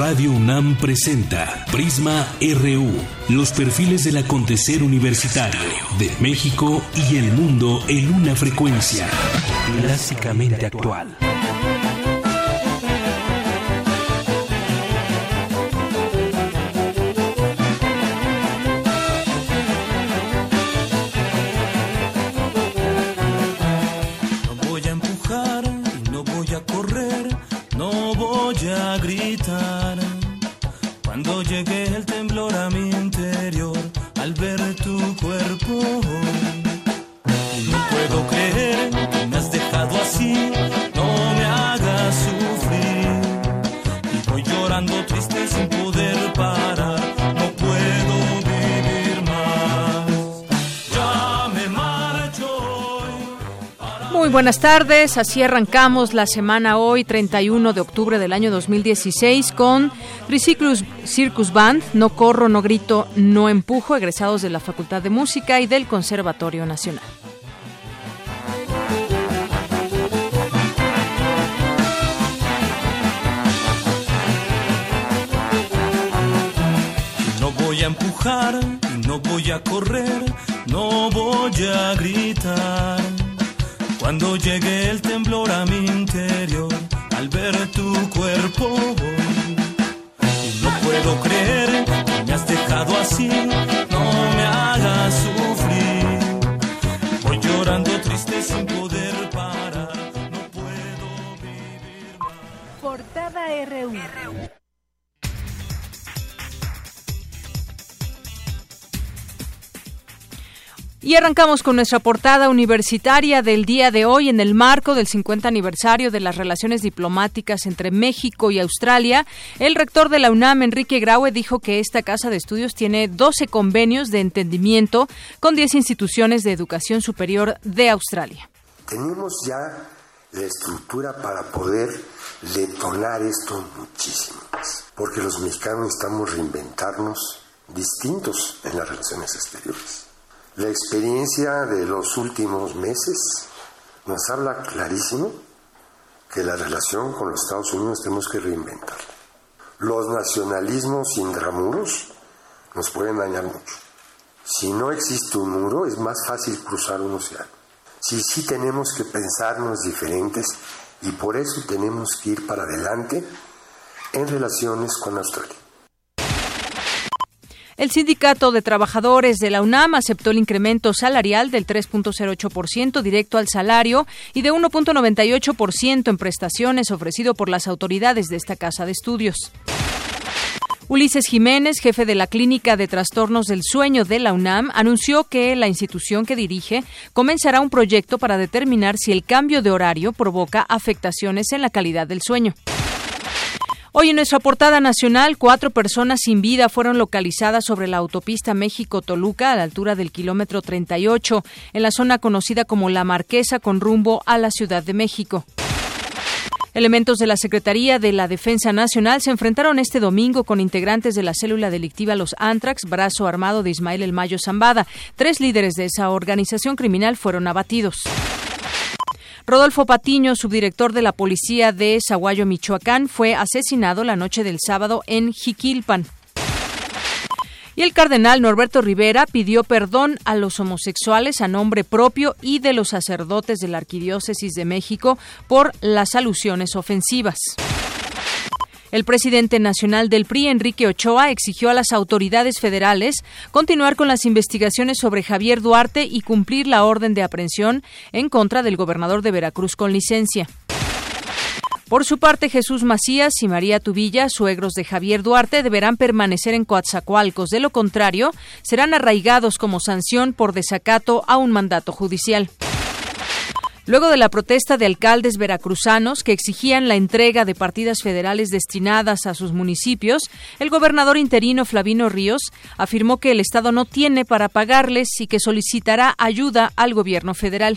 Radio UNAM presenta Prisma RU, los perfiles del acontecer universitario de México y el mundo en una frecuencia clásicamente actual. Cuando llegue el temblor a mi interior al ver tu cuerpo, y no puedo creer que me has dejado así, no me hagas sufrir, y voy llorando triste sin poder parar, no puedo vivir más, ya me marcho hoy. Muy buenas tardes, así arrancamos la semana hoy, 31 de octubre del año 2016, con Triciclo Circus Band, No Corro, No Grito, No Empujo, egresados de la Facultad de Música y del Conservatorio Nacional. No voy a empujar, no voy a correr, no voy a gritar. Cuando llegue el temblor a mi interior, al ver tu cuerpo, y no puedo creer que me has dejado así, no me hagas sufrir. Voy llorando triste sin poder parar, no puedo vivir más. Portada RU. Y arrancamos con nuestra portada universitaria del día de hoy en el marco del 50 aniversario de las relaciones diplomáticas entre México y Australia. El rector de la UNAM, Enrique Graue, dijo que esta casa de estudios tiene 12 convenios de entendimiento con 10 instituciones de educación superior de Australia. Tenemos ya la estructura para poder detonar esto muchísimo más, porque los mexicanos necesitamos reinventarnos distintos en las relaciones exteriores. La experiencia de los últimos meses nos habla clarísimo que la relación con los Estados Unidos tenemos que reinventarla. Los nacionalismos intramuros nos pueden dañar mucho. Si no existe un muro, es más fácil cruzar un océano. Sí tenemos que pensarnos diferentes y por eso tenemos que ir para adelante en relaciones con Australia. El Sindicato de Trabajadores de la UNAM aceptó el incremento salarial del 3.08% directo al salario y de 1.98% en prestaciones ofrecido por las autoridades de esta casa de estudios. Ulises Jiménez, jefe de la Clínica de Trastornos del Sueño de la UNAM, anunció que la institución que dirige comenzará un proyecto para determinar si el cambio de horario provoca afectaciones en la calidad del sueño. Hoy en nuestra portada nacional, 4 personas sin vida fueron localizadas sobre la autopista México-Toluca a la altura del kilómetro 38, en la zona conocida como La Marquesa con rumbo a la Ciudad de México. Elementos de la Secretaría de la Defensa Nacional se enfrentaron este domingo con integrantes de la célula delictiva Los Antrax, brazo armado de Ismael El Mayo Zambada. 3 líderes de esa organización criminal fueron abatidos. Rodolfo Patiño, subdirector de la Policía de Zaguayo, Michoacán, fue asesinado la noche del sábado en Jiquilpan. Y el cardenal Norberto Rivera pidió perdón a los homosexuales a nombre propio y de los sacerdotes de la Arquidiócesis de México por las alusiones ofensivas. El presidente nacional del PRI, Enrique Ochoa, exigió a las autoridades federales continuar con las investigaciones sobre Javier Duarte y cumplir la orden de aprehensión en contra del gobernador de Veracruz con licencia. Por su parte, Jesús Macías y María Tubilla, suegros de Javier Duarte, deberán permanecer en Coatzacoalcos. De lo contrario, serán arraigados como sanción por desacato a un mandato judicial. Luego de la protesta de alcaldes veracruzanos que exigían la entrega de partidas federales destinadas a sus municipios, el gobernador interino Flavino Ríos afirmó que el Estado no tiene para pagarles y que solicitará ayuda al gobierno federal.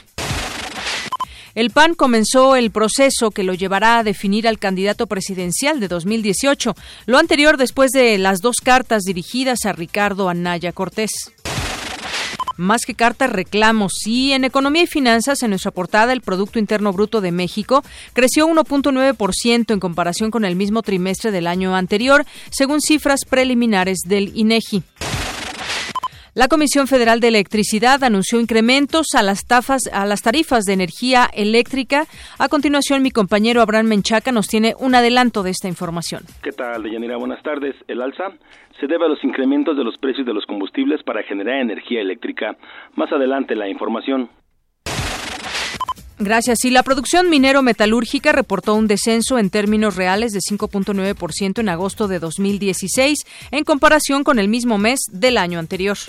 El PAN comenzó el proceso que lo llevará a definir al candidato presidencial de 2018, lo anterior después de las 2 cartas dirigidas a Ricardo Anaya Cortés. Más que cartas, reclamos. Y en Economía y Finanzas, en nuestra portada, el Producto Interno Bruto de México creció 1.9% en comparación con el mismo trimestre del año anterior, según cifras preliminares del INEGI. La Comisión Federal de Electricidad anunció incrementos a las tarifas de energía eléctrica. A continuación, mi compañero Abraham Menchaca nos tiene un adelanto de esta información. ¿Qué tal, Deyanira? Buenas tardes. El alza se debe a los incrementos de los precios de los combustibles para generar energía eléctrica. Más adelante la información. Gracias. Y la producción minero-metalúrgica reportó un descenso en términos reales de 5.9% en agosto de 2016 en comparación con el mismo mes del año anterior.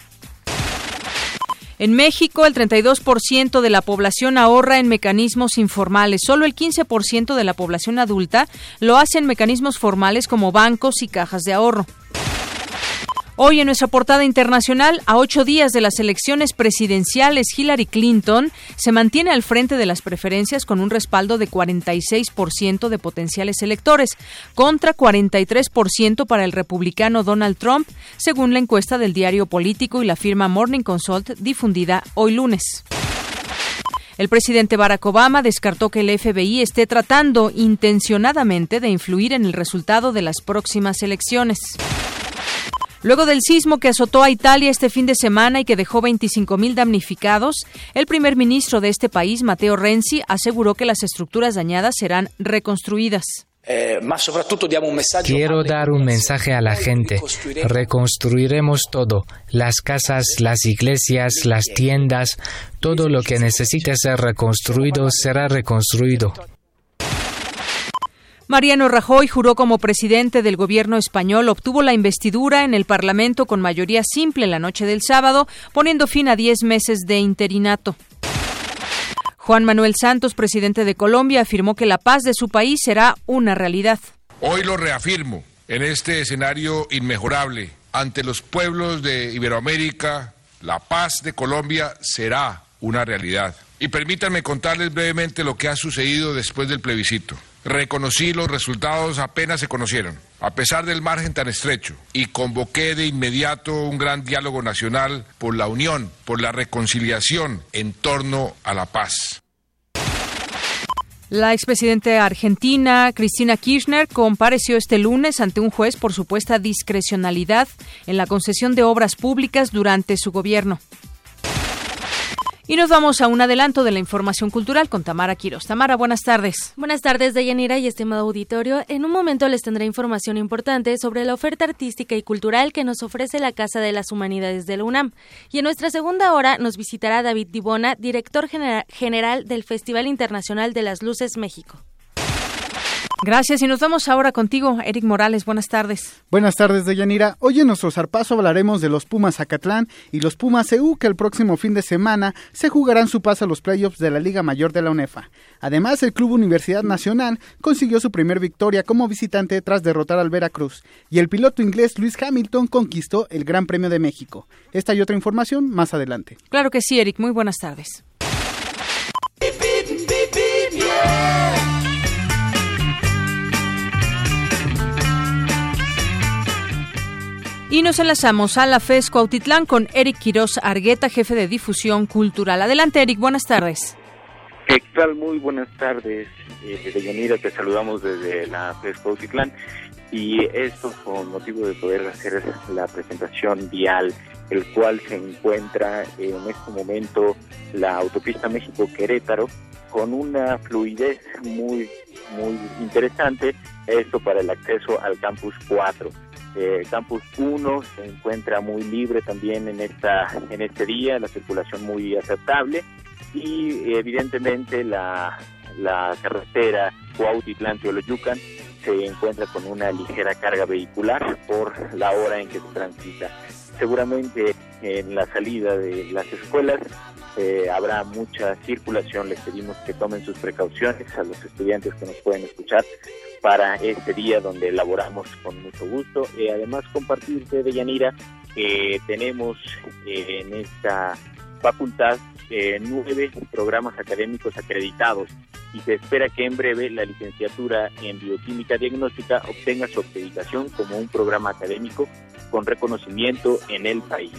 En México, el 32% de la población ahorra en mecanismos informales. Solo el 15% de la población adulta lo hace en mecanismos formales como bancos y cajas de ahorro. Hoy en nuestra portada internacional, a 8 días de las elecciones presidenciales, Hillary Clinton se mantiene al frente de las preferencias con un respaldo de 46% de potenciales electores, contra 43% para el republicano Donald Trump, según la encuesta del diario político y la firma Morning Consult difundida hoy lunes. El presidente Barack Obama descartó que el FBI esté tratando intencionadamente de influir en el resultado de las próximas elecciones. Luego del sismo que azotó a Italia este fin de semana y que dejó 25,000 damnificados, el primer ministro de este país, Matteo Renzi, aseguró que las estructuras dañadas serán reconstruidas. Quiero dar un mensaje a la gente. Reconstruiremos todo. Las casas, las iglesias, las tiendas, todo lo que necesite ser reconstruido será reconstruido. Mariano Rajoy juró como presidente del gobierno español, obtuvo la investidura en el Parlamento con mayoría simple la noche del sábado, poniendo fin a 10 meses de interinato. Juan Manuel Santos, presidente de Colombia, afirmó que la paz de su país será una realidad. Hoy lo reafirmo en este escenario inmejorable ante los pueblos de Iberoamérica, la paz de Colombia será una realidad. Y permítanme contarles brevemente lo que ha sucedido después del plebiscito. Reconocí los resultados apenas se conocieron, a pesar del margen tan estrecho, y convoqué de inmediato un gran diálogo nacional por la unión, por la reconciliación en torno a la paz. La expresidenta argentina, Cristina Kirchner, compareció este lunes ante un juez por supuesta discrecionalidad en la concesión de obras públicas durante su gobierno. Y nos vamos a un adelanto de la información cultural con Tamara Quiroz. Tamara, buenas tardes. Buenas tardes, Deyanira y estimado auditorio. En un momento les tendré información importante sobre la oferta artística y cultural que nos ofrece la Casa de las Humanidades de la UNAM. Y en nuestra segunda hora nos visitará David Dibona, director general del Festival Internacional de las Luces México. Gracias, y nos vamos ahora contigo, Eric Morales. Buenas tardes. Buenas tardes, Deyanira. Hoy en nuestro zarpazo hablaremos de los Pumas Zacatlán y los Pumas CU, que el próximo fin de semana se jugarán su paso a los playoffs de la Liga Mayor de la UNEFA. Además, el Club Universidad Nacional consiguió su primer victoria como visitante tras derrotar al Veracruz, y el piloto inglés Lewis Hamilton conquistó el Gran Premio de México. Esta y otra información más adelante. Claro que sí, Eric. Muy buenas tardes. Y nos enlazamos a la FES Cuautitlán con Eric Quiroz Argueta, jefe de difusión cultural. Adelante, Eric, buenas tardes. ¿Qué tal? Muy buenas tardes, Deyanira, te saludamos desde la FES Cuautitlán, y esto con motivo de poder hacer la presentación vial, el cual se encuentra en este momento la autopista México-Querétaro, con una fluidez muy interesante, esto para el acceso al Campus 4. Campus 1 se encuentra muy libre también en este día, la circulación muy aceptable, y evidentemente la carretera Cuautitlán-Teoloyucan se encuentra con una ligera carga vehicular por la hora en que se transita. Seguramente en la salida de las escuelas habrá mucha circulación. Les pedimos que tomen sus precauciones a los estudiantes que nos pueden escuchar para este día donde elaboramos con mucho gusto. Además, compartirte, Deyanira, que tenemos en esta facultad 9 programas académicos acreditados, y se espera que en breve la licenciatura en bioquímica diagnóstica obtenga su acreditación como un programa académico con reconocimiento en el país.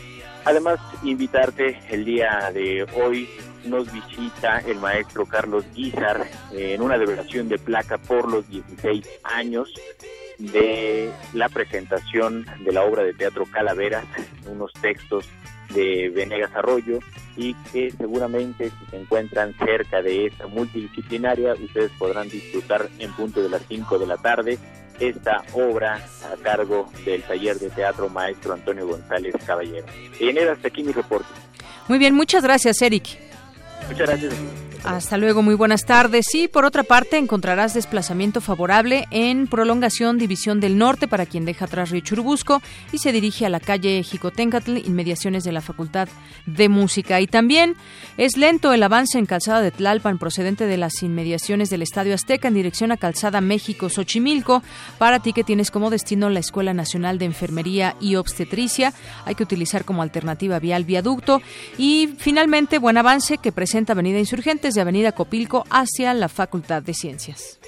Además, invitarte, el día de hoy nos visita el maestro Carlos Guízar en una develación de placa por los 16 años de la presentación de la obra de teatro Calaveras, unos textos de Venegas Arroyo, y que seguramente si se encuentran cerca de esta multidisciplinaria, ustedes podrán disfrutar en punto de las 5 de la tarde esta obra a cargo del taller de teatro maestro Antonio González Caballero. Y hasta aquí mi reporte. Muy bien, muchas gracias, Eric. Muchas gracias. Hasta luego, muy buenas tardes. Y por otra parte, encontrarás desplazamiento favorable en Prolongación División del Norte para quien deja atrás Río Churubusco y se dirige a la calle Jicotencatl, inmediaciones de la Facultad de Música. Y también es lento el avance en Calzada de Tlalpan, procedente de las inmediaciones del Estadio Azteca en dirección a Calzada México-Xochimilco. Para ti que tienes como destino la Escuela Nacional de Enfermería y Obstetricia, hay que utilizar como alternativa vial viaducto. Y finalmente, buen avance que presenta Avenida Insurgentes de Avenida Copilco hacia la Facultad de Ciencias.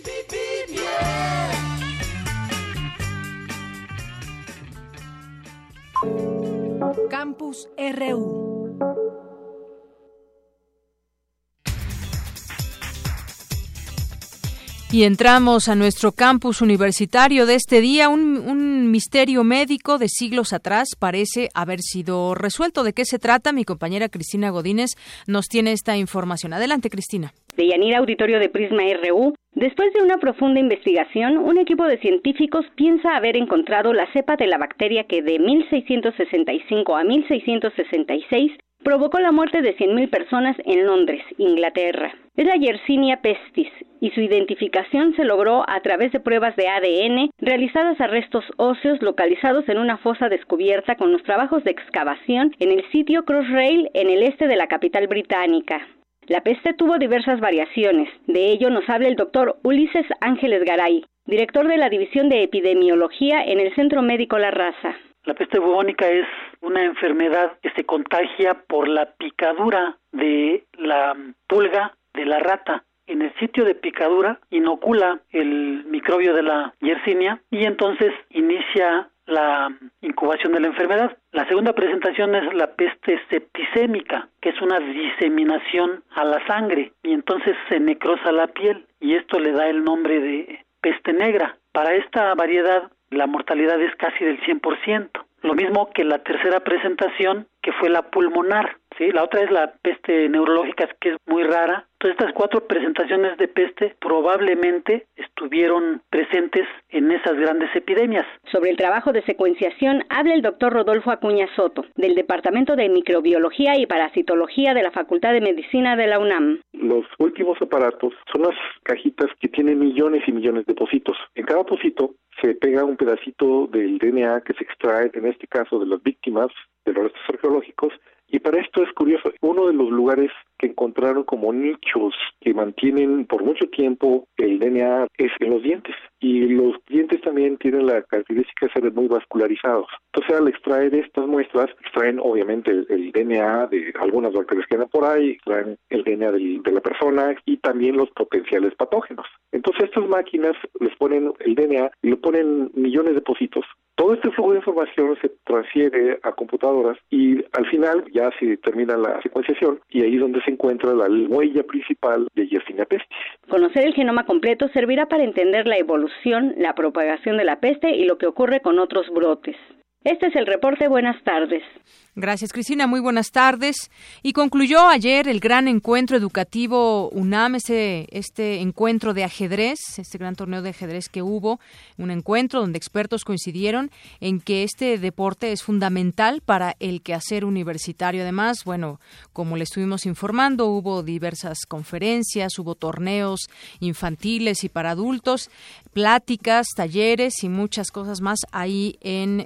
Campus RU. Y entramos a nuestro campus universitario de este día. Un misterio médico de siglos atrás parece haber sido resuelto. ¿De qué se trata? Mi compañera Cristina Godínez nos tiene esta información. Adelante, Cristina. Deyanira, auditorio de Prisma RU. Después de una profunda investigación, un equipo de científicos piensa haber encontrado la cepa de la bacteria que de 1665 a 1666 provocó la muerte de 100.000 personas en Londres, Inglaterra. Es la Yersinia pestis y su identificación se logró a través de pruebas de ADN realizadas a restos óseos localizados en una fosa descubierta con los trabajos de excavación en el sitio Crossrail en el este de la capital británica. La peste tuvo diversas variaciones. De ello nos habla el doctor Ulises Ángeles Garay, director de la División de Epidemiología en el Centro Médico La Raza. La peste bubónica es una enfermedad que se contagia por la picadura de la pulga de la rata. En el sitio de picadura inocula el microbio de la Yersinia y entonces inicia la incubación de la enfermedad. La segunda presentación es la peste septicémica, que es una diseminación a la sangre y entonces se necrosa la piel y esto le da el nombre de peste negra. Para esta variedad la mortalidad es casi del 100%. Lo mismo que la tercera presentación, que fue la pulmonar, ¿sí? La otra es la peste neurológica, que es muy rara. Entonces, estas 4 presentaciones de peste probablemente estuvieron presentes en esas grandes epidemias. Sobre el trabajo de secuenciación habla el doctor Rodolfo Acuña Soto, del Departamento de Microbiología y Parasitología de la Facultad de Medicina de la UNAM. Los últimos aparatos son las cajitas que tienen millones y millones de pocitos. En cada pocito se pega un pedacito del DNA que se extrae, en este caso de las víctimas de los restos arqueológicos, y para esto es curioso, uno de los lugares que encontraron como nichos que mantienen por mucho tiempo el DNA es en los dientes, y los dientes también tienen la característica de ser muy vascularizados. Entonces, al extraer estas muestras, extraen obviamente el DNA de algunas bacterias que andan por ahí, extraen el DNA de la persona y también los potenciales patógenos. Entonces, estas máquinas les ponen el DNA y lo ponen millones de pocitos. Todo este flujo de información se transfiere a computadoras y al final ya se termina la secuenciación y ahí es donde se encuentra la huella principal de Yersinia pestis. Conocer el genoma completo servirá para entender la evolución, la propagación de la peste y lo que ocurre con otros brotes. Este es el reporte. Buenas tardes. Gracias, Cristina. Muy buenas tardes. Y concluyó ayer el gran encuentro educativo UNAM, este encuentro de ajedrez, este gran torneo de ajedrez que hubo, un encuentro donde expertos coincidieron en que este deporte es fundamental para el quehacer universitario. Además, bueno, como le estuvimos informando, hubo diversas conferencias, hubo torneos infantiles y para adultos, pláticas, talleres y muchas cosas más ahí en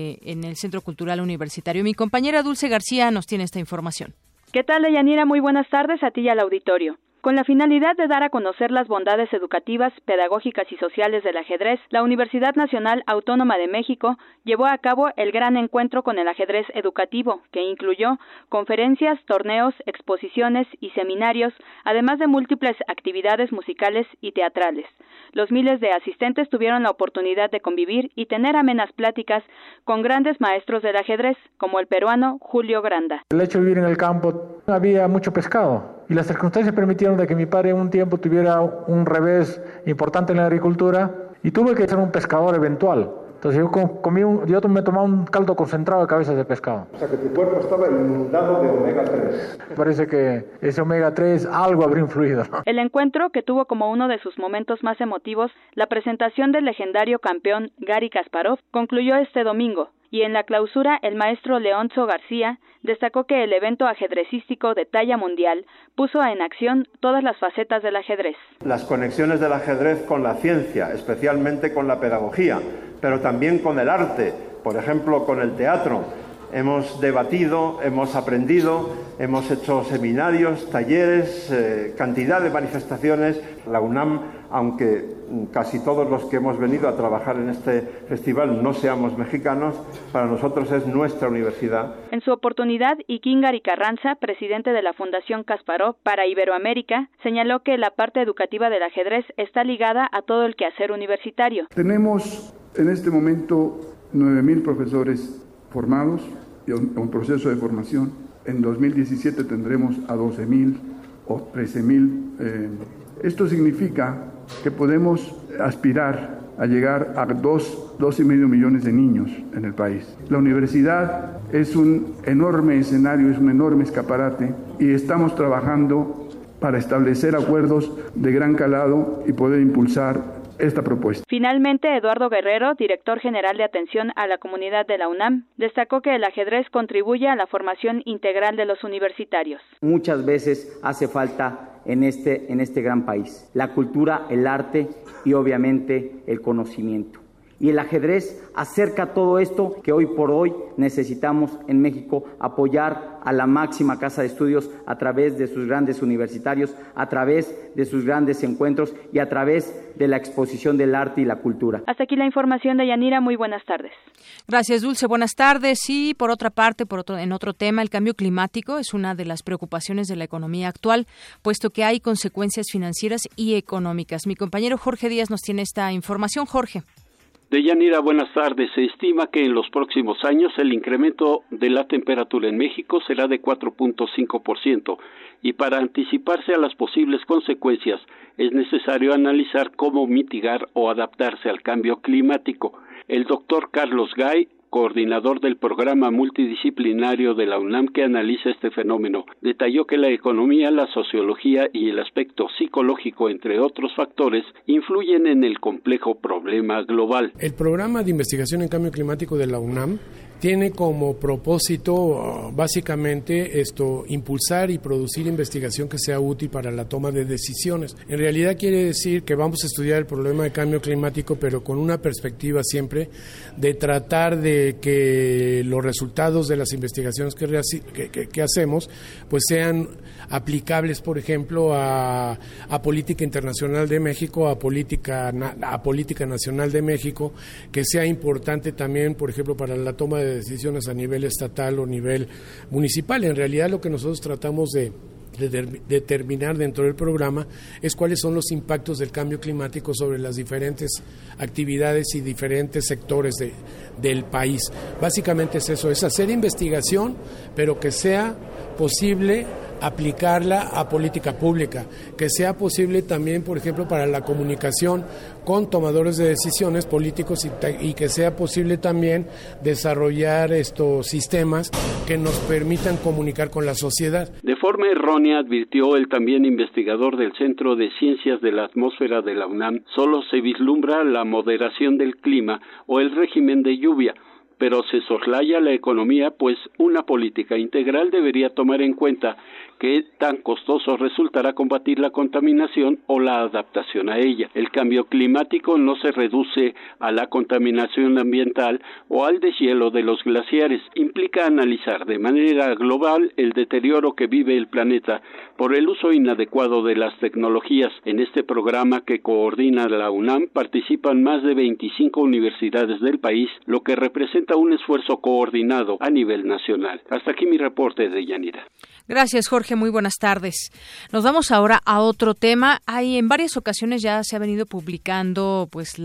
el Centro Cultural Universitario. Mi compañera Dulce García nos tiene esta información. ¿Qué tal, Deyanira? Muy buenas tardes a ti y al auditorio. Con la finalidad de dar a conocer las bondades educativas, pedagógicas y sociales del ajedrez, la Universidad Nacional Autónoma de México llevó a cabo el gran encuentro con el ajedrez educativo, que incluyó conferencias, torneos, exposiciones y seminarios, además de múltiples actividades musicales y teatrales. Los miles de asistentes tuvieron la oportunidad de convivir y tener amenas pláticas con grandes maestros del ajedrez, como el peruano Julio Granda. El hecho de vivir en el campo, había mucho pescado y las circunstancias permitieron de que mi padre un tiempo tuviera un revés importante en la agricultura y tuve que ser un pescador eventual. Entonces yo me tomaba un caldo concentrado de cabezas de pescado. O sea que tu cuerpo estaba inundado de omega 3. Parece que ese omega 3 algo habría influido, ¿no? El encuentro, que tuvo como uno de sus momentos más emotivos la presentación del legendario campeón Garry Kasparov, concluyó este domingo. Y en la clausura, el maestro Leonzo García destacó que el evento ajedrecístico de talla mundial puso en acción todas las facetas del ajedrez. Las conexiones del ajedrez con la ciencia, especialmente con la pedagogía, pero también con el arte, por ejemplo, con el teatro. Hemos debatido, hemos aprendido, hemos hecho seminarios, talleres, cantidad de manifestaciones. La UNAM, aunque casi todos los que hemos venido a trabajar en este festival no seamos mexicanos, para nosotros es nuestra universidad. En su oportunidad, Ikíngari Carranza, presidente de la Fundación Kasparov para Iberoamérica, señaló que la parte educativa del ajedrez está ligada a todo el quehacer universitario. Tenemos en este momento 9,000 profesores formados y un proceso de formación. En 2017 tendremos a 12,000 o 13,000. Esto significa que podemos aspirar a llegar a 2,5 millones de niños en el país. La universidad es un enorme escenario, es un enorme escaparate y estamos trabajando para establecer acuerdos de gran calado y poder impulsar esta propuesta. Finalmente, Eduardo Guerrero, director general de atención a la comunidad de la UNAM, destacó que el ajedrez contribuye a la formación integral de los universitarios. Muchas veces hace falta en este gran país la cultura, el arte y obviamente el conocimiento. Y el ajedrez acerca todo esto que hoy por hoy necesitamos en México, apoyar a la máxima casa de estudios a través de sus grandes universitarios, a través de sus grandes encuentros y a través de la exposición del arte y la cultura. Hasta aquí la información de Yanira. Muy buenas tardes. Gracias, Dulce. Buenas tardes. Y por otra parte, en otro tema, el cambio climático es una de las preocupaciones de la economía actual, puesto que hay consecuencias financieras y económicas. Mi compañero Jorge Díaz nos tiene esta información. Jorge. Deyanira, buenas tardes. Se estima que en los próximos años el incremento de la temperatura en México será de 4.5%, y para anticiparse a las posibles consecuencias es necesario analizar cómo mitigar o adaptarse al cambio climático. El doctor Carlos Gay, coordinador del programa multidisciplinario de la UNAM que analiza este fenómeno, detalló que la economía, la sociología y el aspecto psicológico, entre otros factores, influyen en el complejo problema global. El programa de investigación en cambio climático de la UNAM tiene como propósito básicamente impulsar y producir investigación que sea útil para la toma de decisiones. En realidad quiere decir que vamos a estudiar el problema de cambio climático, pero con una perspectiva siempre de tratar de que los resultados de las investigaciones que hacemos pues sean aplicables, por ejemplo, a política internacional de México, a política nacional de México, que sea importante también, por ejemplo, para la toma de decisiones a nivel estatal o nivel municipal. En realidad lo que nosotros tratamos de determinar dentro del programa es cuáles son los impactos del cambio climático sobre las diferentes actividades y diferentes sectores del país. Básicamente es eso, es hacer investigación, pero que sea posible aplicarla a política pública, que sea posible también, por ejemplo, para la comunicación con tomadores de decisiones políticos y que sea posible también desarrollar estos sistemas que nos permitan comunicar con la sociedad. De forma errónea, advirtió el también investigador del Centro de Ciencias de la Atmósfera de la UNAM, solo se vislumbra la moderación del clima o el régimen de lluvia, pero se soslaya la economía, pues una política integral debería tomar en cuenta qué tan costoso resultará combatir la contaminación o la adaptación a ella. El cambio climático no se reduce a la contaminación ambiental o al deshielo de los glaciares. Implica analizar de manera global el deterioro que vive el planeta por el uso inadecuado de las tecnologías. En este programa que coordina la UNAM participan más de 25 universidades del país, lo que representa un esfuerzo coordinado a nivel nacional. Hasta aquí mi reporte, Deyanira. Gracias, Jorge. Muy buenas tardes. Nos vamos ahora a otro tema. En varias ocasiones ya se ha venido publicando pues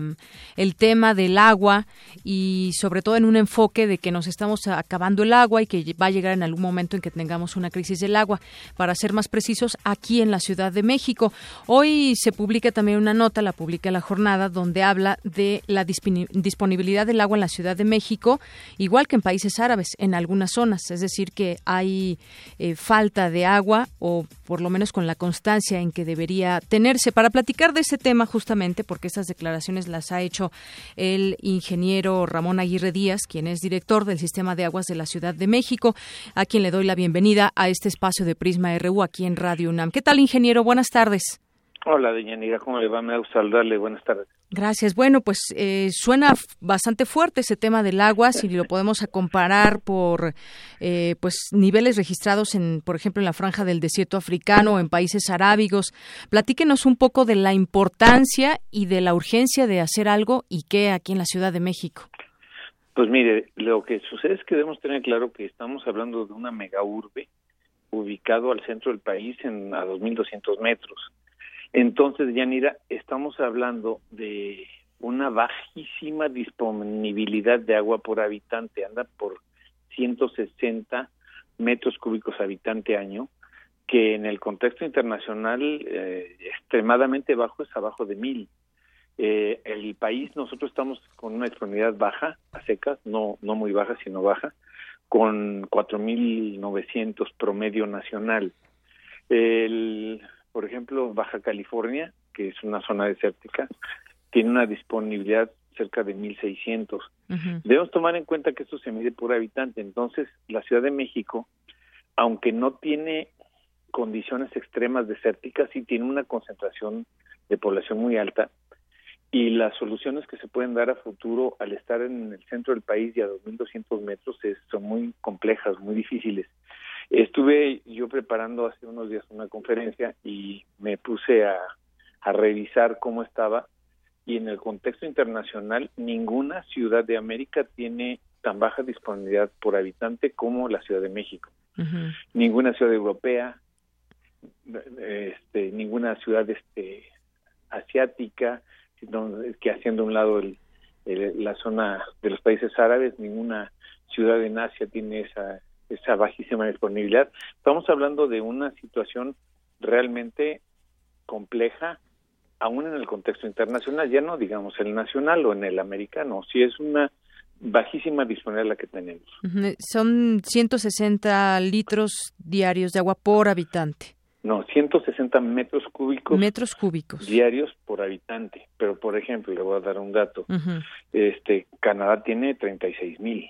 el tema del agua y sobre todo en un enfoque de que nos estamos acabando el agua y que va a llegar en algún momento en que tengamos una crisis del agua. Para ser más precisos, aquí en la Ciudad de México. Hoy se publica también una nota, la publica La Jornada, donde habla de la disponibilidad del agua en la Ciudad de México, igual que en países árabes, en algunas zonas. Es decir, que hay falta de agua, o por lo menos con la constancia en que debería tenerse. Para platicar de ese tema, justamente, porque estas declaraciones las ha hecho el ingeniero Ramón Aguirre Díaz, quien es director del Sistema de Aguas de la Ciudad de México, a quien le doy la bienvenida a este espacio de Prisma RU aquí en Radio UNAM. ¿Qué tal, ingeniero? Buenas tardes. Hola, Deyanira, ¿cómo le va? Me da gusto saludarle. Buenas tardes. Gracias. Bueno, pues suena bastante fuerte ese tema del agua, si lo podemos comparar por pues niveles registrados por ejemplo, en la franja del desierto africano o en países arábigos. Platíquenos un poco de la importancia y de la urgencia de hacer algo y qué aquí en la Ciudad de México. Pues mire, lo que sucede es que debemos tener claro que estamos hablando de una megaurbe ubicado al centro del país a 2.200 metros. Entonces, Yanira, estamos hablando de una bajísima disponibilidad de agua por habitante, anda por 160 metros cúbicos habitante año, que en el contexto internacional extremadamente bajo, es abajo de 1,000. El país, nosotros estamos con una disponibilidad baja, a secas, no muy baja, sino baja, con 4.900 promedio nacional. Por ejemplo, Baja California, que es una zona desértica, tiene una disponibilidad cerca de 1.600. Debemos tomar en cuenta que esto se mide por habitante. Entonces, la Ciudad de México, aunque no tiene condiciones extremas desérticas, sí tiene una concentración de población muy alta, y las soluciones que se pueden dar a futuro al estar en el centro del país y a 2.200 metros son muy complejas, muy difíciles. Estuve yo preparando hace unos días una conferencia y me puse a revisar cómo estaba, y en el contexto internacional ninguna ciudad de América tiene tan baja disponibilidad por habitante como la Ciudad de México. Ninguna ciudad europea, ninguna ciudad asiática, que haciendo un lado la zona de los países árabes, ninguna ciudad en Asia tiene esa bajísima disponibilidad. Estamos hablando de una situación realmente compleja, aún en el contexto internacional, ya no digamos el nacional o en el americano. Sí, es una bajísima disponibilidad la que tenemos. Son 160 litros diarios de agua por habitante. No, 160 metros cúbicos. Metros cúbicos. Diarios por habitante. Pero, por ejemplo, le voy a dar un dato. Canadá tiene 36,000.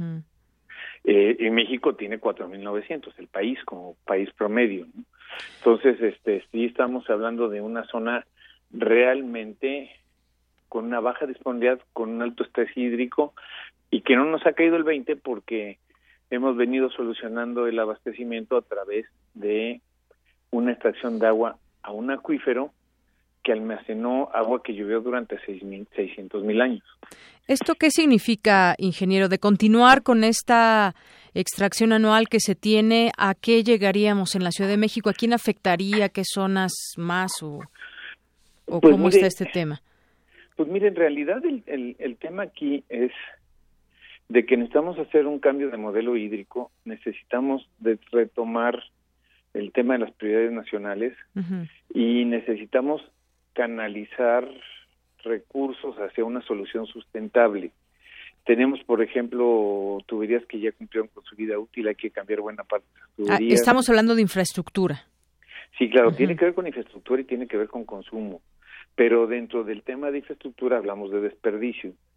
Y México tiene 4.900, el país como país promedio, ¿no? Entonces, sí estamos hablando de una zona realmente con una baja disponibilidad, con un alto estrés hídrico, y que no nos ha caído el 20 porque hemos venido solucionando el abastecimiento a través de una extracción de agua a un acuífero que almacenó agua que llovió durante 600,000 años. ¿Esto qué significa, ingeniero? De continuar con esta extracción anual que se tiene, ¿a qué llegaríamos en la Ciudad de México? ¿A quién afectaría? ¿Qué zonas más? ¿O pues cómo está este tema? Pues mire, en realidad el tema aquí es de que necesitamos hacer un cambio de modelo hídrico, necesitamos retomar el tema de las prioridades nacionales y necesitamos canalizar recursos hacia una solución sustentable. Tenemos, por ejemplo, tuberías que ya cumplieron con su vida útil, hay que cambiar buena parte de las tuberías. Estamos hablando de infraestructura. Sí, claro, tiene que ver con infraestructura y tiene que ver con consumo, pero dentro del tema de infraestructura hablamos de desperdicio.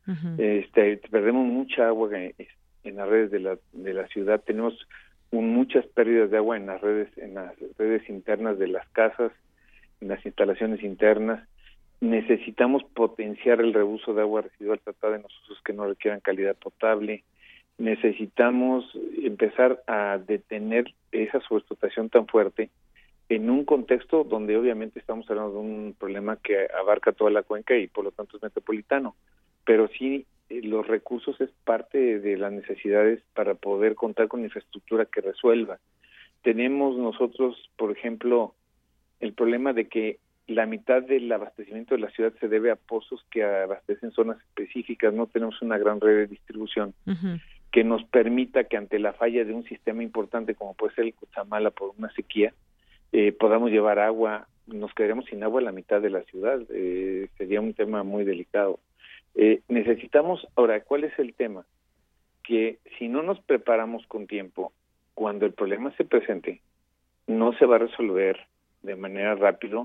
Perdemos mucha agua en las redes de la ciudad. Tenemos muchas pérdidas de agua en las redes internas de las casas, en las instalaciones internas. Necesitamos potenciar el reuso de agua residual tratada en los usos que no requieran calidad potable. Necesitamos empezar a detener esa sobreexplotación tan fuerte en un contexto donde obviamente estamos hablando de un problema que abarca toda la cuenca y por lo tanto es metropolitano, pero sí los recursos es parte de las necesidades para poder contar con infraestructura que resuelva. Tenemos nosotros, por ejemplo, el problema de que la mitad del abastecimiento de la ciudad se debe a pozos que abastecen zonas específicas. No tenemos una gran red de distribución que nos permita que ante la falla de un sistema importante como puede ser el Cutzamala por una sequía, podamos llevar agua. Nos quedaríamos sin agua en la mitad de la ciudad. Sería un tema muy delicado. Necesitamos, ahora, ¿cuál es el tema? Que si no nos preparamos con tiempo, cuando el problema se presente, no se va a resolver de manera rápido.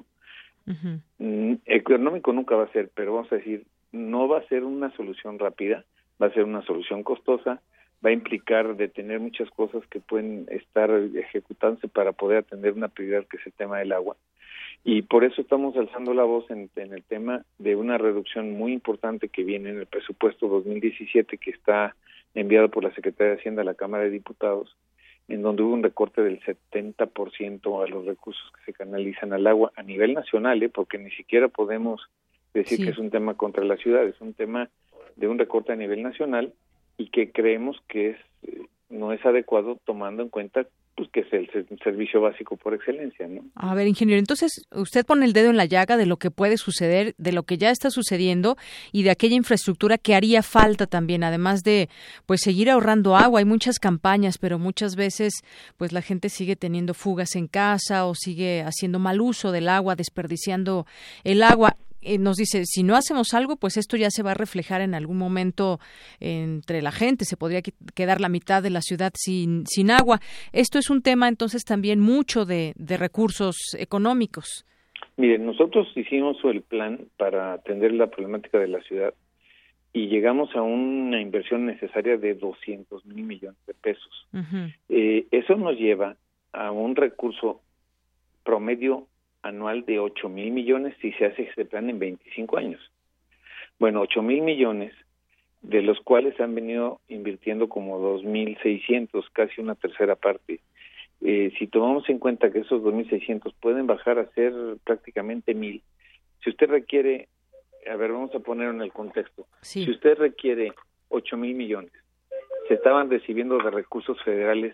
Económico nunca va a ser, pero vamos a decir, no va a ser una solución rápida, va a ser una solución costosa, va a implicar detener muchas cosas que pueden estar ejecutándose para poder atender una prioridad que es el tema del agua. Y por eso estamos alzando la voz en el tema de una reducción muy importante que viene en el presupuesto 2017 que está enviado por la Secretaría de Hacienda a la Cámara de Diputados, en donde hubo un recorte del 70% a los recursos que se canalizan al agua a nivel nacional, porque ni siquiera podemos decir que es un tema contra la ciudad, es un tema de un recorte a nivel nacional y que creemos que no es adecuado tomando en cuenta pues que es el servicio básico por excelencia, ¿no? A ver, ingeniero, entonces usted pone el dedo en la llaga de lo que puede suceder, de lo que ya está sucediendo y de aquella infraestructura que haría falta también, además de pues seguir ahorrando agua. Hay muchas campañas, pero muchas veces pues la gente sigue teniendo fugas en casa o sigue haciendo mal uso del agua, desperdiciando el agua. Nos dice, si no hacemos algo, pues esto ya se va a reflejar en algún momento entre la gente, se podría quedar la mitad de la ciudad sin agua. Esto es un tema entonces también mucho de recursos económicos. Miren, nosotros hicimos el plan para atender la problemática de la ciudad y llegamos a una inversión necesaria de 200,000 millones de pesos. Eso nos lleva a un recurso promedio anual de 8,000 millones si se hace este plan en 25 años. Bueno, 8,000 millones, de los cuales han venido invirtiendo como 2,600, casi una tercera parte. Si tomamos en cuenta que esos 2,600 pueden bajar a ser prácticamente 1,000, si usted requiere, a ver, vamos a ponerlo en el contexto, si usted requiere 8,000 millones, se estaban recibiendo de recursos federales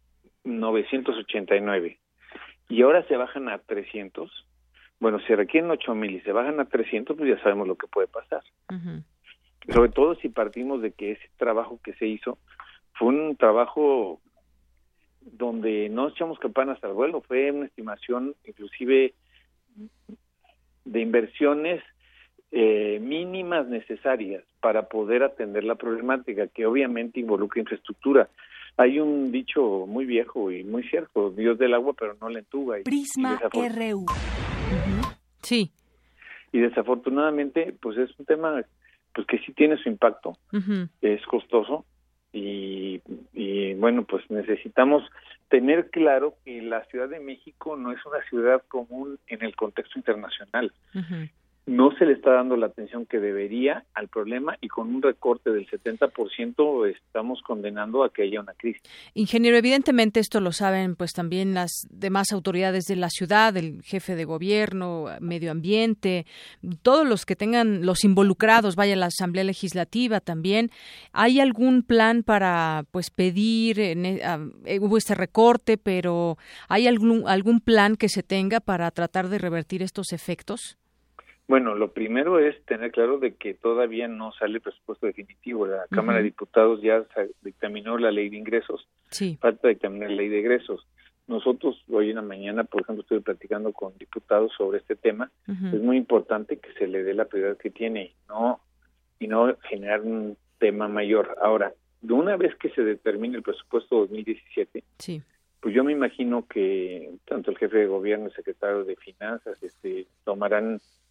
989, y ahora se bajan a 300, bueno, si requieren 8,000 y se bajan a 300, pues ya sabemos lo que puede pasar. Sobre todo si partimos de que ese trabajo que se hizo fue un trabajo donde no echamos campanas al vuelo, fue una estimación inclusive de inversiones mínimas necesarias para poder atender la problemática, que obviamente involucra infraestructura. Hay un dicho muy viejo y muy cierto, Dios del agua pero no la entuba. Prisma RU. Sí. Y desafortunadamente, pues es un tema pues que sí tiene su impacto, es costoso y bueno, pues necesitamos tener claro que la Ciudad de México no es una ciudad común en el contexto internacional. No se le está dando la atención que debería al problema y con un recorte del 70% estamos condenando a que haya una crisis. Ingeniero, evidentemente esto lo saben pues también las demás autoridades de la ciudad, el jefe de gobierno, medio ambiente, todos los que tengan, los involucrados, vaya la Asamblea Legislativa también. ¿Hay algún plan para pues pedir, hubo este recorte, pero ¿hay algún plan que se tenga para tratar de revertir estos efectos? Bueno, lo primero es tener claro de que todavía no sale el presupuesto definitivo. La Cámara de Diputados ya dictaminó la ley de ingresos. Falta dictaminar la ley de egresos. Nosotros hoy en la mañana, por ejemplo, estuve platicando con diputados sobre este tema. Es muy importante que se le dé la prioridad que tiene y no generar un tema mayor. Ahora, de una vez que se determine el presupuesto 2017, pues yo me imagino que tanto el jefe de gobierno y el secretario de Finanzas tomarán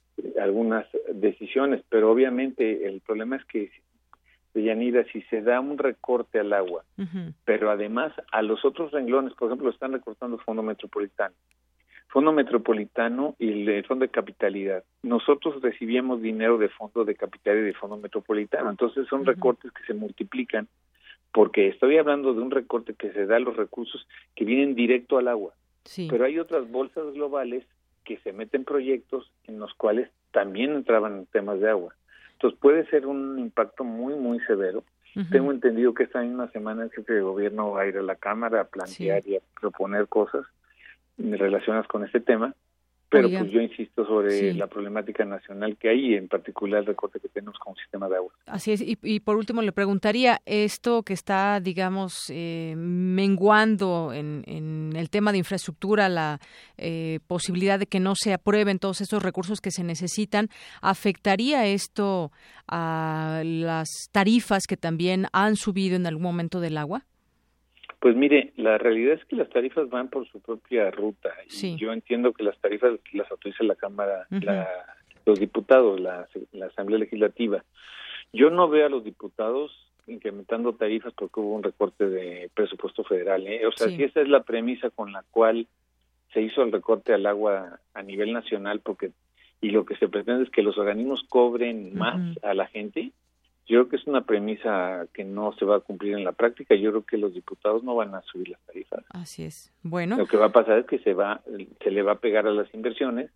algunas decisiones, pero obviamente el problema es que, Deyanira, si se da un recorte al agua, pero además a los otros renglones, por ejemplo, están recortando Fondo Metropolitano y el Fondo de Capitalidad. Nosotros recibíamos dinero de Fondo de Capitalidad y de Fondo Metropolitano, entonces son recortes que se multiplican, porque estoy hablando de un recorte que se da a los recursos que vienen directo al agua. Sí. Pero hay otras bolsas globales que se meten proyectos en los cuales también entraban temas de agua. Entonces puede ser un impacto muy, muy severo. Tengo entendido que esta misma semana el jefe de gobierno va a ir a la Cámara a plantear y a proponer cosas relacionadas con este tema, pero pues yo insisto sobre la problemática nacional que hay y en particular el recorte que tenemos con el sistema de agua. Así es, y por último le preguntaría, esto que está, digamos, menguando en el tema de infraestructura, la posibilidad de que no se aprueben todos estos recursos que se necesitan, ¿afectaría esto a las tarifas que también han subido en algún momento del agua? Pues mire, la realidad es que las tarifas van por su propia ruta y yo entiendo que las tarifas las autoriza la Cámara, los diputados, la Asamblea Legislativa. Yo no veo a los diputados incrementando tarifas porque hubo un recorte de presupuesto federal, O sea, si esa es la premisa con la cual se hizo el recorte al agua a nivel nacional, y lo que se pretende es que los organismos cobren más a la gente, yo creo que es una premisa que no se va a cumplir en la práctica. Yo creo que los diputados no van a subir las tarifas. Así es. Bueno. Lo que va a pasar es que se le va a pegar a las inversiones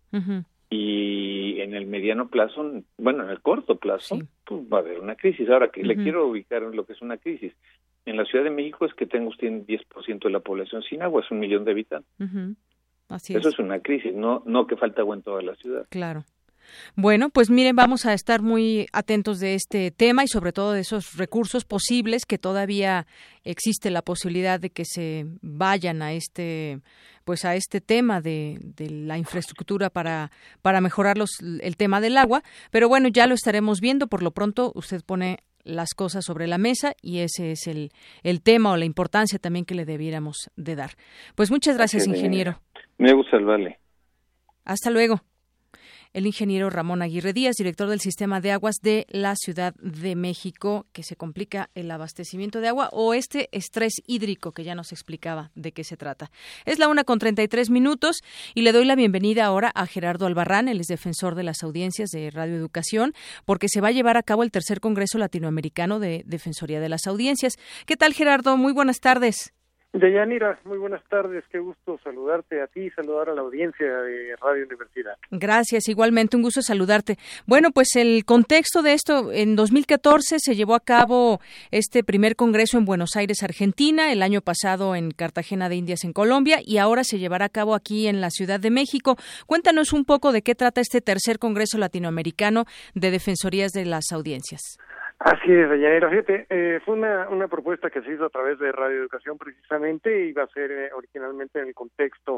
y en el mediano plazo, en el corto plazo, pues va a haber una crisis. Ahora, que le quiero ubicar en lo que es una crisis. En la Ciudad de México es que tengo usted 10% de la población sin agua, es 1 millón de habitantes. Así es. Eso es una crisis, no que falta agua en toda la ciudad. Claro. Bueno, pues miren, vamos a estar muy atentos de este tema y sobre todo de esos recursos posibles que todavía existe la posibilidad de que se vayan a este tema de la infraestructura para mejorar el tema del agua, pero bueno, ya lo estaremos viendo. Por lo pronto usted pone las cosas sobre la mesa y ese es el tema o la importancia también que le debiéramos de dar. Pues muchas gracias, ingeniero. Me gusta el vale. Hasta luego. El ingeniero Ramón Aguirre Díaz, director del Sistema de Aguas de la Ciudad de México, que se complica el abastecimiento de agua o este estrés hídrico que ya nos explicaba de qué se trata. Es la 1:33 y le doy la bienvenida ahora a Gerardo Albarrán, él es defensor de las audiencias de Radio Educación, porque se va a llevar a cabo el tercer Congreso Latinoamericano de Defensoría de las Audiencias. ¿Qué tal, Gerardo? Muy buenas tardes. Deyanira, muy buenas tardes, qué gusto saludarte a ti y saludar a la audiencia de Radio Universidad. Gracias, igualmente, un gusto saludarte. Bueno, pues el contexto de esto, en 2014 se llevó a cabo este primer congreso en Buenos Aires, Argentina, el año pasado en Cartagena de Indias, en Colombia, y ahora se llevará a cabo aquí en la Ciudad de México. Cuéntanos un poco de qué trata este tercer Congreso Latinoamericano de Defensorías de las Audiencias. Así es, Deyanira. Fíjate, fue una propuesta que se hizo a través de Radio Educación precisamente, iba a ser originalmente en el contexto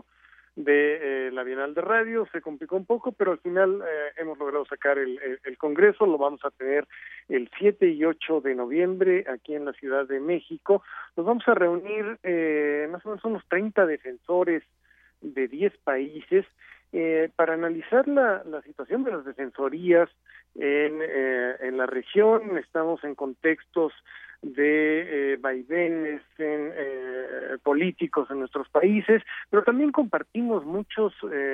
de la Bienal de Radio, se complicó un poco, pero al final hemos logrado sacar el Congreso, lo vamos a tener el 7 y 8 de noviembre aquí en la Ciudad de México. Nos vamos a reunir más o menos unos 30 defensores de 10 países para analizar la situación de las defensorías en la región. Estamos en contextos de vaivenes políticos en nuestros países, pero también compartimos muchos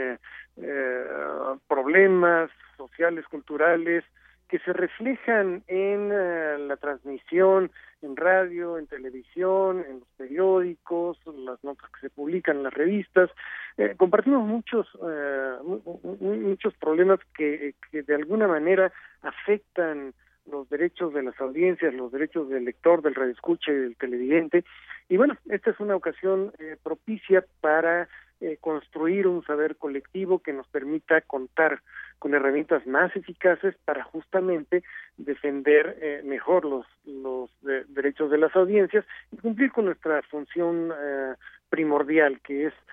problemas sociales, culturales, que se reflejan en la transmisión en radio, en televisión, en los periódicos, las notas que se publican en las revistas. Compartimos muchos problemas que de alguna manera afectan los derechos de las audiencias, los derechos del lector, del radioescucha y del televidente. Y bueno, esta es una ocasión propicia para construir un saber colectivo que nos permita contar con herramientas más eficaces para justamente defender mejor los derechos de las audiencias y cumplir con nuestra función primordial, que es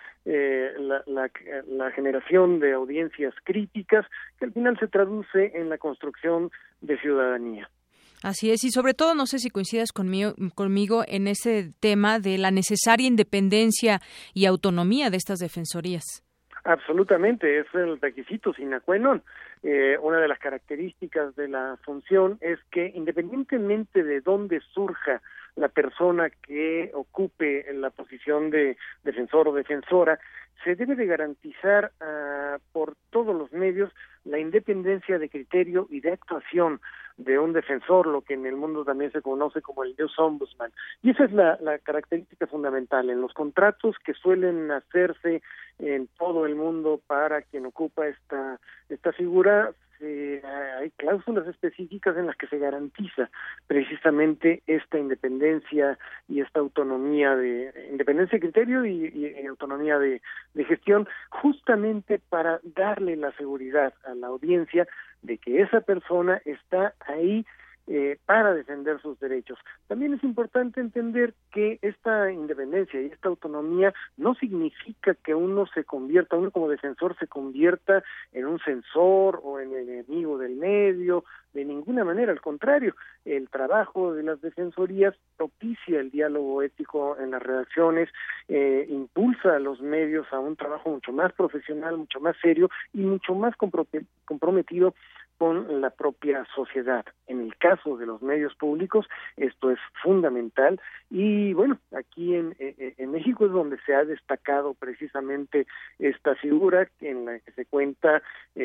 la generación de audiencias críticas, que al final se traduce en la construcción de ciudadanía. Así es, y sobre todo, no sé si coincidas conmigo en ese tema de la necesaria independencia y autonomía de estas defensorías. Absolutamente, es el requisito sine qua non. Una de las características de la función es que independientemente de dónde surja la persona que ocupe la posición de defensor o defensora, se debe de garantizar por todos los medios la independencia de criterio y de actuación de un defensor, lo que en el mundo también se conoce como el News Ombudsman. Y esa es la característica fundamental. En los contratos que suelen hacerse en todo el mundo para quien ocupa esta figura, hay cláusulas específicas en las que se garantiza precisamente esta independencia y esta autonomía independencia de criterio y autonomía de gestión, justamente para darle la seguridad a la audiencia de que esa persona está ahí para defender sus derechos. También es importante entender que esta independencia y esta autonomía no significa que uno como defensor se convierta en un censor o en enemigo del medio, de ninguna manera, al contrario, el trabajo de las defensorías propicia el diálogo ético en las redacciones, impulsa a los medios a un trabajo mucho más profesional, mucho más serio y mucho más comprometido con la propia sociedad. En el caso de los medios públicos, esto es fundamental y bueno, aquí en México es donde se ha destacado precisamente esta figura en la que se cuenta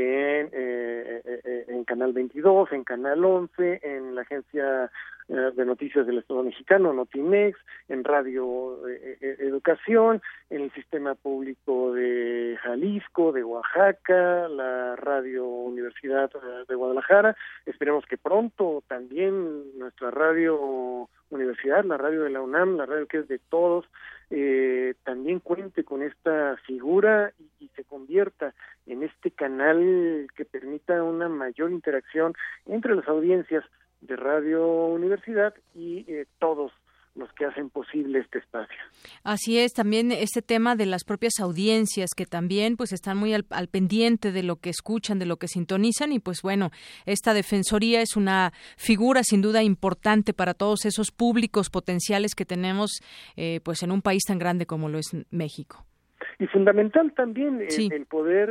en Canal 22, en Canal 11, en la agencia de noticias del Estado mexicano, Notimex, en Radio Educación, en el sistema público de Jalisco, de Oaxaca, la Radio Universidad de Guadalajara. Esperemos que pronto también nuestra Radio Universidad, la radio de la UNAM, la radio que es de todos, también cuente con esta figura y se convierta en este canal que permita una mayor interacción entre las audiencias de Radio Universidad y todos los que hacen posible este espacio. Así es, también este tema de las propias audiencias que también pues están muy al pendiente de lo que escuchan, de lo que sintonizan y pues bueno, esta defensoría es una figura sin duda importante para todos esos públicos potenciales que tenemos pues en un país tan grande como lo es México. Y fundamental también el poder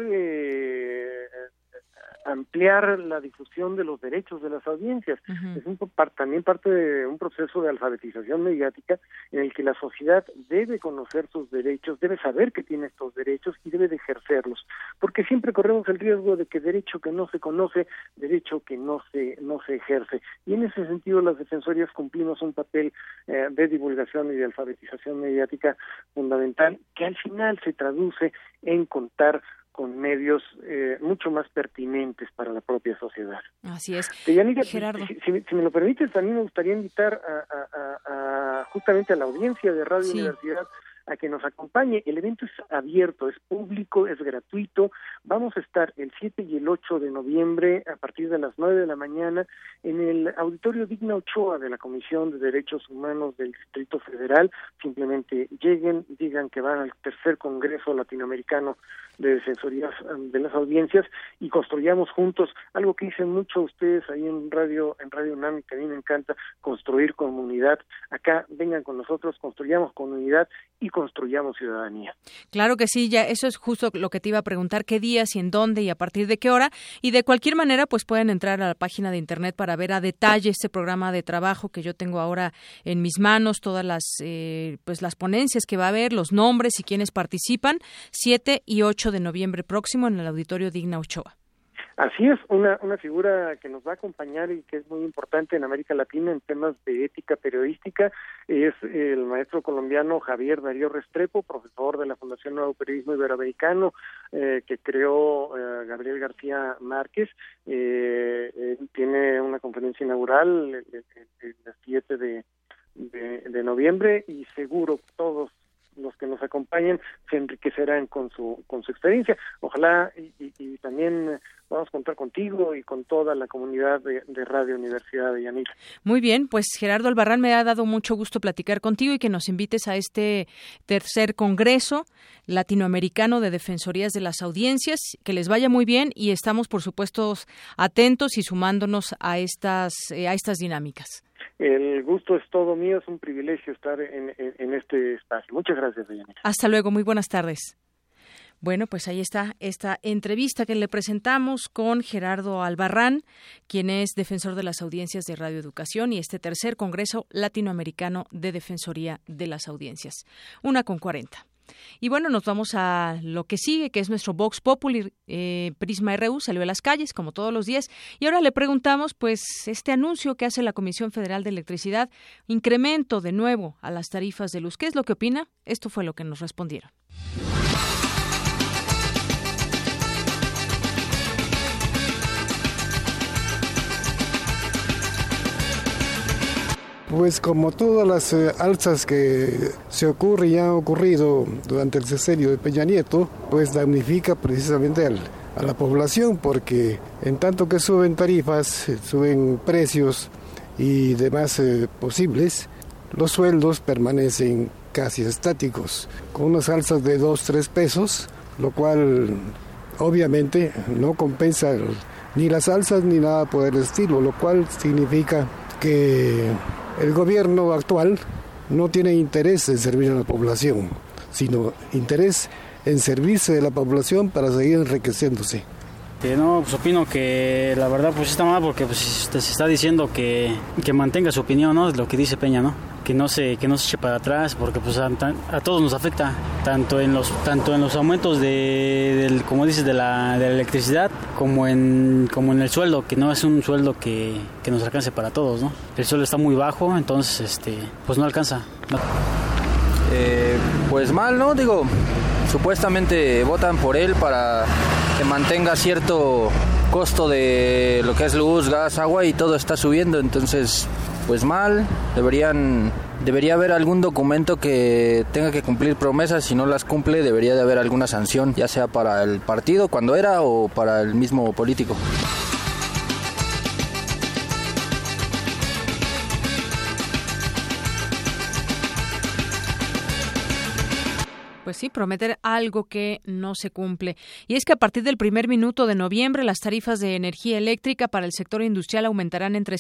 ampliar la difusión de los derechos de las audiencias. Uh-huh. Es también parte de un proceso de alfabetización mediática en el que la sociedad debe conocer sus derechos, debe saber que tiene estos derechos y debe de ejercerlos, porque siempre corremos el riesgo de que derecho que no se conoce, derecho que no se ejerce. Y en ese sentido las defensorías cumplimos un papel de divulgación y de alfabetización mediática fundamental, que al final se traduce en contar con medios mucho más pertinentes para la propia sociedad. Así es. Deyanira, Gerardo. Si me lo permites, también me gustaría invitar justamente a la audiencia de Radio Universidad a que nos acompañe. El evento es abierto, es público, es gratuito. Vamos a estar el 7 y el 8 de noviembre a partir de las 9 de la mañana en el Auditorio Digna Ochoa de la Comisión de Derechos Humanos del Distrito Federal. Simplemente lleguen, digan que van al tercer Congreso Latinoamericano de Defensorías de las Audiencias y construyamos juntos algo que dicen mucho ustedes ahí en Radio UNAM, que a mí me encanta, construir comunidad. Acá vengan con nosotros, construyamos comunidad y construyamos ciudadanía. Claro que sí, ya eso es justo lo que te iba a preguntar, qué días y en dónde y a partir de qué hora, y de cualquier manera pues pueden entrar a la página de internet para ver a detalle este programa de trabajo que yo tengo ahora en mis manos, todas las pues las ponencias que va a haber, los nombres y quienes participan, 7 y 8 de noviembre próximo en el Auditorio Digna Ochoa. Así es, una figura que nos va a acompañar y que es muy importante en América Latina en temas de ética periodística es el maestro colombiano Javier Darío Restrepo, profesor de la Fundación Nuevo Periodismo Iberoamericano que creó Gabriel García Márquez. Tiene una conferencia inaugural el 7 de noviembre y seguro todos los que nos acompañen se enriquecerán con su experiencia. Ojalá y también podamos contar contigo y con toda la comunidad de Radio Universidad de Yanira. Muy bien, pues Gerardo Albarrán, me ha dado mucho gusto platicar contigo y que nos invites a este tercer Congreso Latinoamericano de Defensorías de las Audiencias. Que les vaya muy bien y estamos, por supuesto, atentos y sumándonos a estas dinámicas. El gusto es todo mío, es un privilegio estar en este espacio. Muchas gracias, Deyanira. Hasta luego, muy buenas tardes. Bueno, pues ahí está esta entrevista que le presentamos con Gerardo Albarrán, quien es defensor de las audiencias de Radio Educación y este tercer Congreso Latinoamericano de Defensoría de las Audiencias. 1:40. Y bueno, nos vamos a lo que sigue, que es nuestro Vox Populi. Prisma RU salió a las calles, como todos los días, y ahora le preguntamos, pues, este anuncio que hace la Comisión Federal de Electricidad, incremento de nuevo a las tarifas de luz. ¿Qué es lo que opina? Esto fue lo que nos respondieron. Pues como todas las alzas que se ocurren y han ocurrido durante el sexenio de Peña Nieto, pues damnifica precisamente a la población, porque en tanto que suben tarifas, suben precios y demás posibles, los sueldos permanecen casi estáticos, con unas alzas de 2-3 pesos, lo cual obviamente no compensa ni las alzas ni nada por el estilo, lo cual significa que el gobierno actual no tiene interés en servir a la población, sino interés en servirse de la población para seguir enriqueciéndose. No, pues opino que la verdad pues está mal, porque pues se está diciendo que mantenga su opinión, ¿no? Lo que dice Peña, ¿no? Que no se eche para atrás, porque pues a todos nos afecta, tanto en los aumentos como dices, de la electricidad, como en el sueldo, que no es un sueldo que nos alcance para todos, ¿no? El sueldo está muy bajo, entonces pues no alcanza. No. Pues mal, ¿no? Digo, supuestamente votan por él para que mantenga cierto costo de lo que es luz, gas, agua, y todo está subiendo, entonces pues mal. Debería haber algún documento que tenga que cumplir promesas. Si no las cumple, debería de haber alguna sanción, ya sea para el partido cuando era o para el mismo político. Pues sí, prometer algo que no se cumple. Y es que a partir del primer minuto de noviembre, las tarifas de energía eléctrica para el sector industrial aumentarán entre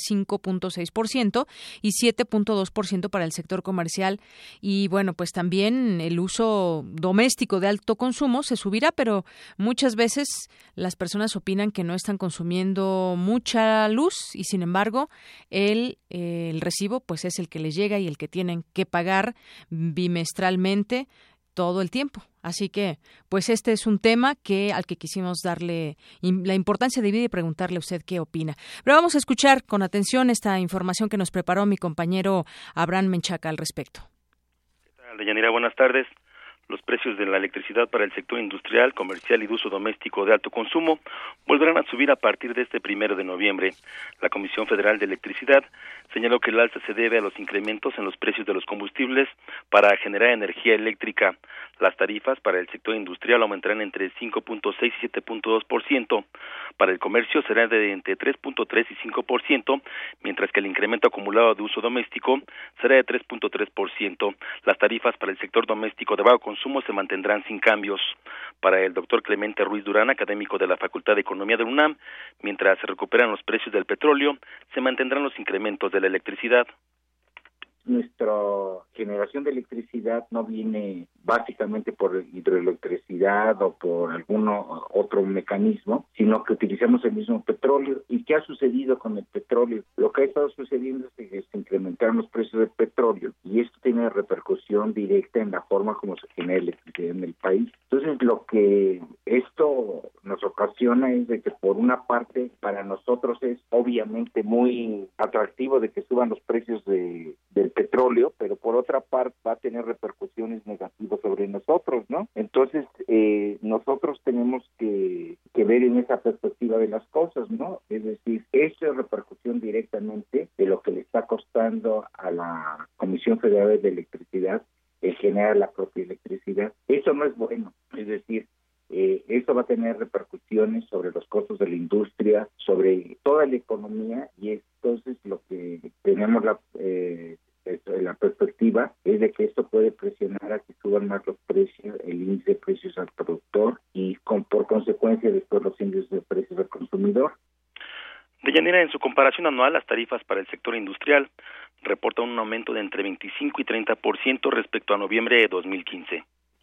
5.6% y 7.2% para el sector comercial. Y bueno, pues también el uso doméstico de alto consumo se subirá, pero muchas veces las personas opinan que no están consumiendo mucha luz y sin embargo el recibo pues es el que les llega y el que tienen que pagar bimestralmente todo el tiempo. Así que, pues este es un tema al que quisimos darle la importancia de vida y preguntarle a usted qué opina. Pero vamos a escuchar con atención esta información que nos preparó mi compañero Abraham Menchaca al respecto. ¿Qué tal, Deyanira? Buenas tardes. Los precios de la electricidad para el sector industrial, comercial y de uso doméstico de alto consumo volverán a subir a partir de este 1 de noviembre. La Comisión Federal de Electricidad señaló que el alza se debe a los incrementos en los precios de los combustibles para generar energía eléctrica. Las tarifas para el sector industrial aumentarán entre 5.6 y 7.2%. Para el comercio será de entre 3.3 y 5%, mientras que el incremento acumulado de uso doméstico será de 3.3%. Las tarifas para el sector doméstico de bajo consumo se mantendrán sin cambios. Para el doctor Clemente Ruiz Durán, académico de la Facultad de Economía de la UNAM, mientras se recuperan los precios del petróleo, se mantendrán los incrementos de la electricidad. Nuestra generación de electricidad no viene básicamente por hidroelectricidad o por algún otro mecanismo, sino que utilizamos el mismo petróleo. ¿Y qué ha sucedido con el petróleo? Lo que ha estado sucediendo es que se incrementaron los precios del petróleo y esto tiene repercusión directa en la forma como se genera electricidad en el país. Entonces, lo que esto nos ocasiona es de que por una parte para nosotros es obviamente muy atractivo de que suban los precios del petróleo, pero por otra parte va a tener repercusiones negativas sobre nosotros, ¿no? Entonces, nosotros tenemos que ver en esa perspectiva de las cosas, ¿no? Es decir, eso es repercusión directamente de lo que le está costando a la Comisión Federal de Electricidad el generar la propia electricidad. Eso no es bueno, es decir, eso va a tener repercusiones sobre los costos de la industria, sobre toda la economía, y entonces lo que tenemos la perspectiva es de que esto puede presionar a que suban más los precios, el índice de precios al productor y por consecuencia después los índices de precios al consumidor. Deyanira, en su comparación anual, las tarifas para el sector industrial reportan un aumento de entre 25 y 30% respecto a noviembre de 2015.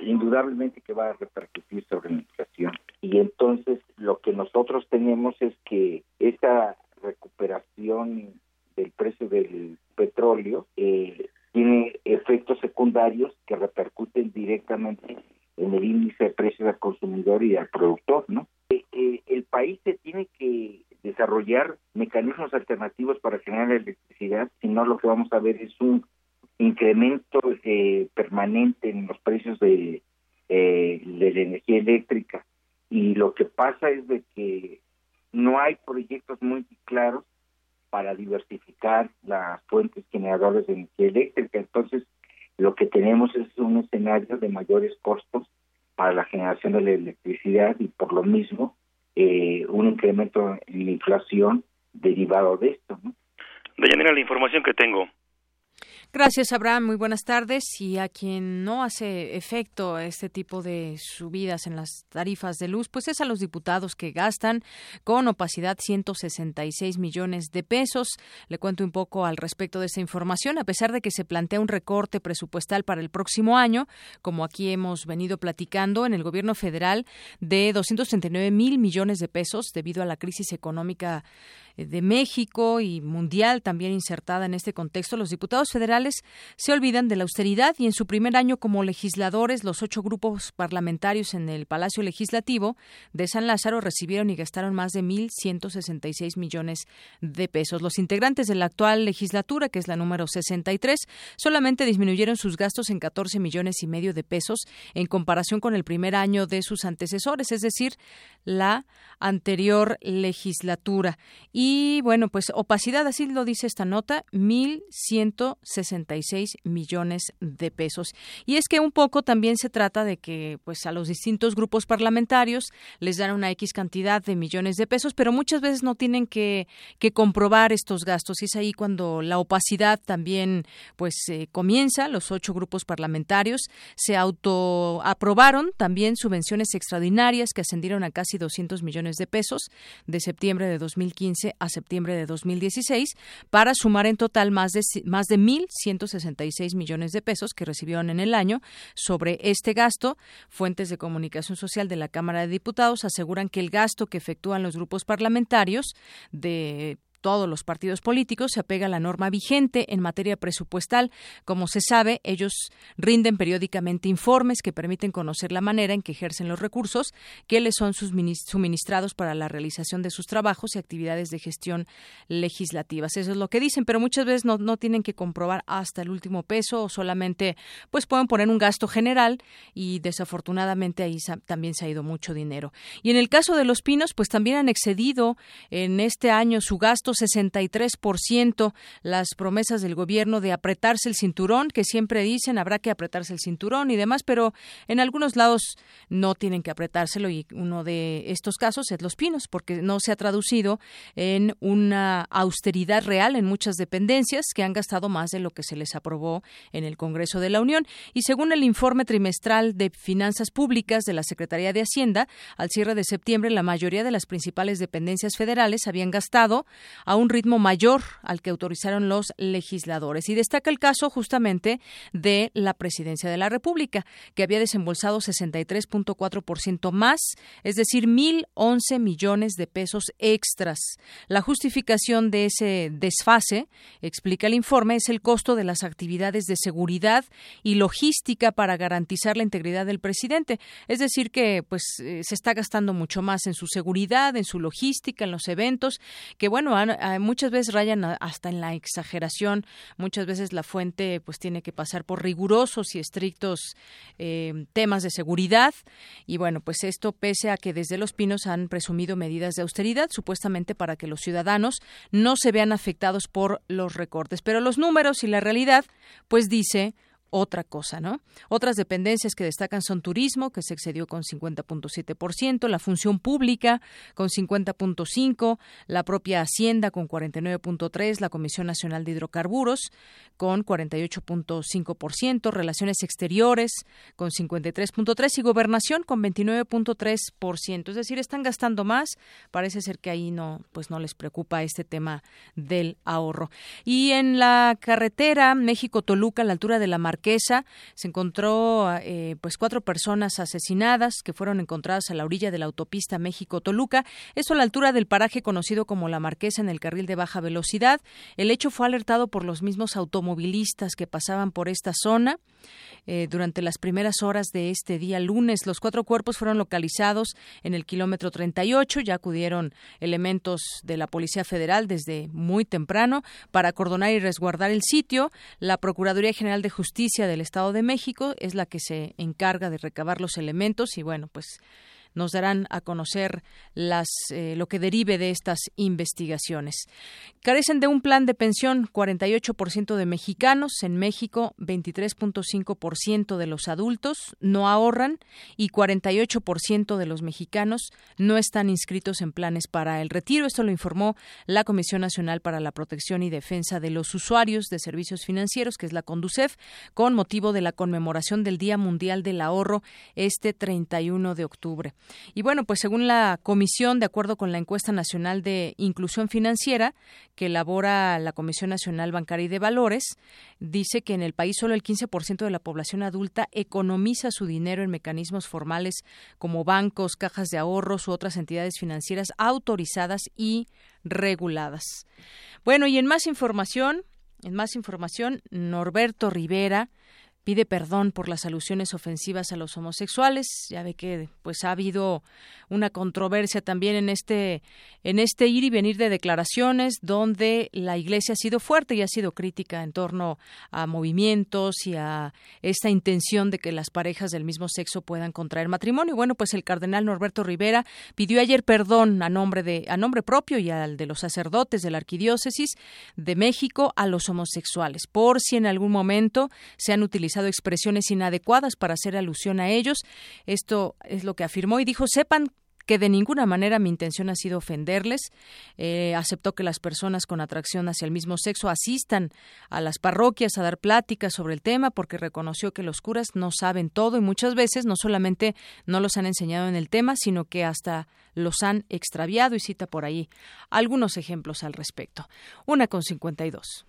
indudablemente que va a repercutir sobre la inflación. Y entonces lo que nosotros tenemos es que esa recuperación del precio del petróleo tiene efectos secundarios que repercuten directamente en el índice de precios al consumidor y al productor, ¿no? El país se tiene que desarrollar mecanismos alternativos para generar electricidad, si no lo que vamos a ver es un incremento permanente en los precios de la energía eléctrica. Y lo que pasa es de que no hay proyectos muy claros para diversificar las fuentes generadoras de energía eléctrica. Entonces, lo que tenemos es un escenario de mayores costos para la generación de la electricidad y por lo mismo un incremento en la inflación derivado de esto, ¿no? Deyanira, la información que tengo. Gracias, Abraham. Muy buenas tardes. Y a quien no hace efecto este tipo de subidas en las tarifas de luz, pues es a los diputados que gastan con opacidad 166 millones de pesos. Le cuento un poco al respecto de esta información. A pesar de que se plantea un recorte presupuestal para el próximo año, como aquí hemos venido platicando, en el gobierno federal de 239 mil millones de pesos debido a la crisis económica de México y mundial también insertada en este contexto, los diputados federales se olvidan de la austeridad y en su primer año como legisladores, los 8 grupos parlamentarios en el Palacio Legislativo de San Lázaro recibieron y gastaron más de 1,166 millones de pesos. Los integrantes de la actual legislatura, que es la número 63, solamente disminuyeron sus gastos en 14 millones y medio de pesos en comparación con el primer año de sus antecesores, es decir, la anterior legislatura. Y bueno, pues opacidad, así lo dice esta nota, 1,166 millones de pesos. Y es que un poco también se trata de que pues a los distintos grupos parlamentarios les dan una X cantidad de millones de pesos, pero muchas veces no tienen que comprobar estos gastos. Y es ahí cuando la opacidad también pues comienza. Los 8 grupos parlamentarios se autoaprobaron también subvenciones extraordinarias que ascendieron a casi 200 millones de pesos de septiembre de 2015 a septiembre de 2016, para sumar en total más de 1,166 millones de pesos que recibieron en el año. Sobre este gasto, fuentes de comunicación social de la Cámara de Diputados aseguran que el gasto que efectúan los grupos parlamentarios de todos los partidos políticos se apega a la norma vigente en materia presupuestal. Como se sabe, ellos rinden periódicamente informes que permiten conocer la manera en que ejercen los recursos que les son suministrados para la realización de sus trabajos y actividades de gestión legislativas. Eso es lo que dicen, pero muchas veces no tienen que comprobar hasta el último peso o solamente pues pueden poner un gasto general y desafortunadamente ahí también se ha ido mucho dinero. Y en el caso de Los Pinos, pues también han excedido en este año su gasto 63%, las promesas del gobierno de apretarse el cinturón, que siempre dicen habrá que apretarse el cinturón y demás, pero en algunos lados no tienen que apretárselo y uno de estos casos es Los Pinos, porque no se ha traducido en una austeridad real en muchas dependencias que han gastado más de lo que se les aprobó en el Congreso de la Unión. Y según el informe trimestral de Finanzas Públicas de la Secretaría de Hacienda, al cierre de septiembre la mayoría de las principales dependencias federales habían gastado a un ritmo mayor al que autorizaron los legisladores. Y destaca el caso justamente de la Presidencia de la República, que había desembolsado 63.4% más, es decir, 1,011 millones de pesos extras. La justificación de ese desfase, explica el informe, es el costo de las actividades de seguridad y logística para garantizar la integridad del presidente. Es decir, que pues se está gastando mucho más en su seguridad, en su logística, en los eventos, que bueno, muchas veces rayan hasta en la exageración. Muchas veces la fuente pues tiene que pasar por rigurosos y estrictos temas de seguridad y bueno, pues esto pese a que desde Los Pinos han presumido medidas de austeridad supuestamente para que los ciudadanos no se vean afectados por los recortes, pero los números y la realidad pues dice otra cosa, ¿no? Otras dependencias que destacan son turismo, que se excedió con 50.7%, la función pública con 50.5%, la propia Hacienda con 49.3%, la Comisión Nacional de Hidrocarburos con 48.5%, Relaciones Exteriores con 53.3% y Gobernación con 29.3%. Es decir, están gastando más. Parece ser que ahí no les preocupa este tema del ahorro. Y en la carretera México-Toluca, a la altura de la Marquesa, Marquesa se encontró pues 4 personas asesinadas que fueron encontradas a la orilla de la autopista México-Toluca, esto a la altura del paraje conocido como La Marquesa en el carril de baja velocidad. El hecho fue alertado por los mismos automovilistas que pasaban por esta zona. Durante las primeras horas de este día lunes, los 4 cuerpos fueron localizados en el kilómetro 38. Ya acudieron elementos de la Policía Federal desde muy temprano para acordonar y resguardar el sitio. La Procuraduría General de Justicia del Estado de México es la que se encarga de recabar los elementos y bueno, pues nos darán a conocer lo que derive de estas investigaciones. Carecen de un plan de pensión 48% de mexicanos. En México, 23.5% de los adultos no ahorran y 48% de los mexicanos no están inscritos en planes para el retiro. Esto lo informó la Comisión Nacional para la Protección y Defensa de los Usuarios de Servicios Financieros, que es la CONDUCEF, con motivo de la conmemoración del Día Mundial del Ahorro este 31 de octubre. Y bueno, pues según la comisión, de acuerdo con la encuesta nacional de inclusión financiera que elabora la Comisión Nacional Bancaria y de Valores, dice que en el país solo el 15% de la población adulta economiza su dinero en mecanismos formales como bancos, cajas de ahorros u otras entidades financieras autorizadas y reguladas. Bueno, y en más información, Norberto Rivera pide perdón por las alusiones ofensivas a los homosexuales. Ya ve que pues ha habido una controversia también en este ir y venir de declaraciones donde la Iglesia ha sido fuerte y ha sido crítica en torno a movimientos y a esta intención de que las parejas del mismo sexo puedan contraer matrimonio. Bueno, pues el cardenal Norberto Rivera pidió ayer perdón a nombre propio y al de los sacerdotes de la Arquidiócesis de México a los homosexuales por si en algún momento se han utilizado expresiones inadecuadas para hacer alusión a ellos. Esto es lo que afirmó y dijo: sepan que de ninguna manera mi intención ha sido ofenderles. Aceptó que las personas con atracción hacia el mismo sexo asistan a las parroquias a dar pláticas sobre el tema, porque reconoció que los curas no saben todo y muchas veces no solamente no los han enseñado en el tema, sino que hasta los han extraviado, y cita por ahí algunos ejemplos al respecto. 1:52.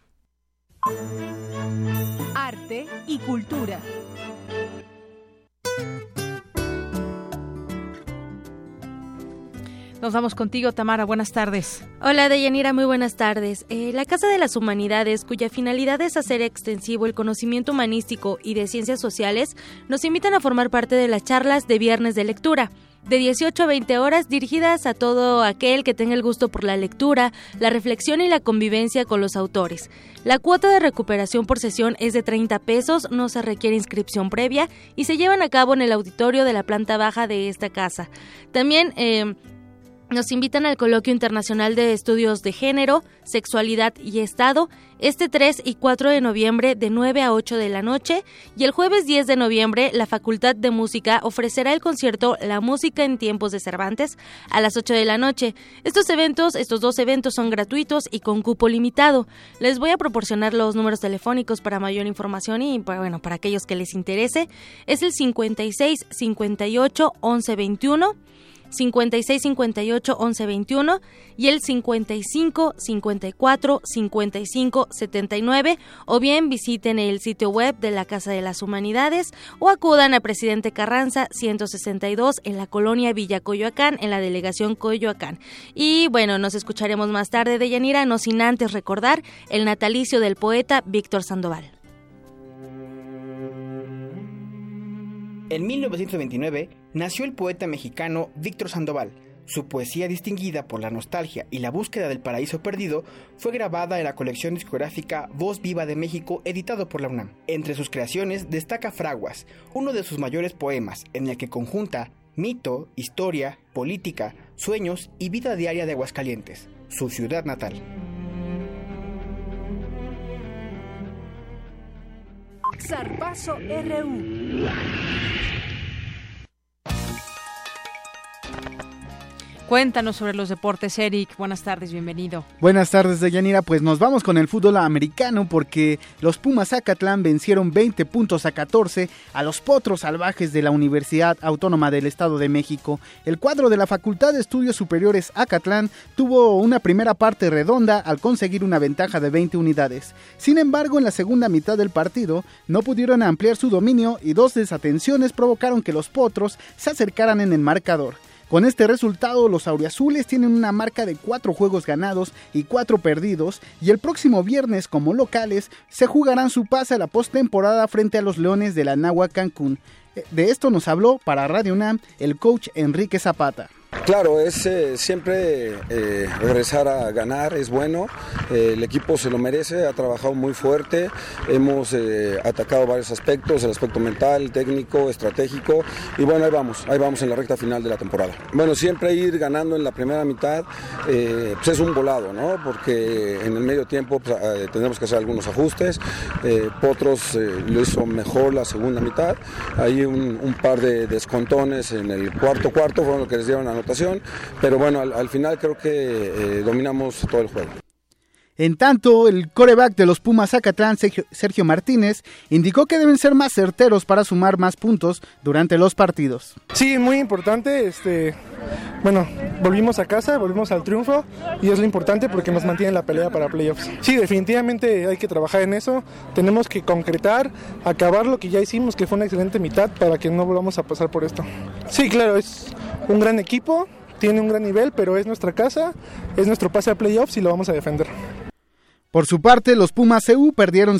Arte y cultura. Nos vamos contigo, Tamara. Buenas tardes. Hola, Deyanira. Muy buenas tardes. La Casa de las Humanidades, cuya finalidad es hacer extensivo el conocimiento humanístico y de ciencias sociales, nos invitan a formar parte de las charlas de Viernes de Lectura, de 18 a 20 horas, dirigidas a todo aquel que tenga el gusto por la lectura, la reflexión y la convivencia con los autores. La cuota de recuperación por sesión es de 30 pesos, no se requiere inscripción previa y se llevan a cabo en el auditorio de la planta baja de esta casa. También nos invitan al Coloquio Internacional de Estudios de Género, Sexualidad y Estado, este 3 y 4 de noviembre de 9 a 8 de la noche, y el jueves 10 de noviembre la Facultad de Música ofrecerá el concierto La Música en Tiempos de Cervantes a las 8 de la noche. Estos dos eventos son gratuitos y con cupo limitado. Les voy a proporcionar los números telefónicos para mayor información y bueno, para aquellos que les interese. Es el 56 58 11 21, 56 58 11 21 y el 55 54 55 79, o bien visiten el sitio web de la Casa de las Humanidades o acudan a Presidente Carranza 162 en la colonia Villa Coyoacán, en la delegación Coyoacán. Y bueno, nos escucharemos más tarde, Deyanira, no sin antes recordar el natalicio del poeta Víctor Sandoval. En 1929 nació el poeta mexicano Víctor Sandoval. Su poesía, distinguida por la nostalgia y la búsqueda del paraíso perdido, fue grabada en la colección discográfica Voz Viva de México, editado por la UNAM. Entre sus creaciones destaca Fraguas, uno de sus mayores poemas, en el que conjunta mito, historia, política, sueños y vida diaria de Aguascalientes, su ciudad natal. Zarpazo RU. Cuéntanos sobre los deportes, Eric. Buenas tardes, bienvenido. Buenas tardes, Deyanira. Pues nos vamos con el fútbol americano porque los Pumas Acatlán vencieron 20-14 a los Potros Salvajes de la Universidad Autónoma del Estado de México. El cuadro de la Facultad de Estudios Superiores Acatlán tuvo una primera parte redonda al conseguir una ventaja de 20 unidades. Sin embargo, en la segunda mitad del partido no pudieron ampliar su dominio y 2 desatenciones provocaron que los Potros se acercaran en el marcador. Con este resultado, los auriazules tienen una marca de 4 juegos ganados y 4 perdidos, y el próximo viernes, como locales, se jugarán su pase a la postemporada frente a los Leones de la Náhuatl Cancún. De esto nos habló para Radio UNAM el coach Enrique Zapata. Claro, es siempre regresar a ganar, es bueno, el equipo se lo merece, ha trabajado muy fuerte, hemos atacado varios aspectos, el aspecto mental, técnico, estratégico, y bueno, ahí vamos en la recta final de la temporada. Bueno, siempre ir ganando en la primera mitad pues es un volado, ¿no? Porque en el medio tiempo pues, tendremos que hacer algunos ajustes, Potros lo hizo mejor la segunda mitad, hay un par de descontones en el cuarto, fueron lo que les dieron anotación, pero bueno, al final creo que dominamos todo el juego. En tanto, el quarterback de los Pumas Acatlán, Sergio Martínez, indicó que deben ser más certeros para sumar más puntos durante los partidos. Sí, muy importante, bueno, volvimos a casa, volvimos al triunfo y es lo importante porque nos mantiene la pelea para playoffs. Sí, definitivamente hay que trabajar en eso, tenemos que concretar, acabar lo que ya hicimos, que fue una excelente mitad para que no volvamos a pasar por esto. Sí, claro, es un gran equipo, tiene un gran nivel, pero es nuestra casa, es nuestro pase a playoffs y lo vamos a defender. Por su parte, los Pumas CU perdieron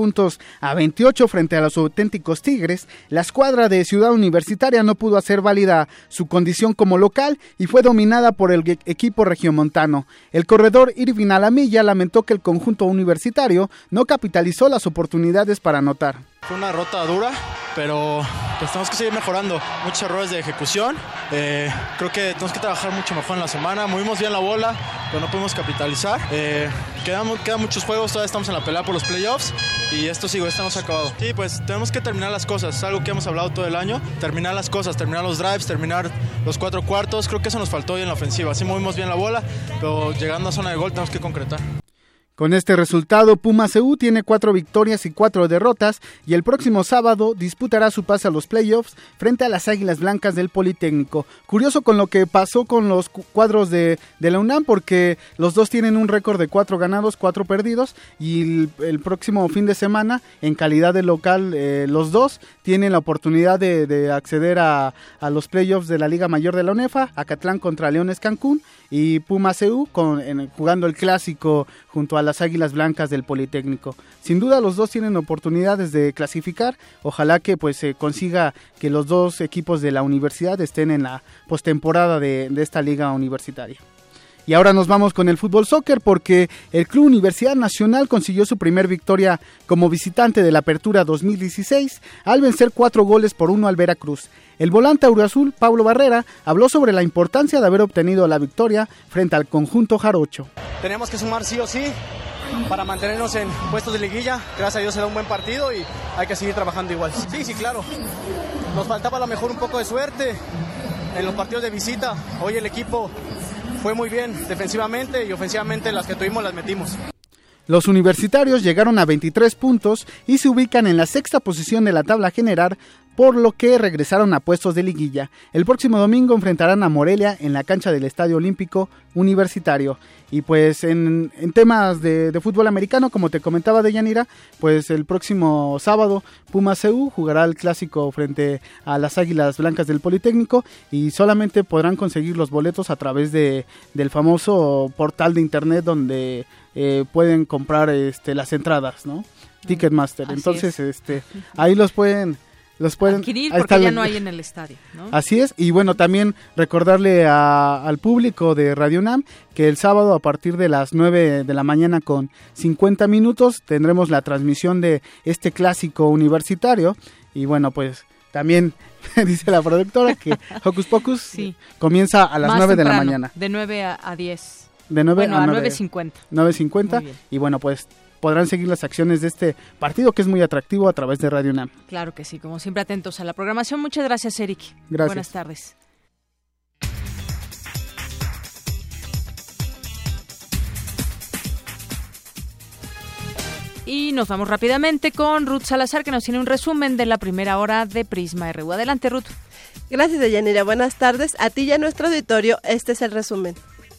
7-28 frente a los auténticos Tigres. La escuadra de Ciudad Universitaria no pudo hacer válida su condición como local y fue dominada por el equipo regiomontano. El corredor Irvin Alamilla lamentó que el conjunto universitario no capitalizó las oportunidades para anotar. Fue una derrota dura, pero pues tenemos que seguir mejorando. Muchos errores de ejecución. Creo que tenemos que trabajar mucho mejor en la semana. Movimos bien la bola, pero no pudimos capitalizar. Quedan muchos juegos, todavía estamos en la pelea por los playoffs y esto no se ha acabado. Sí, pues tenemos que terminar las cosas, es algo que hemos hablado todo el año. Terminar las cosas, terminar los drives, terminar los 4 cuartos. Creo que eso nos faltó hoy en la ofensiva. Sí movimos bien la bola, pero llegando a zona de gol tenemos que concretar. Con este resultado, Pumas CU tiene 4 victorias y 4 derrotas y el próximo sábado disputará su pase a los playoffs frente a las Águilas Blancas del Politécnico. Curioso con lo que pasó con los cuadros de la UNAM, porque los dos tienen un récord de 4 ganados, 4 perdidos, y el próximo fin de semana, en calidad de local, los dos tienen la oportunidad de acceder a los playoffs de la Liga Mayor de la UNEFA, Acatlán contra Leones Cancún, y Pumas CU jugando el clásico junto a las Águilas Blancas del Politécnico. Sin duda los dos tienen oportunidades de clasificar, ojalá que pues se consiga que los dos equipos de la universidad estén en la postemporada de esta liga universitaria. Y ahora nos vamos con el fútbol soccer porque el Club Universidad Nacional consiguió su primer victoria como visitante de la Apertura 2016 al vencer 4-1 al Veracruz. El volante auriazul, Pablo Barrera, habló sobre la importancia de haber obtenido la victoria frente al conjunto jarocho. Tenemos que sumar sí o sí para mantenernos en puestos de liguilla. Gracias a Dios se da un buen partido y hay que seguir trabajando igual. Sí, claro. Nos faltaba a lo mejor un poco de suerte en los partidos de visita. Hoy el equipo fue muy bien defensivamente y ofensivamente las que tuvimos las metimos. Los universitarios llegaron a 23 puntos y se ubican en la 6ª posición de la tabla general, por lo que regresaron a puestos de liguilla. El próximo domingo enfrentarán a Morelia en la cancha del Estadio Olímpico Universitario. Y pues en temas de fútbol americano, como te comentaba Deyanira, pues el próximo sábado Pumas CU jugará el clásico frente a las Águilas Blancas del Politécnico y solamente podrán conseguir los boletos a través del famoso portal de internet donde pueden comprar las entradas, ¿no? Ticketmaster. Así entonces ahí los pueden adquirir porque ya no hay en el estadio, ¿no? Así es, y bueno, también recordarle al público de Radio UNAM que el sábado a partir de las 9 de la mañana con 50 minutos tendremos la transmisión de este clásico universitario y bueno, pues también dice la productora que Hocus Pocus sí, comienza a las más 9 temprano, de la mañana. De 9 a 10. De 9 a 9:50. 9:50 y bueno, pues podrán seguir las acciones de este partido que es muy atractivo a través de Radio UNAM. Claro que sí, como siempre atentos a la programación. Muchas gracias, Eric. Gracias. Buenas tardes. Y nos vamos rápidamente con Ruth Salazar, que nos tiene un resumen de la primera hora de Prisma RU. Adelante, Ruth. Gracias, Deyanira. Buenas tardes. A ti y a nuestro auditorio, este es el resumen.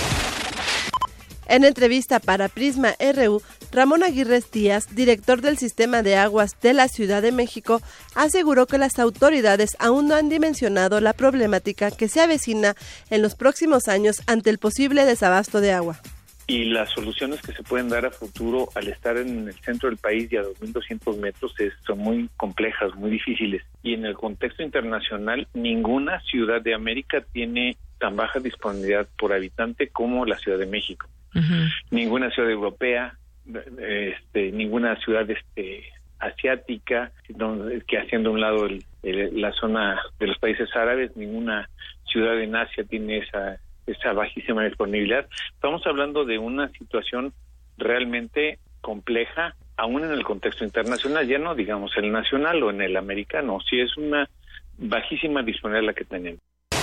En entrevista para Prisma RU, Ramón Aguirre Díaz, director del Sistema de Aguas de la Ciudad de México, aseguró que las autoridades aún no han dimensionado la problemática que se avecina en los próximos años ante el posible desabasto de agua. Y las soluciones que se pueden dar a futuro al estar en el centro del país y a 2.200 metros son muy complejas, muy difíciles. Y en el contexto internacional, ninguna ciudad de América tiene tan baja disponibilidad por habitante como la Ciudad de México. Uh-huh. Ninguna ciudad europea, ninguna ciudad asiática, que haciendo un lado la zona de los países árabes, ninguna ciudad en Asia tiene esa bajísima disponibilidad. Estamos hablando de una situación realmente compleja, aún en el contexto internacional, ya no digamos el nacional o en el americano, sí es una bajísima disponibilidad la que tenemos.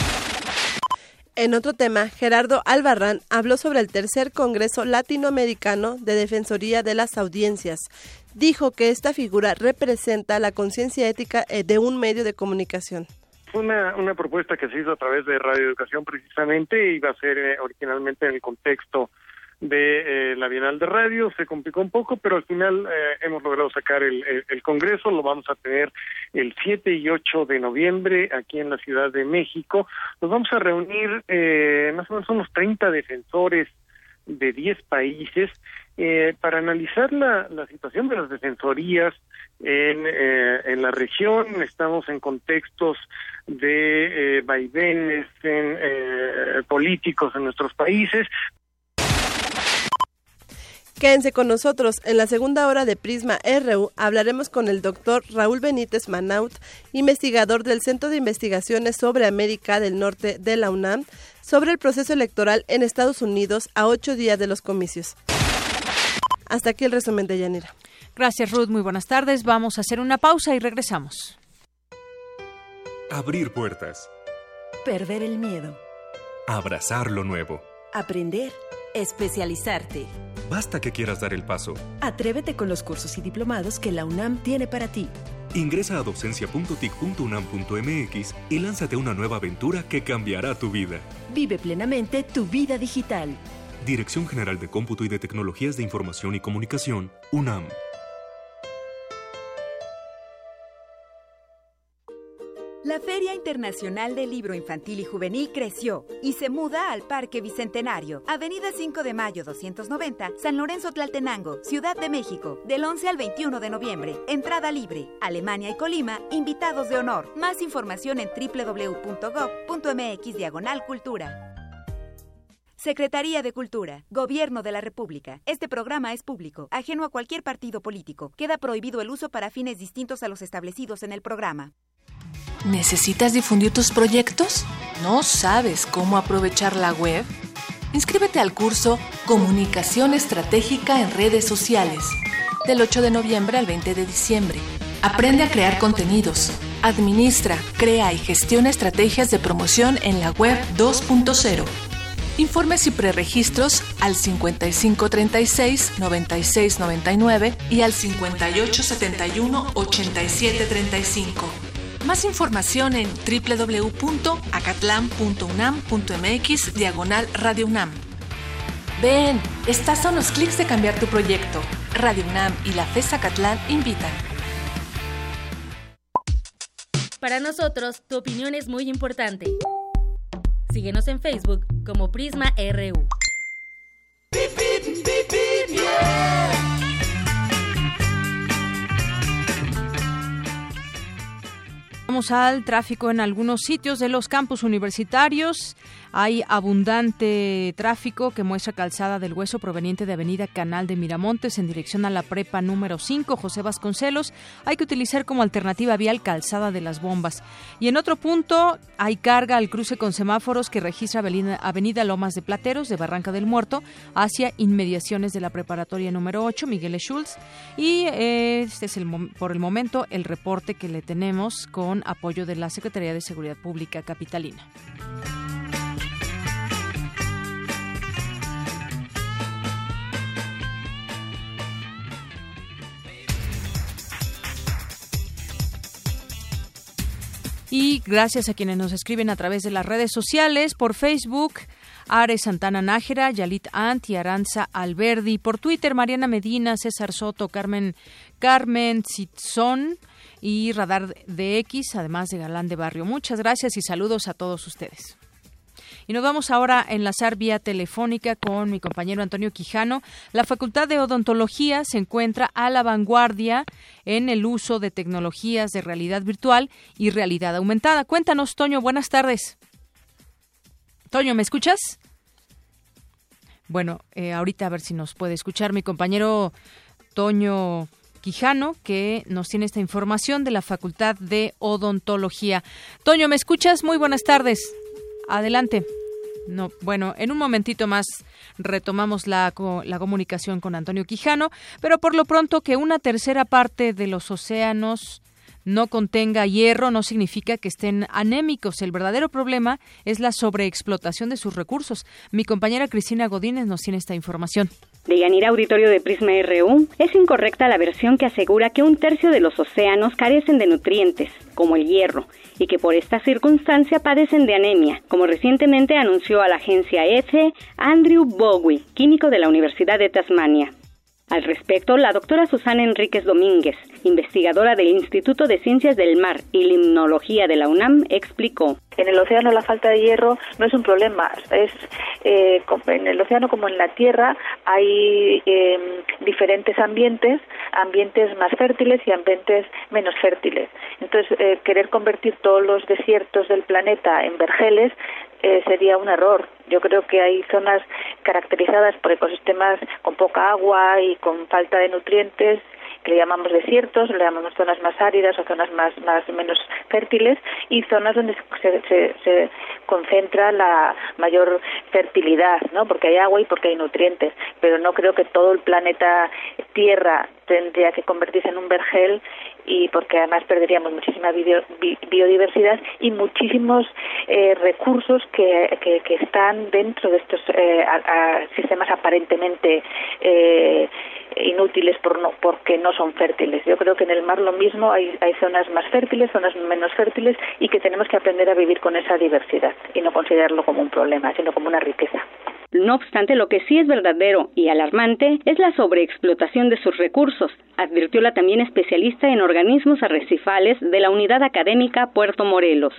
En otro tema, Gerardo Albarrán habló sobre el tercer Congreso Latinoamericano de Defensoría de las Audiencias. Dijo que esta figura representa la conciencia ética de un medio de comunicación. Fue una propuesta que se hizo a través de Radio Educación precisamente, iba a ser originalmente en el contexto de la Bienal de Radio, se complicó un poco, pero al final hemos logrado sacar el Congreso, lo vamos a tener el 7 y 8 de noviembre aquí en la Ciudad de México. Nos vamos a reunir más o menos unos 30 defensores de 10 países para analizar la situación de las defensorías en la región. Estamos en contextos de vaivenes políticos en nuestros países. Quédense con nosotros. En la segunda hora de Prisma RU hablaremos con el doctor Raúl Benítez Manaut, investigador del Centro de Investigaciones sobre América del Norte de la UNAM, sobre el proceso electoral en Estados Unidos a 8 días de los comicios. Hasta aquí el resumen de Yanira. Gracias, Ruth. Muy buenas tardes. Vamos a hacer una pausa y regresamos. Abrir puertas. Perder el miedo. Abrazar lo nuevo. Aprender. Especializarte. Basta que quieras dar el paso. Atrévete con los cursos y diplomados que la UNAM tiene para ti. Ingresa a docencia.tic.unam.mx y lánzate a una nueva aventura que cambiará tu vida. Vive plenamente tu vida digital. Dirección General de Cómputo y de Tecnologías de Información y Comunicación, UNAM. La Feria Internacional del Libro Infantil y Juvenil creció y se muda al Parque Bicentenario, Avenida 5 de Mayo 290, San Lorenzo Tlaltenango, Ciudad de México, del 11 al 21 de noviembre. Entrada libre. Alemania y Colima, invitados de honor. Más información en www.gov.mx/cultura. Secretaría de Cultura, Gobierno de la República. Este programa es público, ajeno a cualquier partido político. Queda prohibido el uso para fines distintos a los establecidos en el programa. ¿Necesitas difundir tus proyectos? ¿No sabes cómo aprovechar la web? Inscríbete al curso Comunicación Estratégica en Redes Sociales, del 8 de noviembre al 20 de diciembre. Aprende a crear contenidos, administra, crea y gestiona estrategias de promoción en la web 2.0. Informes y preregistros al 5536-9699 y al 5871-8735. Más información en www.acatlan.unam.mx/Radio UNAM. Ven, estás a unos clics de cambiar tu proyecto. Radio UNAM y la FES Acatlán invitan. Para nosotros, tu opinión es muy importante. Síguenos en Facebook como Prisma RU. Vamos al tráfico en algunos sitios de los campus universitarios. Hay abundante tráfico que muestra Calzada del Hueso proveniente de Avenida Canal de Miramontes en dirección a la prepa número 5, José Vasconcelos. Hay que utilizar como alternativa vial Calzada de las Bombas. Y en otro punto hay carga al cruce con semáforos que registra Avenida Lomas de Plateros de Barranca del Muerto hacia inmediaciones de la preparatoria número 8, Miguel Schultz. Y este es por el momento el reporte que le tenemos con apoyo de la Secretaría de Seguridad Pública capitalina. Y gracias a quienes nos escriben a través de las redes sociales, por Facebook, Ares Santana Nájera, Yalit Ant y Aranza Alberdi, por Twitter, Mariana Medina, César Soto, Carmen Sitzón y Radar de X, además de Galán de Barrio. Muchas gracias y saludos a todos ustedes. Y nos vamos ahora a enlazar vía telefónica con mi compañero Antonio Quijano. La Facultad de Odontología se encuentra a la vanguardia en el uso de tecnologías de realidad virtual y realidad aumentada. Cuéntanos, Toño, buenas tardes. Toño, ¿me escuchas? Bueno, ahorita a ver si nos puede escuchar mi compañero Toño Quijano, que nos tiene esta información de la Facultad de Odontología. Toño, ¿me escuchas? Muy buenas tardes. Adelante. No, bueno, en un momentito más retomamos la comunicación con Antonio Quijano, pero por lo pronto que una tercera parte de los océanos no contenga hierro no significa que estén anémicos. El verdadero problema es la sobreexplotación de sus recursos. Mi compañera Cristina Godínez nos tiene esta información. Deyanira, auditorio de Prisma RU, es incorrecta la versión que asegura que 1/3 de los océanos carecen de nutrientes, como el hierro, y que por esta circunstancia padecen de anemia, como recientemente anunció a la agencia EFE Andrew Bowie, químico de la Universidad de Tasmania. Al respecto, la doctora Susana Enríquez Domínguez, investigadora del Instituto de Ciencias del Mar y Limnología de la UNAM, explicó. En el océano la falta de hierro no es un problema, en el océano como en la tierra hay diferentes ambientes más fértiles y ambientes menos fértiles. Entonces, querer convertir todos los desiertos del planeta en vergeles sería un error. Yo creo que hay zonas caracterizadas por ecosistemas con poca agua y con falta de nutrientes, que le llamamos desiertos, le llamamos zonas más áridas o zonas más menos fértiles, y zonas donde se concentra la mayor fertilidad, ¿no? Porque hay agua y porque hay nutrientes. Pero no creo que todo el planeta Tierra tendría que convertirse en un vergel, y porque además perderíamos muchísima biodiversidad y muchísimos recursos que están dentro de estos sistemas aparentemente inútiles porque no son fértiles. Yo creo que en el mar lo mismo, hay zonas más fértiles, zonas menos fértiles, y que tenemos que aprender a vivir con esa diversidad y no considerarlo como un problema, sino como una riqueza. No obstante, lo que sí es verdadero y alarmante es la sobreexplotación de sus recursos, advirtió la también especialista en organismos arrecifales de la Unidad Académica Puerto Morelos.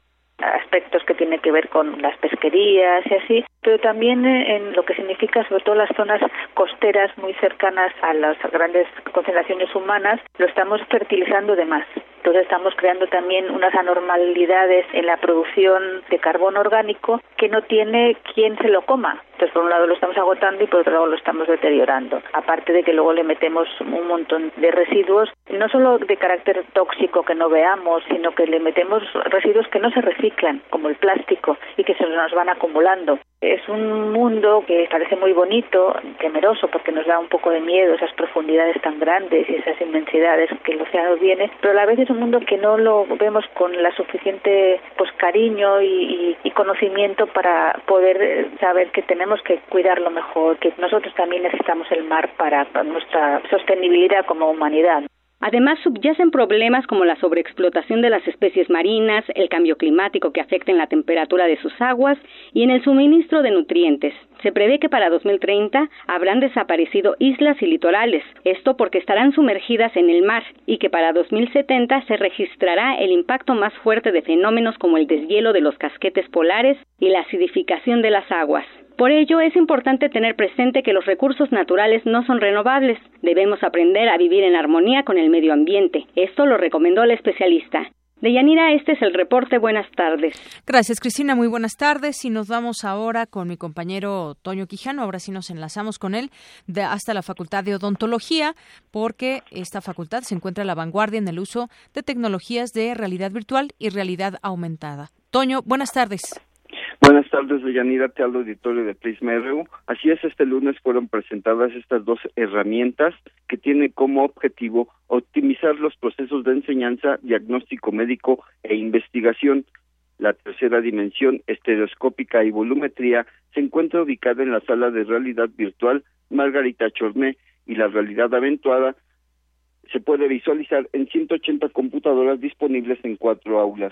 Aspectos que tienen que ver con las pesquerías y así, pero también en lo que significa sobre todo las zonas costeras muy cercanas a las grandes concentraciones humanas, lo estamos fertilizando de más. Entonces estamos creando también unas anormalidades en la producción de carbono orgánico que no tiene quien se lo coma. Entonces, por un lado lo estamos agotando y por otro lado lo estamos deteriorando. Aparte de que luego le metemos un montón de residuos, no solo de carácter tóxico que no veamos, sino que le metemos residuos que no se reciclan, como el plástico, y que se nos van acumulando. Es un mundo que parece muy bonito, temeroso, porque nos da un poco de miedo esas profundidades tan grandes y esas inmensidades que el océano tiene, pero a la vez es un mundo que no lo vemos con la suficiente cariño y conocimiento para poder saber que tenemos que cuidarlo mejor, que nosotros también necesitamos el mar para nuestra sostenibilidad como humanidad. Además, subyacen problemas como la sobreexplotación de las especies marinas, el cambio climático que afecta en la temperatura de sus aguas y en el suministro de nutrientes. Se prevé que para 2030 habrán desaparecido islas y litorales, esto porque estarán sumergidas en el mar, y que para 2070 se registrará el impacto más fuerte de fenómenos como el deshielo de los casquetes polares y la acidificación de las aguas. Por ello, es importante tener presente que los recursos naturales no son renovables. Debemos aprender a vivir en armonía con el medio ambiente. Esto lo recomendó la especialista. Deyanira, este es el reporte. Buenas tardes. Gracias, Cristina. Muy buenas tardes. Y nos vamos ahora con mi compañero Toño Quijano. Ahora sí nos enlazamos con él hasta la Facultad de Odontología, porque esta facultad se encuentra a la vanguardia en el uso de tecnologías de realidad virtual y realidad aumentada. Toño, buenas tardes. Buenas tardes, Deyanira, te hablo auditorio de Prisma RU. Así es, este lunes fueron presentadas estas dos herramientas que tienen como objetivo optimizar los procesos de enseñanza, diagnóstico médico e investigación. La tercera dimensión, estereoscópica y volumetría, se encuentra ubicada en la sala de realidad virtual Margarita Chorné, y la realidad aumentada se puede visualizar en 180 computadoras disponibles en 4 aulas.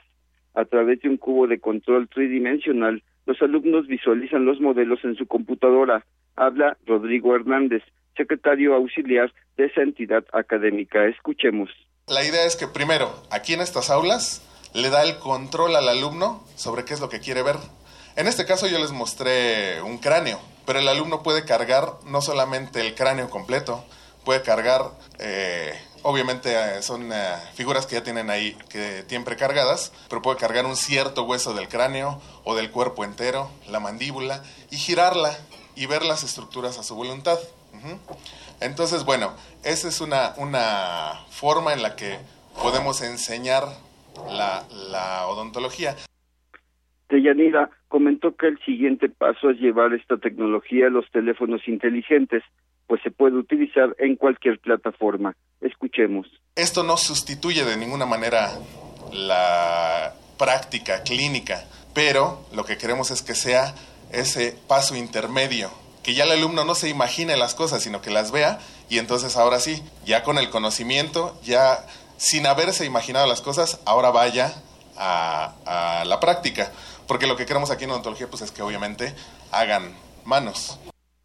A través de un cubo de control tridimensional, los alumnos visualizan los modelos en su computadora. Habla Rodrigo Hernández, secretario auxiliar de esa entidad académica. Escuchemos. La idea es que primero, aquí en estas aulas, le da el control al alumno sobre qué es lo que quiere ver. En este caso yo les mostré un cráneo, pero el alumno puede cargar no solamente el cráneo completo, puede cargar, obviamente son figuras que ya tienen ahí, que tienen precargadas, pero puede cargar un cierto hueso del cráneo o del cuerpo entero, la mandíbula, y girarla y ver las estructuras a su voluntad. Entonces, bueno, esa es una forma en la que podemos enseñar la odontología. Deyanira comentó que el siguiente paso es llevar esta tecnología a los teléfonos inteligentes, pues se puede utilizar en cualquier plataforma. Escuchemos. Esto no sustituye de ninguna manera la práctica clínica, pero lo que queremos es que sea ese paso intermedio, que ya el alumno no se imagine las cosas, sino que las vea, y entonces ahora sí, ya con el conocimiento, ya sin haberse imaginado las cosas, ahora vaya a la práctica, porque lo que queremos aquí en odontología pues es que obviamente hagan manos.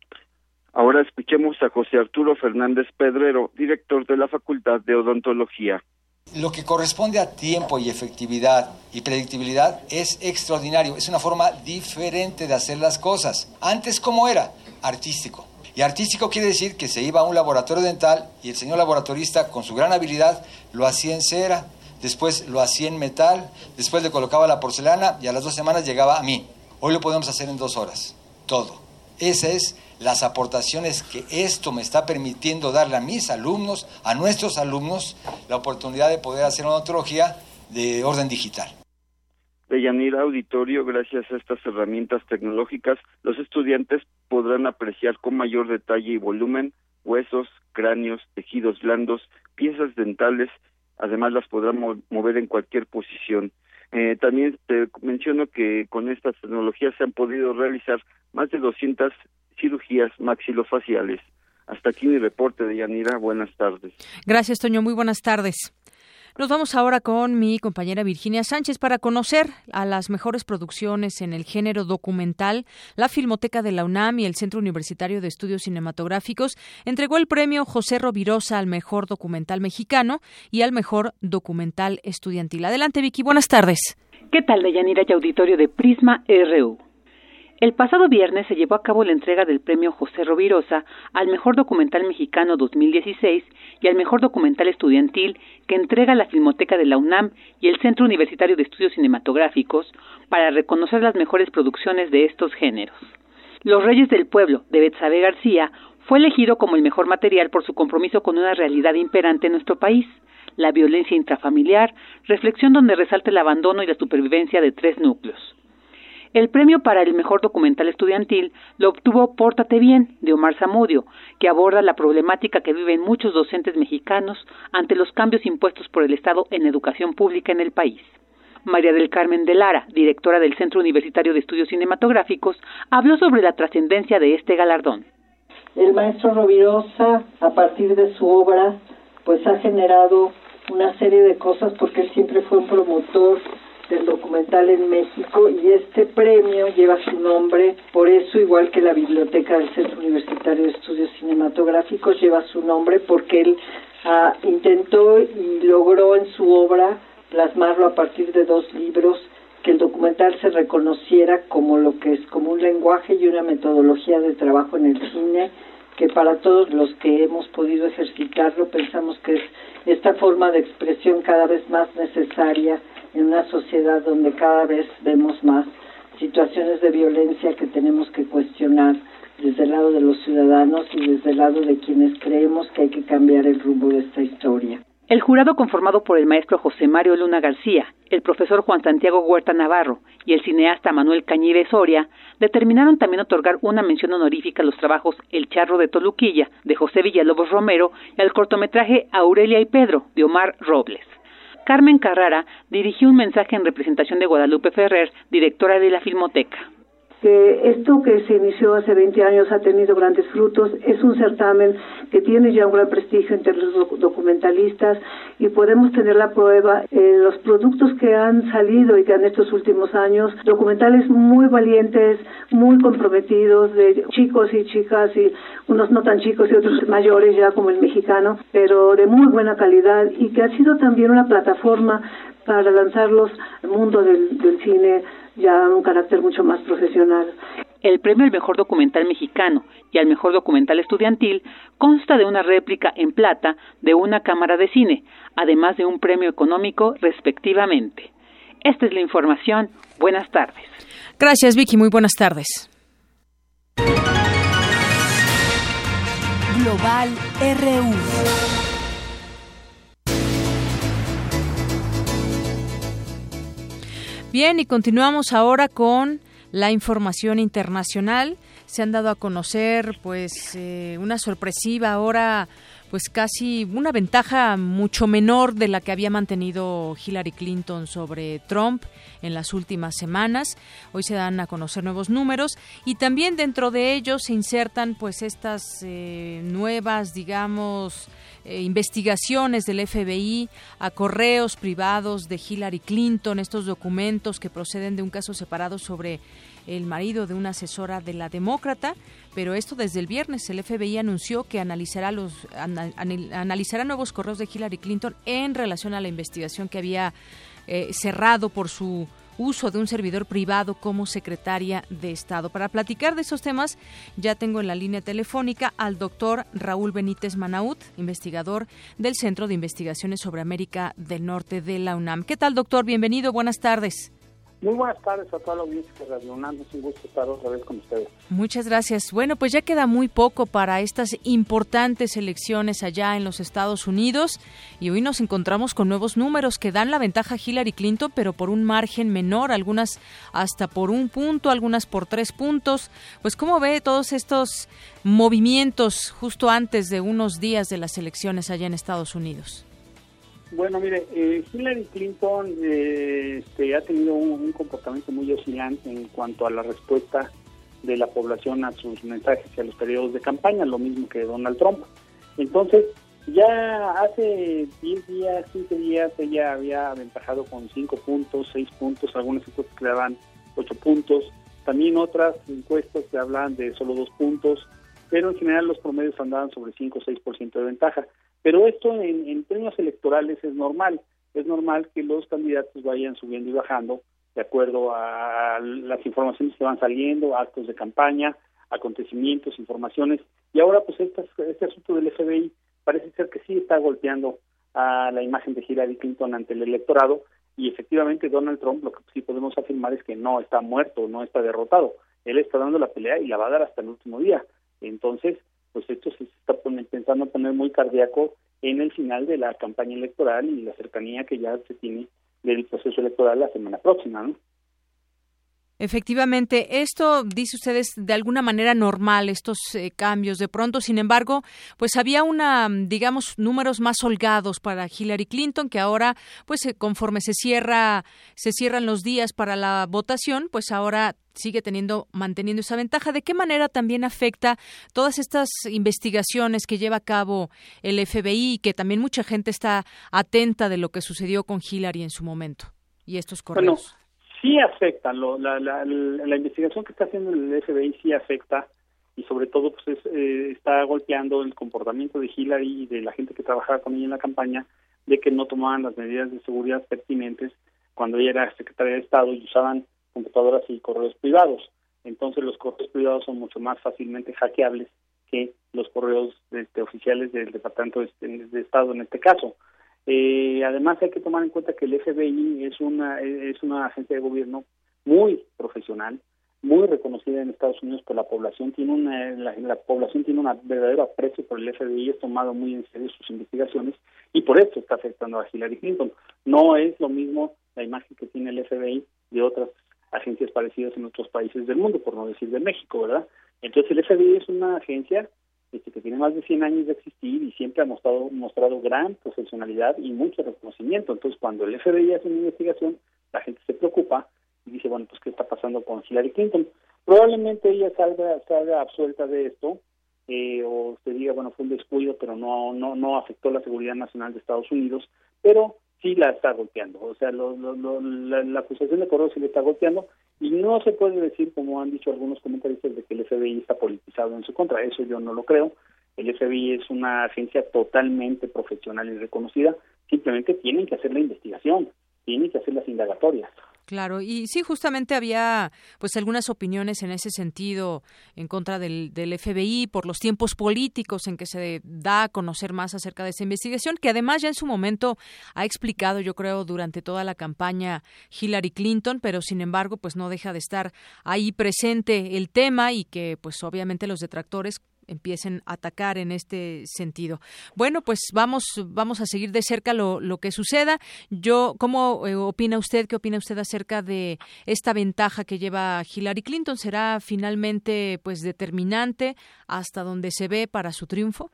Ahora escuchemos a José Arturo Fernández Pedrero, director de la Facultad de Odontología. Lo que corresponde a tiempo y efectividad y predictibilidad es extraordinario. Es una forma diferente de hacer las cosas. Antes, ¿cómo era? Artístico. Y artístico quiere decir que se iba a un laboratorio dental y el señor laboratorista, con su gran habilidad, lo hacía en cera, después lo hacía en metal, después le colocaba la porcelana y a las 2 semanas llegaba a mí. Hoy lo podemos hacer en 2 horas. Todo. Esas es las aportaciones que esto me está permitiendo darle a mis alumnos, a nuestros alumnos, la oportunidad de poder hacer una odontología de orden digital. Deyanira, auditorio, gracias a estas herramientas tecnológicas, los estudiantes podrán apreciar con mayor detalle y volumen huesos, cráneos, tejidos blandos, piezas dentales, además las podrán mover en cualquier posición. También te menciono que con estas tecnologías se han podido realizar más de 200 cirugías maxilofaciales. Hasta aquí mi reporte, Deyanira. Buenas tardes. Gracias, Toño. Muy buenas tardes. Nos vamos ahora con mi compañera Virginia Sánchez para conocer a las mejores producciones en el género documental. La Filmoteca de la UNAM y el Centro Universitario de Estudios Cinematográficos entregó el premio José Rovirosa al mejor documental mexicano y al mejor documental estudiantil. Adelante, Vicky. Buenas tardes. ¿Qué tal, Deyanira y auditorio de Prisma RU? El pasado viernes se llevó a cabo la entrega del premio José Rovirosa al mejor documental mexicano 2016 y al mejor documental estudiantil que entrega la Filmoteca de la UNAM y el Centro Universitario de Estudios Cinematográficos para reconocer las mejores producciones de estos géneros. Los Reyes del Pueblo, de Betsabe García, fue elegido como el mejor material por su compromiso con una realidad imperante en nuestro país, la violencia intrafamiliar, reflexión donde resalta el abandono y la supervivencia de 3 núcleos. El premio para el mejor documental estudiantil lo obtuvo Pórtate Bien, de Omar Zamudio, que aborda la problemática que viven muchos docentes mexicanos ante los cambios impuestos por el Estado en educación pública en el país. María del Carmen de Lara, directora del Centro Universitario de Estudios Cinematográficos, habló sobre la trascendencia de este galardón. El maestro Rovirosa, a partir de su obra, pues ha generado una serie de cosas porque él siempre fue un promotor del documental en México y este premio lleva su nombre, por eso igual que la biblioteca del Centro Universitario de Estudios Cinematográficos lleva su nombre porque él intentó y logró en su obra plasmarlo a partir de 2 libros, que el documental se reconociera como lo que es, como un lenguaje y una metodología de trabajo en el cine, que para todos los que hemos podido ejercitarlo pensamos que es esta forma de expresión cada vez más necesaria en una sociedad donde cada vez vemos más situaciones de violencia que tenemos que cuestionar desde el lado de los ciudadanos y desde el lado de quienes creemos que hay que cambiar el rumbo de esta historia. El jurado, conformado por el maestro José Mario Luna García, el profesor Juan Santiago Huerta Navarro y el cineasta Manuel Cañive Soria, determinaron también otorgar una mención honorífica a los trabajos El Charro de Toluquilla, de José Villalobos Romero, y al cortometraje Aurelia y Pedro, de Omar Robles. Carmen Carrara dirigió un mensaje en representación de Guadalupe Ferrer, directora de la Filmoteca. que esto que se inició hace 20 años ha tenido grandes frutos. Es un certamen que tiene ya un gran prestigio entre los documentalistas y podemos tener la prueba en los productos que han salido y que en estos últimos años, documentales muy valientes, muy comprometidos, de chicos y chicas, y unos no tan chicos y otros mayores ya como el mexicano, pero de muy buena calidad, y que ha sido también una plataforma para lanzarlos al mundo del cine ya un carácter mucho más profesional. El premio al mejor documental mexicano y al mejor documental estudiantil consta de una réplica en plata de una cámara de cine, además de un premio económico respectivamente. Esta es la información. Buenas tardes. Gracias, Vicky. Muy buenas tardes. Global RU. Bien, y continuamos ahora con la información internacional. Se han dado a conocer, una sorpresiva ahora, casi una ventaja mucho menor de la que había mantenido Hillary Clinton sobre Trump en las últimas semanas. Hoy se dan a conocer nuevos números y también dentro de ellos se insertan estas nuevas, investigaciones del FBI a correos privados de Hillary Clinton, estos documentos que proceden de un caso separado sobre el marido de una asesora de la demócrata, pero esto desde el viernes. El FBI anunció que analizará nuevos correos de Hillary Clinton en relación a la investigación que había cerrado por su uso de un servidor privado como secretaria de Estado. Para platicar de esos temas, ya tengo en la línea telefónica al doctor Raúl Benítez Manaut, investigador del Centro de Investigaciones sobre América del Norte de la UNAM. ¿Qué tal, doctor? Bienvenido, buenas tardes. Muy buenas tardes a toda la audiencia de Radio UNAM. Es un gusto estar otra vez con ustedes. Muchas gracias. Bueno, pues ya queda muy poco para estas importantes elecciones allá en los Estados Unidos y hoy nos encontramos con nuevos números que dan la ventaja a Hillary Clinton, pero por un margen menor, algunas hasta por 1 punto, algunas por 3 puntos. Pues ¿cómo ve todos estos movimientos justo antes de unos días de las elecciones allá en Estados Unidos? Bueno, mire, Hillary Clinton ha tenido un comportamiento muy oscilante en cuanto a la respuesta de la población a sus mensajes y a los periodos de campaña, lo mismo que Donald Trump. Entonces, ya hace 10 días, 15 días, ella había aventajado con 5 puntos, 6 puntos, algunas encuestas que le daban 8 puntos, también otras encuestas que hablaban de solo 2 puntos, pero en general los promedios andaban sobre 5 o 6% de ventaja. Pero esto en términos electorales es normal que los candidatos vayan subiendo y bajando de acuerdo a las informaciones que van saliendo, actos de campaña, acontecimientos, informaciones, y ahora pues este asunto del FBI parece ser que sí está golpeando a la imagen de Hillary Clinton ante el electorado, y efectivamente Donald Trump, lo que sí podemos afirmar es que no está muerto, no está derrotado, él está dando la pelea y la va a dar hasta el último día. Entonces, pues esto se está pensando poner muy cardíaco en el final de la campaña electoral y la cercanía que ya se tiene del proceso electoral la semana próxima, ¿no? Efectivamente, esto, dice usted, es de alguna manera normal, estos cambios de pronto. Sin embargo, pues había números más holgados para Hillary Clinton, que ahora, pues conforme se cierran los días para la votación, pues ahora sigue manteniendo esa ventaja. ¿De qué manera también afecta todas estas investigaciones que lleva a cabo el FBI, que también mucha gente está atenta de lo que sucedió con Hillary en su momento y estos correos? Bueno, sí afecta, la investigación que está haciendo el FBI sí afecta, y sobre todo pues está golpeando el comportamiento de Hillary y de la gente que trabajaba con ella en la campaña, de que no tomaban las medidas de seguridad pertinentes cuando ella era secretaria de Estado y usaban computadoras y correos privados. Entonces los correos privados son mucho más fácilmente hackeables que los correos oficiales del Departamento de Estado en este caso. Además hay que tomar en cuenta que el FBI es una agencia de gobierno muy profesional, muy reconocida en Estados Unidos por la población. La población tiene un verdadero aprecio por el FBI, es tomado muy en serio sus investigaciones y por eso está afectando a Hillary Clinton. No es lo mismo la imagen que tiene el FBI de otras agencias parecidas en otros países del mundo, por no decir de México, ¿verdad? Entonces el FBI es una agencia que tiene más de 100 años de existir y siempre ha mostrado gran profesionalidad y mucho reconocimiento. Entonces cuando el FBI hace una investigación, la gente se preocupa y dice, bueno, pues ¿qué está pasando con Hillary Clinton? Probablemente ella salga absuelta de esto, o se diga, bueno, fue un descuido, pero no afectó la seguridad nacional de Estados Unidos, pero sí la está golpeando. O sea, la acusación de correo sí le está golpeando, y no se puede decir, como han dicho algunos comentaristas, de que el FBI está politizado en su contra. Eso yo no lo creo. El FBI es una agencia totalmente profesional y reconocida. Simplemente tienen que hacer la investigación, tienen que hacer las indagatorias. Claro, y sí, justamente había pues algunas opiniones en ese sentido en contra del FBI por los tiempos políticos en que se da a conocer más acerca de esta investigación, que además ya en su momento ha explicado, yo creo, durante toda la campaña Hillary Clinton, pero sin embargo pues no deja de estar ahí presente el tema y que pues obviamente los detractores empiecen a atacar en este sentido. Bueno, pues vamos a seguir de cerca lo que suceda. ¿Cómo opina usted? ¿Qué opina usted acerca de esta ventaja que lleva Hillary Clinton? ¿Será finalmente pues determinante hasta donde se ve para su triunfo?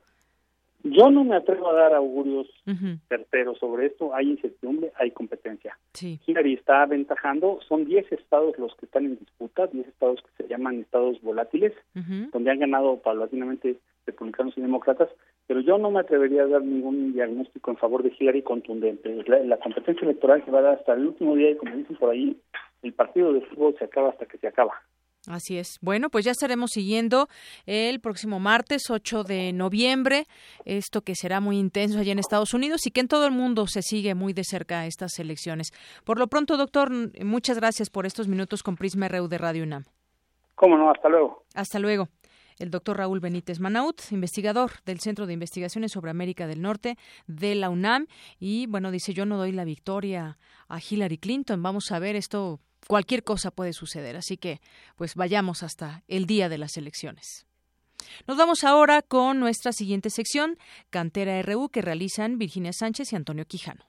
Yo no me atrevo a dar augurios certeros sobre esto. Hay incertidumbre, hay competencia. Sí. Hillary está aventajando. Son 10 estados los que están en disputa, 10 estados que se llaman estados volátiles, donde han ganado paulatinamente republicanos y demócratas, pero yo no me atrevería a dar ningún diagnóstico en favor de Hillary contundente. La competencia electoral se va a dar hasta el último día y, como dicen por ahí, el partido de fútbol se acaba hasta que se acaba. Así es. Bueno, pues ya estaremos siguiendo el próximo martes 8 de noviembre, esto que será muy intenso allá en Estados Unidos y que en todo el mundo se sigue muy de cerca estas elecciones. Por lo pronto, doctor, muchas gracias por estos minutos con Prisma RU de Radio UNAM. ¿Cómo no? Hasta luego. Hasta luego. El doctor Raúl Benítez Manaut, investigador del Centro de Investigaciones sobre América del Norte de la UNAM. Y bueno, dice, yo no doy la victoria a Hillary Clinton. Vamos a ver esto. Cualquier cosa puede suceder, así que pues vayamos hasta el día de las elecciones. Nos vamos ahora con nuestra siguiente sección, Cantera RU, que realizan Virginia Sánchez y Antonio Quijano.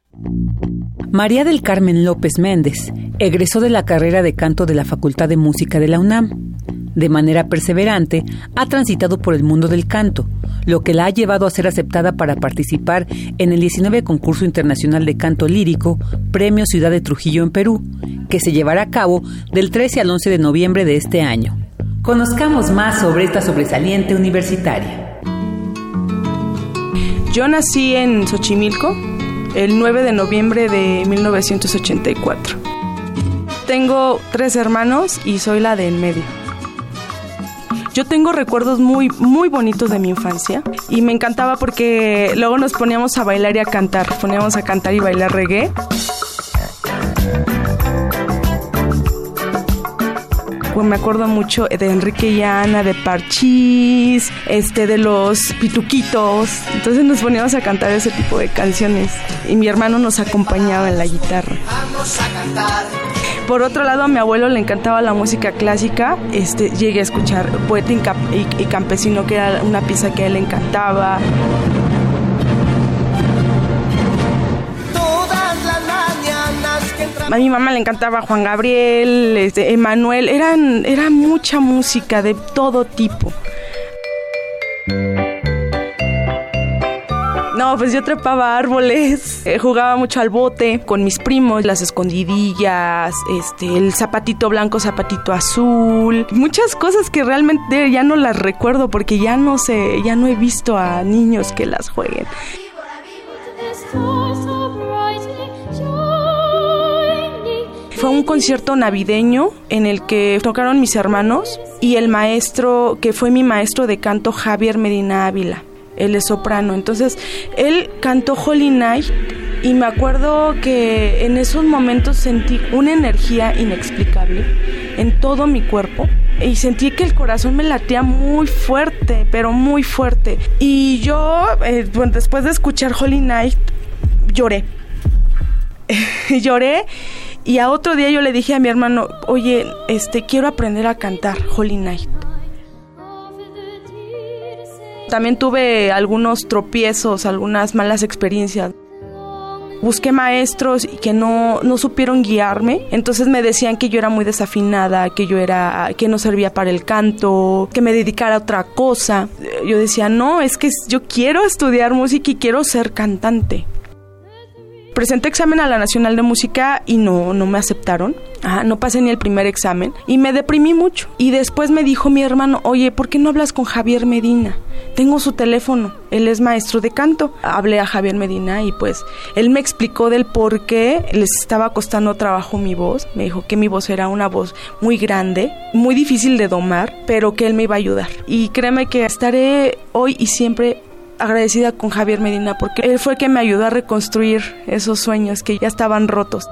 María del Carmen López Méndez egresó de la carrera de canto de la Facultad de Música de la UNAM. De manera perseverante, ha transitado por el mundo del canto, lo que la ha llevado a ser aceptada para participar en el 19 Concurso Internacional de Canto Lírico, Premio Ciudad de Trujillo en Perú, que se llevará a cabo del 13 al 11 de noviembre de este año. Conozcamos más sobre esta sobresaliente universitaria. Yo nací en Xochimilco el 9 de noviembre de 1984. Tengo 3 hermanos y soy la de en medio. Yo tengo recuerdos muy, muy bonitos de mi infancia y me encantaba porque luego nos poníamos a bailar y a cantar. Poníamos a cantar y bailar reggae. Pues me acuerdo mucho de Enrique y Ana, de Parchís, de los Pituquitos. Entonces nos poníamos a cantar ese tipo de canciones y mi hermano nos acompañaba en la guitarra. Vamos a cantar. Por otro lado, a mi abuelo le encantaba la música clásica. Llegué a escuchar Poeta y Campesino, que era una pieza que a él le encantaba. A mi mamá le encantaba Juan Gabriel, Emanuel. Era mucha música de todo tipo. No, pues yo trepaba árboles, jugaba mucho al bote con mis primos, las escondidillas, el zapatito blanco, zapatito azul, muchas cosas que realmente ya no las recuerdo porque ya no he visto a niños que las jueguen. Fue un concierto navideño en el que tocaron mis hermanos y el maestro, que fue mi maestro de canto, Javier Medina Ávila. Él es soprano, entonces él cantó Holy Night y me acuerdo que en esos momentos sentí una energía inexplicable en todo mi cuerpo y sentí que el corazón me latía muy fuerte, pero muy fuerte. Y yo, después de escuchar Holy Night, lloré. Lloré y a otro día yo le dije a mi hermano, oye, quiero aprender a cantar Holy Night. También tuve algunos tropiezos, algunas malas experiencias. Busqué maestros que no supieron guiarme, entonces me decían que yo era muy desafinada, que no servía para el canto, que me dedicara a otra cosa. Yo decía, no, es que yo quiero estudiar música y quiero ser cantante. Presenté examen a la Nacional de Música y no me aceptaron. No pasé ni el primer examen y me deprimí mucho. Y después me dijo mi hermano, oye, ¿por qué no hablas con Javier Medina? Tengo su teléfono, él es maestro de canto. Hablé a Javier Medina y pues él me explicó del por qué les estaba costando trabajo mi voz. Me dijo que mi voz era una voz muy grande, muy difícil de domar, pero que él me iba a ayudar. Y créeme que estaré hoy y siempre agradecida con Javier Medina porque él fue el que me ayudó a reconstruir esos sueños que ya estaban rotos.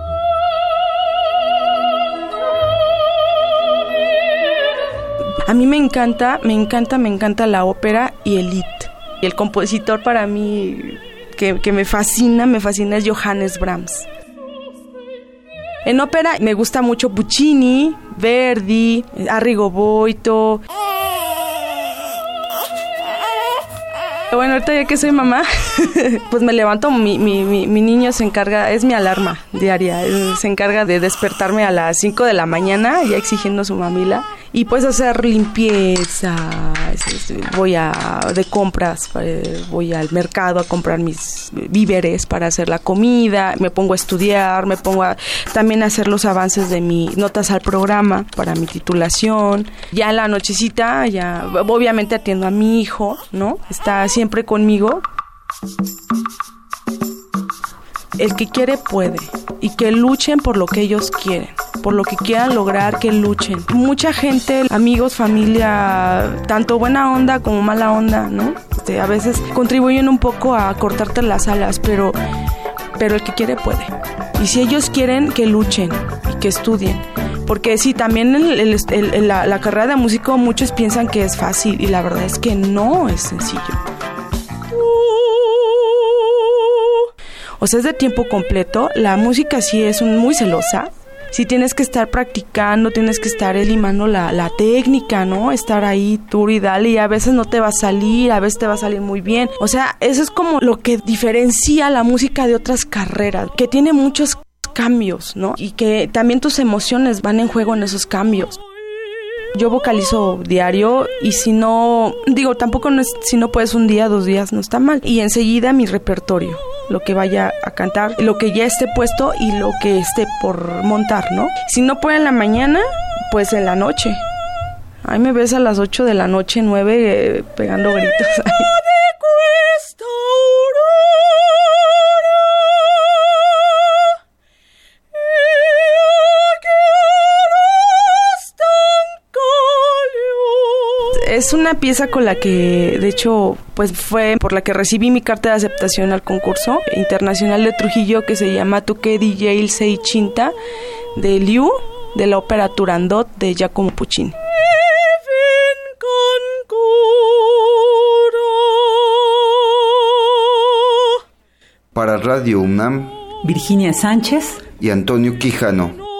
A mí me encanta la ópera y el lied. Y el compositor para mí que me fascina es Johannes Brahms. En ópera me gusta mucho Puccini, Verdi, Arrigo Boito. Bueno, ahorita ya que soy mamá, pues me levanto, mi niño se encarga, es mi alarma diaria, se encarga de despertarme a las 5 de la mañana, ya exigiendo su mamila, y pues hacer limpieza, voy de compras, voy al mercado a comprar mis víveres para hacer la comida, me pongo a estudiar, me pongo también a hacer los avances de mis notas al programa para mi titulación. Ya en la nochecita, ya obviamente atiendo a mi hijo, ¿no? Está siempre conmigo. El que quiere puede, y que luchen por lo que ellos quieren, por lo que quieran lograr, que luchen. Mucha gente, amigos, familia, tanto buena onda como mala onda, ¿no? A veces contribuyen un poco a cortarte las alas, pero el que quiere puede. Y si ellos quieren, que luchen y que estudien. Porque sí, también la carrera de músico muchos piensan que es fácil y la verdad es que no es sencillo. O sea, es de tiempo completo. La música sí es muy celosa. Sí tienes que estar practicando, tienes que estar limando la técnica, ¿no? Estar ahí, tú y dale, y a veces no te va a salir, a veces te va a salir muy bien. O sea, eso es como lo que diferencia la música de otras carreras, que tiene muchos cambios, ¿no? Y que también tus emociones van en juego en esos cambios. Yo vocalizo diario y si no, tampoco no es, si no puedes un día, 2 días, no está mal. Y enseguida mi repertorio, lo que vaya a cantar, lo que ya esté puesto y lo que esté por montar, ¿no? Si no puedo en la mañana, pues en la noche. Ahí me ves a las 8 de la noche, 9, pegando gritos ahí. Es una pieza con la que, de hecho, pues fue por la que recibí mi carta de aceptación al concurso internacional de Trujillo, que se llama Tu che DJ il sei cinta, de Liu, de la ópera Turandot de Giacomo Puccini. Para Radio UNAM, Virginia Sánchez y Antonio Quijano.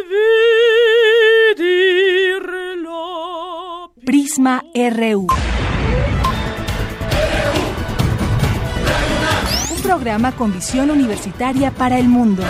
Prisma RU. Un programa con visión universitaria para el mundo.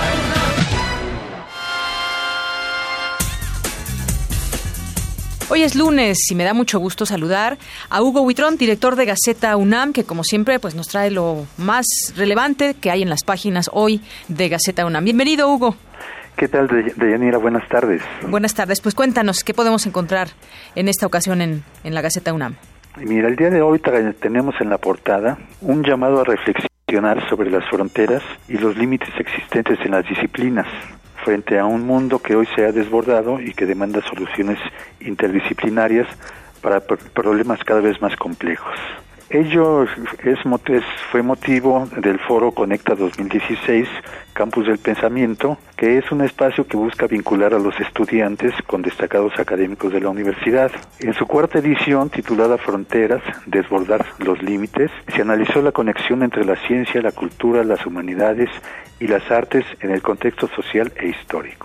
Hoy es lunes y me da mucho gusto saludar a Hugo Huitrón, director de Gaceta UNAM, que como siempre pues nos trae lo más relevante que hay en las páginas hoy de Gaceta UNAM. Bienvenido, Hugo. ¿Qué tal, Deyanira? Buenas tardes. Buenas tardes. Pues cuéntanos, ¿qué podemos encontrar en esta ocasión en la Gaceta UNAM? Mira, el día de hoy tenemos en la portada un llamado a reflexionar sobre las fronteras y los límites existentes en las disciplinas, frente a un mundo que hoy se ha desbordado y que demanda soluciones interdisciplinarias para problemas cada vez más complejos. Ello fue motivo del foro Conecta 2016, Campus del Pensamiento, que es un espacio que busca vincular a los estudiantes con destacados académicos de la universidad. En su 4ª edición, titulada Fronteras, desbordar los límites, se analizó la conexión entre la ciencia, la cultura, las humanidades y las artes en el contexto social e histórico.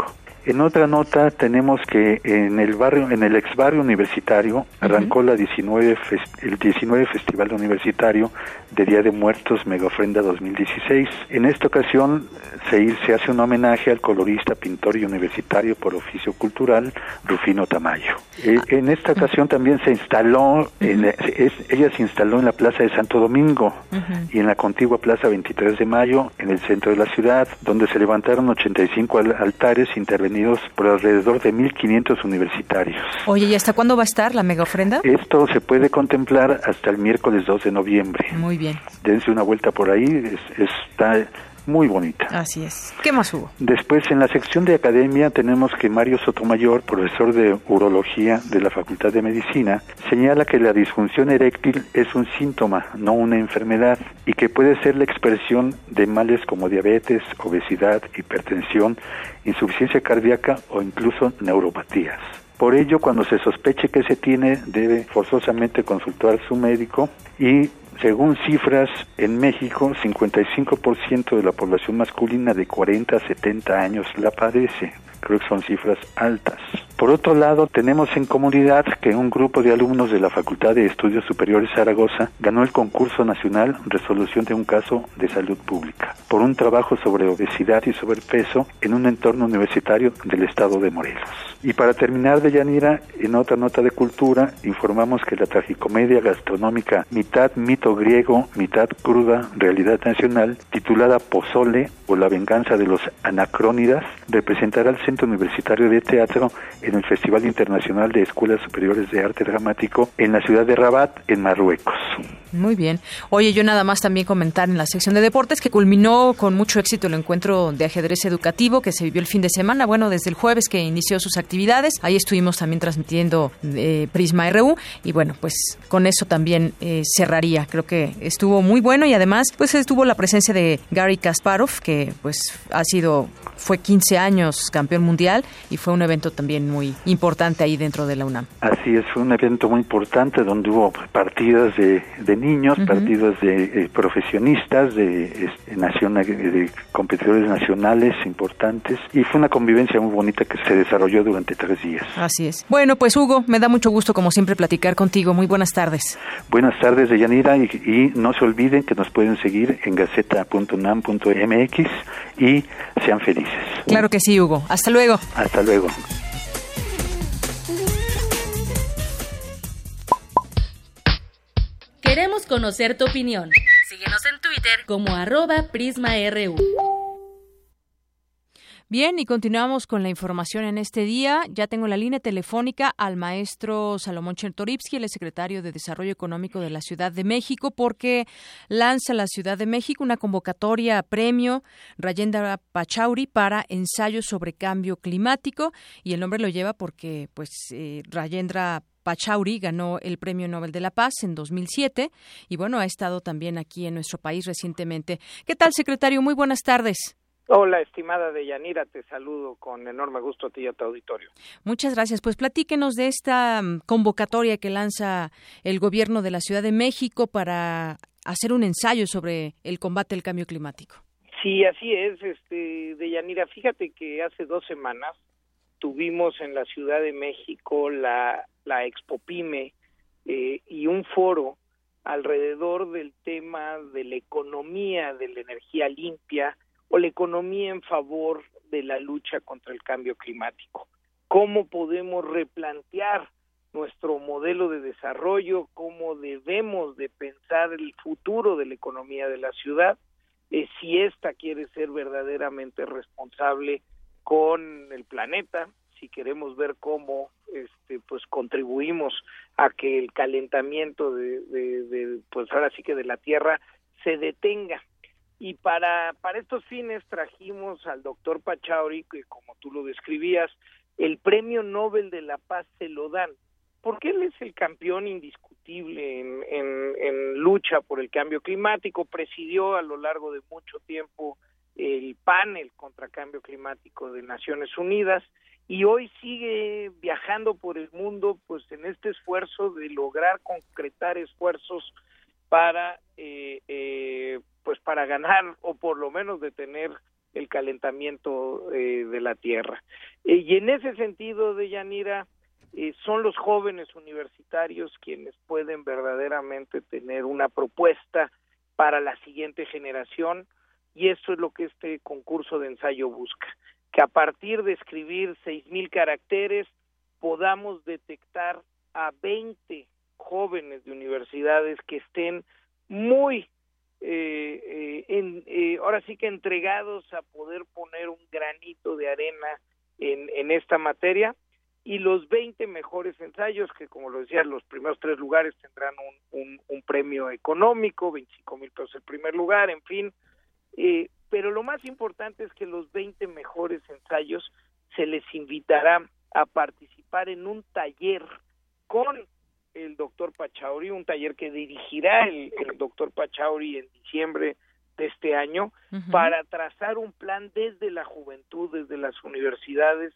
En otra nota tenemos que en el ex barrio universitario, arrancó el 19 Festival Universitario de Día de Muertos Mega Ofrenda 2016. En esta ocasión se hace un homenaje al colorista, pintor y universitario por oficio cultural, Rufino Tamayo. En esta ocasión también se instaló, ella se instaló en la Plaza de Santo Domingo y en la contigua Plaza 23 de Mayo, en el centro de la ciudad, donde se levantaron 85 altares intervenidos por alrededor de 1,500 universitarios. Oye, ¿y hasta cuándo va a estar la mega ofrenda? Esto se puede contemplar hasta el miércoles 2 de noviembre. Muy bien. Dense una vuelta por ahí, está muy bonita. Así es. ¿Qué más hubo? Después, en la sección de academia, tenemos que Mario Sotomayor, profesor de urología de la Facultad de Medicina, señala que la disfunción eréctil es un síntoma, no una enfermedad, y que puede ser la expresión de males como diabetes, obesidad, hipertensión, insuficiencia cardíaca o incluso neuropatías. Por ello, cuando se sospeche que se tiene, debe forzosamente consultar a su médico y, según cifras, en México, 55% de la población masculina de 40 a 70 años la padece. Creo que son cifras altas. Por otro lado, tenemos en comunidad que un grupo de alumnos de la Facultad de Estudios Superiores Zaragoza ganó el concurso nacional Resolución de un caso de salud pública por un trabajo sobre obesidad y sobrepeso en un entorno universitario del estado de Morelos. Y para terminar, Deyanira, en otra nota de cultura, informamos que la tragicomedia gastronómica mitad mito griego, mitad cruda realidad nacional, titulada Pozole o la venganza de los anacrónidas, representará al Centro Universitario de Teatro en el Festival Internacional de Escuelas Superiores de Arte Dramático en la ciudad de Rabat, en Marruecos. Muy bien. Oye, yo nada más también comentar en la sección de deportes que culminó con mucho éxito el encuentro de ajedrez educativo que se vivió el fin de semana, bueno, desde el jueves que inició sus actividades. Ahí estuvimos también transmitiendo Prisma RU y bueno, pues con eso también cerraría. Creo que estuvo muy bueno y además pues estuvo la presencia de Garry Kasparov, que pues fue 15 años campeón mundial y fue un evento también muy importante ahí dentro de la UNAM. Así es, fue un evento muy importante donde hubo partidas de niños, partidos de profesionistas, de competidores nacionales importantes y fue una convivencia muy bonita que se desarrolló durante 3 días. Así es. Bueno, pues Hugo, me da mucho gusto como siempre platicar contigo. Muy buenas tardes. Buenas tardes, Deyanira, y no se olviden que nos pueden seguir en gaceta.unam.mx y sean felices. Claro que sí, Hugo. Hasta luego. Hasta luego. Queremos conocer tu opinión. Síguenos en Twitter como @PrismaRU. Bien, y continuamos con la información en este día. Ya tengo la línea telefónica al maestro Salomón Chertorivsky, el secretario de Desarrollo Económico de la Ciudad de México, porque lanza la Ciudad de México una convocatoria a premio Rajendra Pachauri para ensayos sobre cambio climático, y el nombre lo lleva porque Rajendra Pachauri ganó el Premio Nobel de la Paz en 2007 y bueno, ha estado también aquí en nuestro país recientemente. ¿Qué tal, secretario? Muy buenas tardes. Hola, estimada Deyanira, te saludo con enorme gusto a ti y a tu auditorio. Muchas gracias. Pues platíquenos de esta convocatoria que lanza el gobierno de la Ciudad de México para hacer un ensayo sobre el combate al cambio climático. Sí, así es, Deyanira. Fíjate que hace 2 semanas tuvimos en la Ciudad de México la Expo Pyme y un foro alrededor del tema de la economía de la energía limpia o la economía en favor de la lucha contra el cambio climático. ¿Cómo podemos replantear nuestro modelo de desarrollo? ¿Cómo debemos de pensar el futuro de la economía de la ciudad? Si ésta quiere ser verdaderamente responsable con el planeta, si queremos ver cómo pues contribuimos a que el calentamiento pues ahora sí que de la Tierra se detenga. Y para estos fines trajimos al doctor Pachauri, que como tú lo describías, el Premio Nobel de la Paz se lo dan, porque él es el campeón indiscutible en lucha por el cambio climático, presidió a lo largo de mucho tiempo el panel contra cambio climático de Naciones Unidas, y hoy sigue viajando por el mundo pues en este esfuerzo de lograr concretar esfuerzos para pues para ganar o por lo menos detener el calentamiento de la Tierra. Y en ese sentido, Deyanira, son los jóvenes universitarios quienes pueden verdaderamente tener una propuesta para la siguiente generación, y eso es lo que este concurso de ensayo busca, que a partir de escribir 6,000 caracteres podamos detectar a 20 jóvenes de universidades que estén muy ahora sí que entregados a poder poner un granito de arena en esta materia, y los 20 mejores ensayos, que como lo decía, los primeros 3 lugares tendrán un premio económico, 25,000 pesos el primer lugar, en fin, pero lo más importante es que los 20 mejores ensayos se les invitará a participar en un taller con el doctor Pachauri, un taller que dirigirá el doctor Pachauri en diciembre de este año, para trazar un plan desde la juventud, desde las universidades,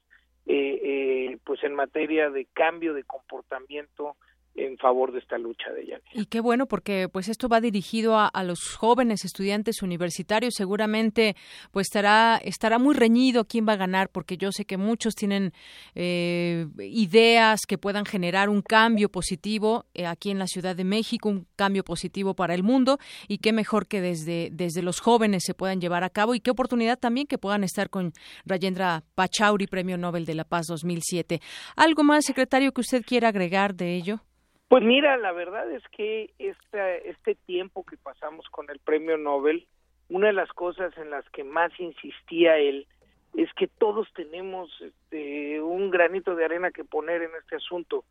pues en materia de cambio de comportamiento en favor de esta lucha de Yanira. Y qué bueno, porque pues esto va dirigido a los jóvenes estudiantes universitarios. Seguramente pues estará muy reñido quién va a ganar, porque yo sé que muchos tienen ideas que puedan generar un cambio positivo aquí en la Ciudad de México, un cambio positivo para el mundo, y qué mejor que desde los jóvenes se puedan llevar a cabo, y qué oportunidad también que puedan estar con Rajendra Pachauri, Premio Nobel de la Paz 2007. ¿Algo más, secretario, que usted quiera agregar de ello? Pues mira, la verdad es que este tiempo que pasamos con el Premio Nobel, una de las cosas en las que más insistía él es que todos tenemos un granito de arena que poner en este asunto,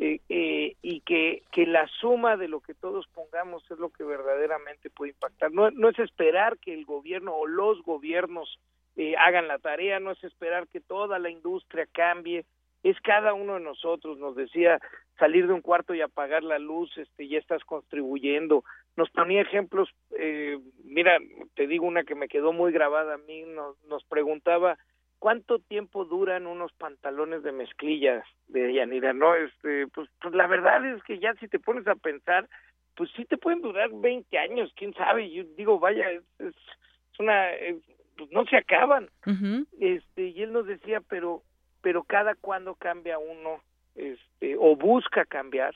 y que la suma de lo que todos pongamos es lo que verdaderamente puede impactar. No es esperar que el gobierno o los gobiernos hagan la tarea, no es esperar que toda la industria cambie, es cada uno de nosotros. Nos decía, salir de un cuarto y apagar la luz, ya estás contribuyendo. Nos ponía ejemplos, mira, te digo una que me quedó muy grabada a mí, nos preguntaba, ¿cuánto tiempo duran unos pantalones de mezclilla de Yanira? No, pues la verdad es que ya si te pones a pensar, pues sí te pueden durar 20 años, quién sabe. Yo digo, vaya, es una, pues no se acaban. Uh-huh. Y él nos decía, pero cada cuando cambia uno, o busca cambiar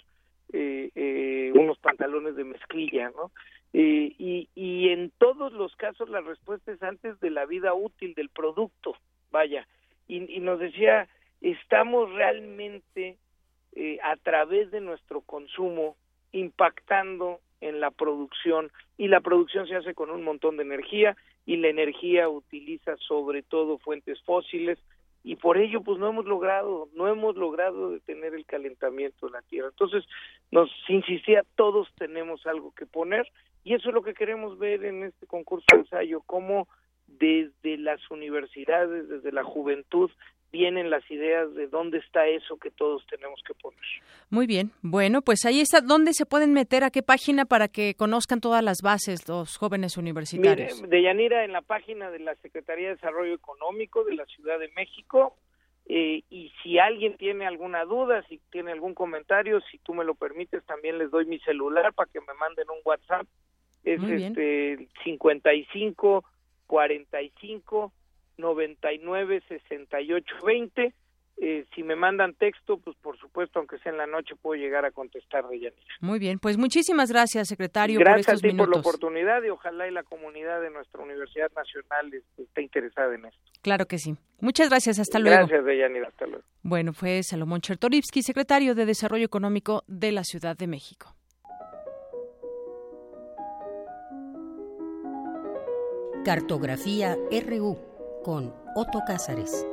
unos pantalones de mezclilla, ¿no? Y en todos los casos la respuesta es antes de la vida útil del producto, vaya. Y nos decía, estamos realmente a través de nuestro consumo impactando en la producción, y la producción se hace con un montón de energía, y la energía utiliza sobre todo fuentes fósiles, y por ello pues no hemos logrado detener el calentamiento de la Tierra. Entonces nos insistía, todos tenemos algo que poner, y eso es lo que queremos ver en este concurso de ensayo, cómo desde las universidades, desde la juventud, vienen las ideas de dónde está eso que todos tenemos que poner. Muy bien, bueno, pues ahí está. ¿Dónde se pueden meter? ¿A qué página para que conozcan todas las bases los jóvenes universitarios? Mire, Deyanira, en la página de la Secretaría de Desarrollo Económico de la Ciudad de México, y si alguien tiene alguna duda, si tiene algún comentario, si tú me lo permites, también les doy mi celular para que me manden un WhatsApp. Es 55 45 99 68 20. Si me mandan texto, pues por supuesto, aunque sea en la noche, puedo llegar a contestar, Deyanira. Muy bien, pues muchísimas gracias, secretario, gracias por estos minutos. Gracias a ti por la oportunidad, y ojalá y la comunidad de nuestra Universidad Nacional esté interesada en esto. Claro que sí. Muchas gracias, hasta luego. Gracias, Deyanira, hasta luego. Bueno, fue Salomón Chertorivsky, secretario de Desarrollo Económico de la Ciudad de México. Cartografía RU con Otto Cázares.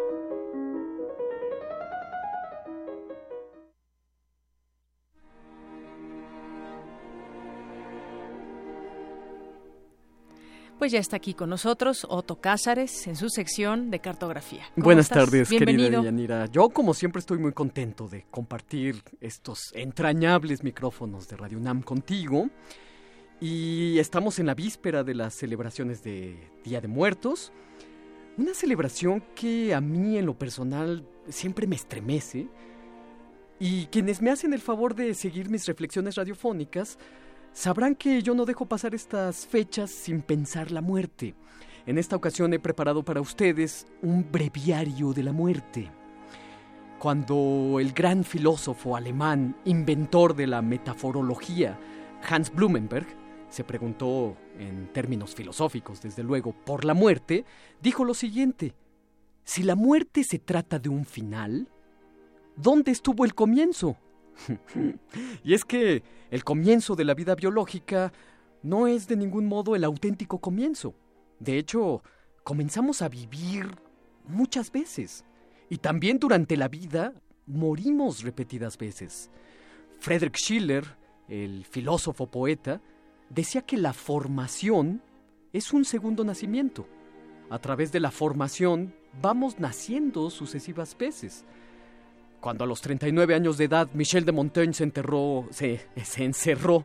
Pues ya está aquí con nosotros Otto Cázares en su sección de cartografía. Buenas tardes, querida Deyanira. Yo, como siempre, estoy muy contento de compartir estos entrañables micrófonos de Radio UNAM contigo. Y estamos en la víspera de las celebraciones de Día de Muertos. Una celebración que a mí, en lo personal, siempre me estremece. Y quienes me hacen el favor de seguir mis reflexiones radiofónicas sabrán que yo no dejo pasar estas fechas sin pensar la muerte. En esta ocasión he preparado para ustedes un breviario de la muerte. Cuando el gran filósofo alemán, inventor de la metaforología, Hans Blumenberg, se preguntó, en términos filosóficos desde luego, por la muerte, dijo lo siguiente: si la muerte se trata de un final, ¿dónde estuvo el comienzo? Y es que el comienzo de la vida biológica no es de ningún modo el auténtico comienzo. De hecho, comenzamos a vivir muchas veces. Y también durante la vida morimos repetidas veces. Friedrich Schiller, el filósofo poeta, decía que la formación es un segundo nacimiento. A través de la formación vamos naciendo sucesivas veces. Cuando a los 39 años de edad Michel de Montaigne se encerró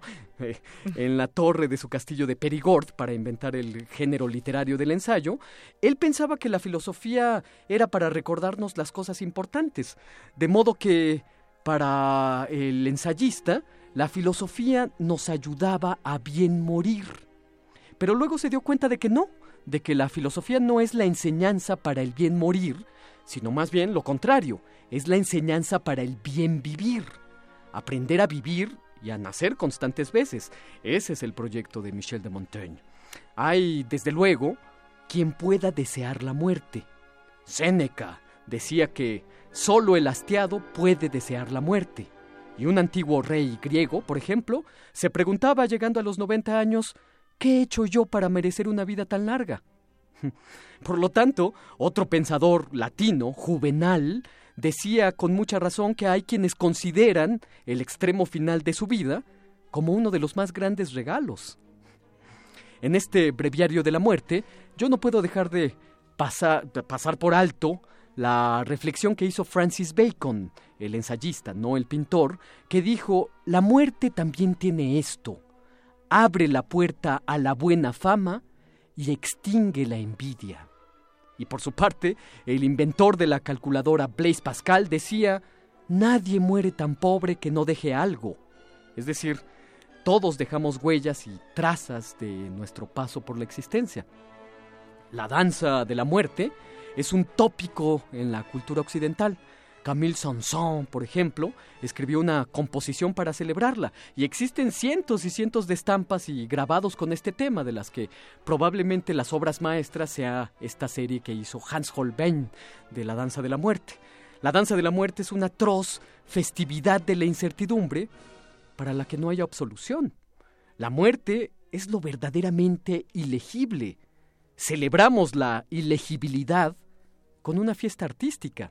en la torre de su castillo de Périgord para inventar el género literario del ensayo, él pensaba que la filosofía era para recordarnos las cosas importantes, de modo que para el ensayista la filosofía nos ayudaba a bien morir. Pero luego se dio cuenta de que no, de que la filosofía no es la enseñanza para el bien morir, sino más bien lo contrario, es la enseñanza para el bien vivir. Aprender a vivir y a nacer constantes veces. Ese es el proyecto de Michel de Montaigne. Hay, desde luego, quien pueda desear la muerte. Séneca decía que solo el hastiado puede desear la muerte. Y un antiguo rey griego, por ejemplo, se preguntaba llegando a los 90 años, ¿qué he hecho yo para merecer una vida tan larga? Por lo tanto, otro pensador latino, Juvenal, decía con mucha razón que hay quienes consideran el extremo final de su vida como uno de los más grandes regalos. En este breviario de la muerte, yo no puedo dejar de pasar por alto la reflexión que hizo Francis Bacon, el ensayista, no el pintor, que dijo: la muerte también tiene esto, abre la puerta a la buena fama y extingue la envidia. Y por su parte, el inventor de la calculadora Blaise Pascal decía: nadie muere tan pobre que no deje algo. Es decir, todos dejamos huellas y trazas de nuestro paso por la existencia. La danza de la muerte es un tópico en la cultura occidental. Camille Saint-Saëns, por ejemplo, escribió una composición para celebrarla, y existen cientos y cientos de estampas y grabados con este tema, de las que probablemente las obras maestras sea esta serie que hizo Hans Holbein de la danza de la muerte. La danza de la muerte es una atroz festividad de la incertidumbre para la que no hay absolución. La muerte es lo verdaderamente ilegible. Celebramos la ilegibilidad con una fiesta artística.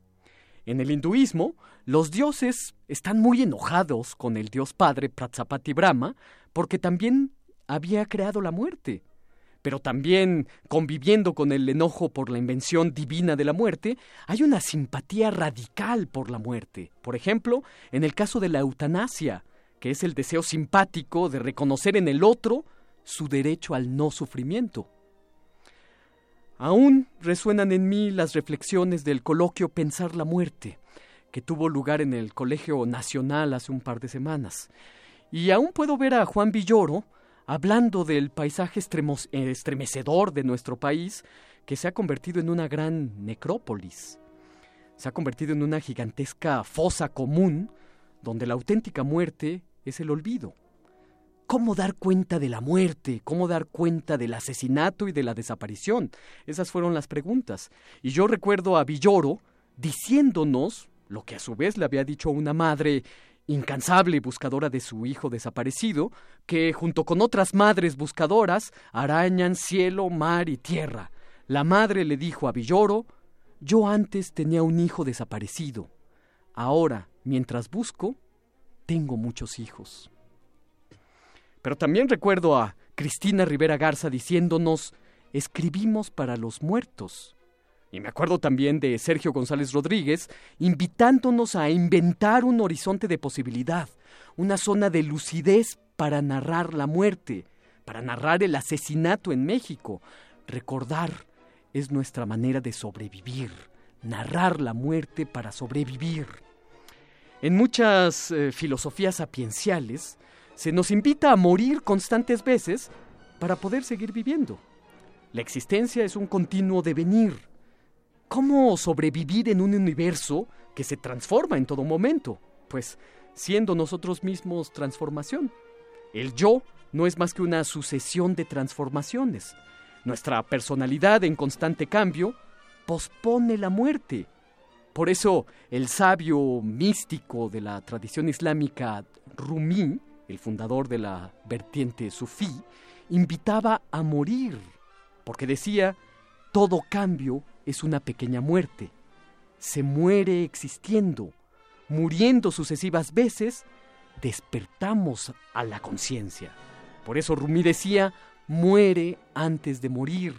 En el hinduismo, los dioses están muy enojados con el dios padre Prajapati Brahma porque también había creado la muerte. Pero también, conviviendo con el enojo por la invención divina de la muerte, hay una simpatía radical por la muerte. Por ejemplo, en el caso de la eutanasia, que es el deseo simpático de reconocer en el otro su derecho al no sufrimiento. Aún resuenan en mí las reflexiones del coloquio Pensar la muerte, que tuvo lugar en el Colegio Nacional hace un par de semanas. Y aún puedo ver a Juan Villoro hablando del paisaje estremecedor de nuestro país, que se ha convertido en una gran necrópolis. Se ha convertido en una gigantesca fosa común, donde la auténtica muerte es el olvido. ¿Cómo dar cuenta de la muerte? ¿Cómo dar cuenta del asesinato y de la desaparición? Esas fueron las preguntas. Y yo recuerdo a Villoro diciéndonos, lo que a su vez le había dicho una madre incansable y buscadora de su hijo desaparecido, que junto con otras madres buscadoras arañan cielo, mar y tierra. La madre le dijo a Villoro: yo antes tenía un hijo desaparecido. Ahora, mientras busco, tengo muchos hijos. Pero también recuerdo a Cristina Rivera Garza diciéndonos: escribimos para los muertos. Y me acuerdo también de Sergio González Rodríguez invitándonos a inventar un horizonte de posibilidad, una zona de lucidez para narrar la muerte, para narrar el asesinato en México. Recordar es nuestra manera de sobrevivir, narrar la muerte para sobrevivir. En muchas filosofías sapienciales, se nos invita a morir constantes veces para poder seguir viviendo. La existencia es un continuo devenir. ¿Cómo sobrevivir en un universo que se transforma en todo momento? Pues siendo nosotros mismos transformación. El yo no es más que una sucesión de transformaciones. Nuestra personalidad en constante cambio pospone la muerte. Por eso el sabio místico de la tradición islámica Rumi, el fundador de la vertiente sufí, invitaba a morir, porque decía, todo cambio es una pequeña muerte. Se muere existiendo, muriendo sucesivas veces, despertamos a la conciencia. Por eso Rumi decía, muere antes de morir.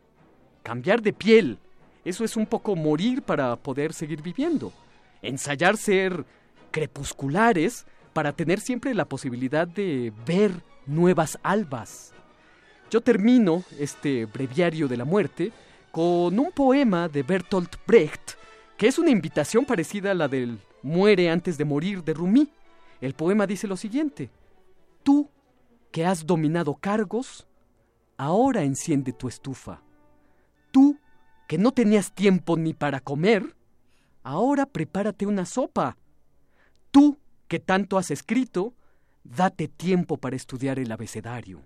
Cambiar de piel, eso es un poco morir para poder seguir viviendo. Ensayar ser crepusculares para tener siempre la posibilidad de ver nuevas albas. Yo termino este breviario de la muerte con un poema de Bertolt Brecht, que es una invitación parecida a la del Muere antes de morir de Rumi. El poema dice lo siguiente: tú, que has dominado cargos, ahora enciende tu estufa. Tú, que no tenías tiempo ni para comer, ahora prepárate una sopa. Tú, que tanto has escrito, date tiempo para estudiar el abecedario.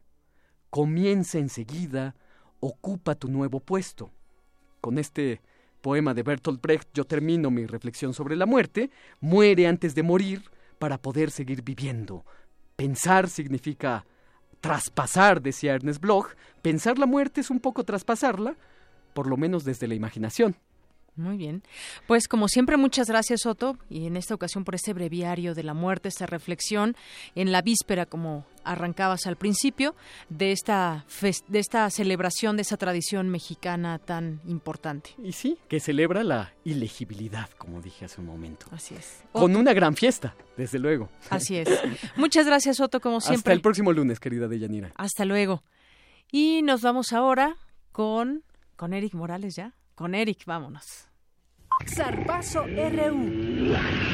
Comienza enseguida, ocupa tu nuevo puesto. Con este poema de Bertolt Brecht yo termino mi reflexión sobre la muerte. Muere antes de morir para poder seguir viviendo. Pensar significa traspasar, decía Ernest Bloch. Pensar la muerte es un poco traspasarla, por lo menos desde la imaginación. Muy bien. Pues como siempre, muchas gracias, Otto, y en esta ocasión por este breviario de la muerte, esta reflexión en la víspera, como arrancabas al principio, de esta celebración, de esa tradición mexicana tan importante. Y sí, que celebra la ilegibilidad, como dije hace un momento. Así es. Con una gran fiesta, desde luego. Así es. Muchas gracias, Otto, como siempre. Hasta el próximo lunes, querida Deyanira. Hasta luego. Y nos vamos ahora con Eric Morales ya. Con Eric, vámonos. Zarpazo RU.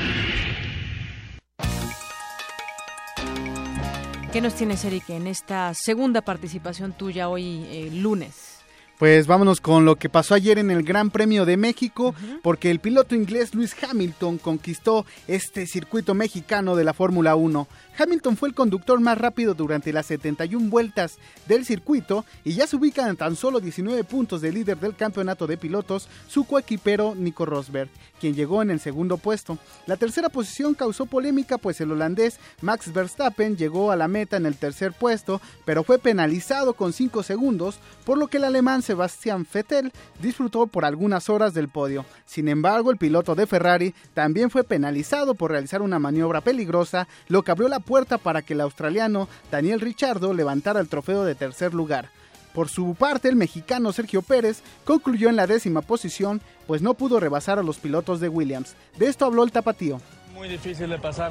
¿Qué nos tienes, Eric, en esta segunda participación tuya hoy lunes? Pues vámonos con lo que pasó ayer en el Gran Premio de México, porque el piloto inglés Lewis Hamilton conquistó este circuito mexicano de la Fórmula 1. Hamilton fue el conductor más rápido durante las 71 vueltas del circuito y ya se ubica en tan solo 19 puntos de líder del campeonato de pilotos su coequipero Nico Rosberg, quien llegó en el segundo puesto. La tercera posición causó polémica, pues el holandés Max Verstappen llegó a la meta en el tercer puesto, pero fue penalizado con 5 segundos, por lo que el alemán Sebastian Vettel disfrutó por algunas horas del podio. Sin embargo, el piloto de Ferrari también fue penalizado por realizar una maniobra peligrosa, lo que abrió la puerta para que el australiano Daniel Ricciardo levantara el trofeo de tercer lugar. Por su parte, el mexicano Sergio Pérez concluyó en la 10ª posición, pues no pudo rebasar a los pilotos de Williams. De esto habló el tapatío. Muy difícil de pasar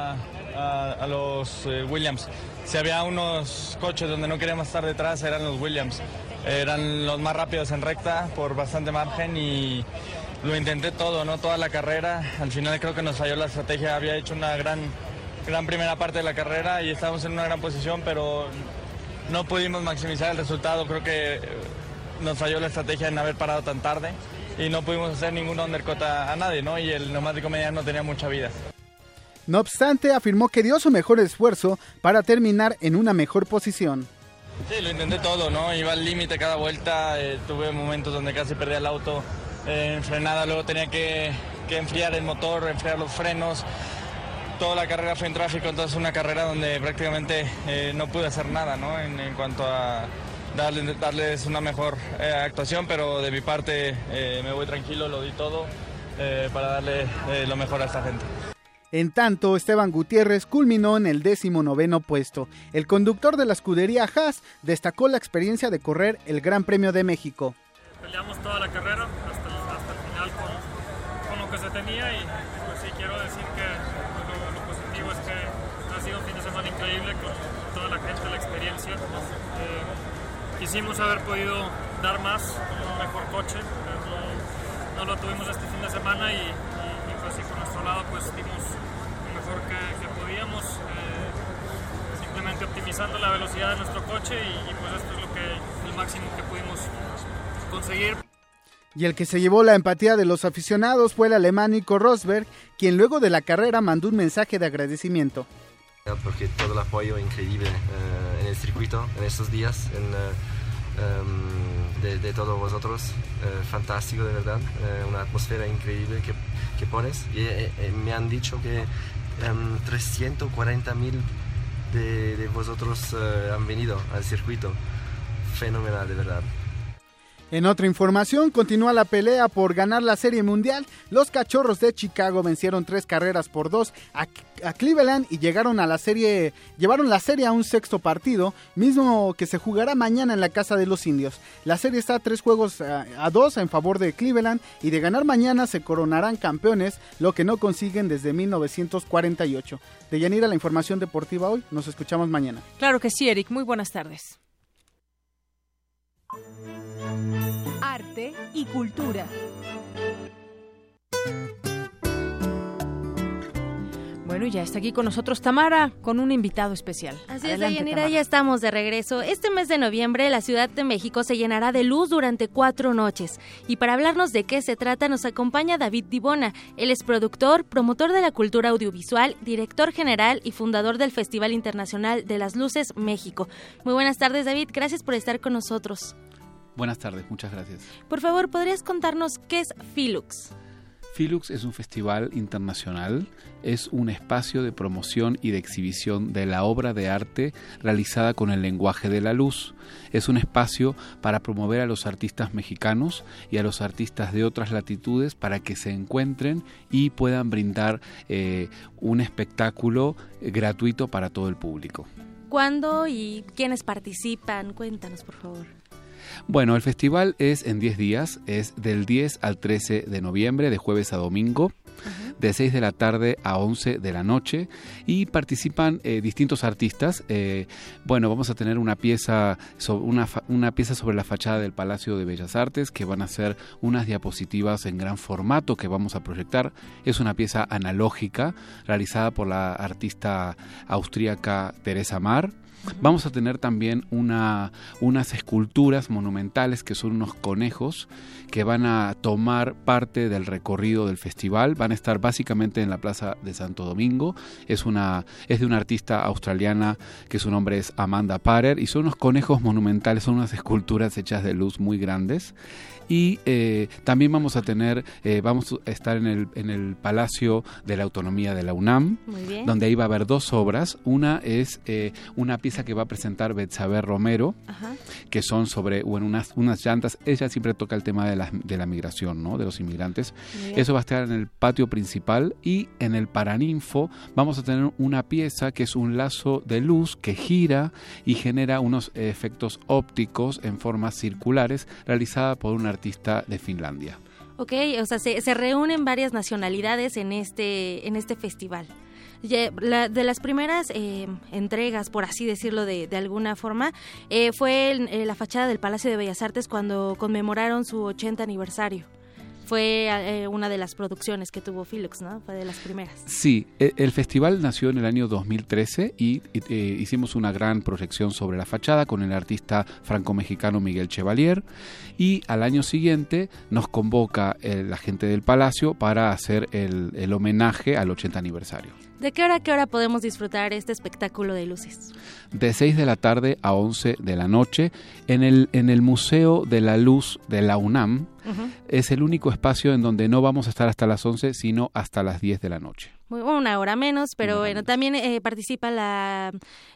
a los Williams. Si había unos coches donde no queríamos estar detrás, eran los Williams. Eran los más rápidos en recta por bastante margen y lo intenté todo, ¿no? Toda la carrera. Al final creo que nos falló la estrategia. Había hecho una gran primera parte de la carrera y estábamos en una gran posición, pero no pudimos maximizar el resultado. Creo que nos falló la estrategia en haber parado tan tarde y no pudimos hacer ningún undercut a nadie, ¿no? Y el neumático mediano no tenía mucha vida. No obstante, afirmó que dio su mejor esfuerzo para terminar en una mejor posición. Sí, lo intenté todo, ¿no? Iba al límite cada vuelta, tuve momentos donde casi perdía el auto en frenada, luego tenía que enfriar el motor, enfriar los frenos. Toda la carrera fue en tráfico, entonces una carrera donde prácticamente no pude hacer nada, ¿no? En cuanto a darles una mejor actuación, pero de mi parte me voy tranquilo, lo di todo para darle lo mejor a esta gente. En tanto, Esteban Gutiérrez culminó en el 19º puesto. El conductor de la escudería Haas destacó la experiencia de correr el Gran Premio de México. Peleamos toda la carrera hasta el final con lo que se tenía y pues sí quiero decir que lo positivo es que ha sido un fin de semana increíble con toda la gente, la experiencia. Quisimos haber podido dar más, un mejor coche, no lo tuvimos este fin de semana y pues sí, por nuestro lado pues dimos lo mejor que podíamos, simplemente optimizando la velocidad de nuestro coche y pues esto es el máximo que pudimos conseguir. Y el que se llevó la empatía de los aficionados fue el alemán Nico Rosberg, quien luego de la carrera mandó un mensaje de agradecimiento. Porque todo el apoyo increíble en el circuito en estos días, de todos vosotros, fantástico de verdad, una atmósfera increíble que pones. Y me han dicho que 340.000 de vosotros han venido al circuito. Fenomenal, de verdad. En otra información, continúa la pelea por ganar la Serie Mundial. Los Cachorros de Chicago vencieron 3-2 a Cleveland y llevaron la serie a un sexto partido, mismo que se jugará mañana en la casa de los Indios. La serie está 3-2 en favor de Cleveland y de ganar mañana se coronarán campeones, lo que no consiguen desde 1948. Deyanira, la información deportiva hoy. Nos escuchamos mañana. Claro que sí, Eric. Muy buenas tardes. Arte y cultura. Bueno, y ya está aquí con nosotros Tamara, con un invitado especial. Así Adelante, es, Deyanira, Tamara. ya estamos de regreso. Este mes de noviembre, la Ciudad de México se llenará de luz durante 4 noches. Y para hablarnos de qué se trata, nos acompaña David Dibona. Él es productor, promotor de la cultura audiovisual, director general y fundador del Festival Internacional de las Luces México. Muy buenas tardes, David. Gracias por estar con nosotros. Buenas tardes, muchas gracias. Por favor, ¿podrías contarnos qué es Filux? Filux es un festival internacional, es un espacio de promoción y de exhibición de la obra de arte realizada con el lenguaje de la luz. Es un espacio para promover a los artistas mexicanos y a los artistas de otras latitudes para que se encuentren y puedan brindar un espectáculo gratuito para todo el público. ¿Cuándo y quiénes participan? Cuéntanos, por favor. Bueno, el festival es en 10 días, es del 10 al 13 de noviembre, de jueves a domingo, de 6 de la tarde a 11 de la noche, y participan distintos artistas. Bueno, vamos a tener una pieza sobre la fachada del Palacio de Bellas Artes, que van a ser unas diapositivas en gran formato que vamos a proyectar. Es una pieza analógica realizada por la artista austríaca Teresa Mar. Vamos a tener también unas esculturas monumentales que son unos conejos que van a tomar parte del recorrido del festival. Van a estar básicamente en la Plaza de Santo Domingo. Es de una artista australiana que su nombre es Amanda Parer y son unos conejos monumentales, son unas esculturas hechas de luz muy grandes. Y también vamos a estar en el Palacio de la Autonomía de la UNAM, donde ahí va a haber 2 obras. Una es una pieza que va a presentar Betsabe Romero, que son sobre unas llantas. Ella siempre toca el tema de la migración, ¿no? De los inmigrantes. Eso va a estar en el patio principal, y en el Paraninfo vamos a tener una pieza que es un lazo de luz que gira y genera unos efectos ópticos en formas circulares, realizada por un artista de Finlandia. Ok, o sea, se reúnen varias nacionalidades en este festival. De las primeras entregas, por así decirlo de alguna forma, fue la fachada del Palacio de Bellas Artes cuando conmemoraron su 80 aniversario. Fue una de las producciones que tuvo Filux, ¿no? Fue de las primeras. Sí, el festival nació en el año 2013 y hicimos una gran proyección sobre la fachada con el artista franco-mexicano Miguel Chevalier, y al año siguiente nos convoca la gente del Palacio para hacer el homenaje al 80 aniversario. ¿De qué hora a qué hora podemos disfrutar este espectáculo de luces? De 6 de la tarde a 11 de la noche en el Museo de la Luz de la UNAM. Es el único espacio en donde no vamos a estar hasta las 11, sino hasta las 10 de la noche. Una hora menos, pero bueno, también participa la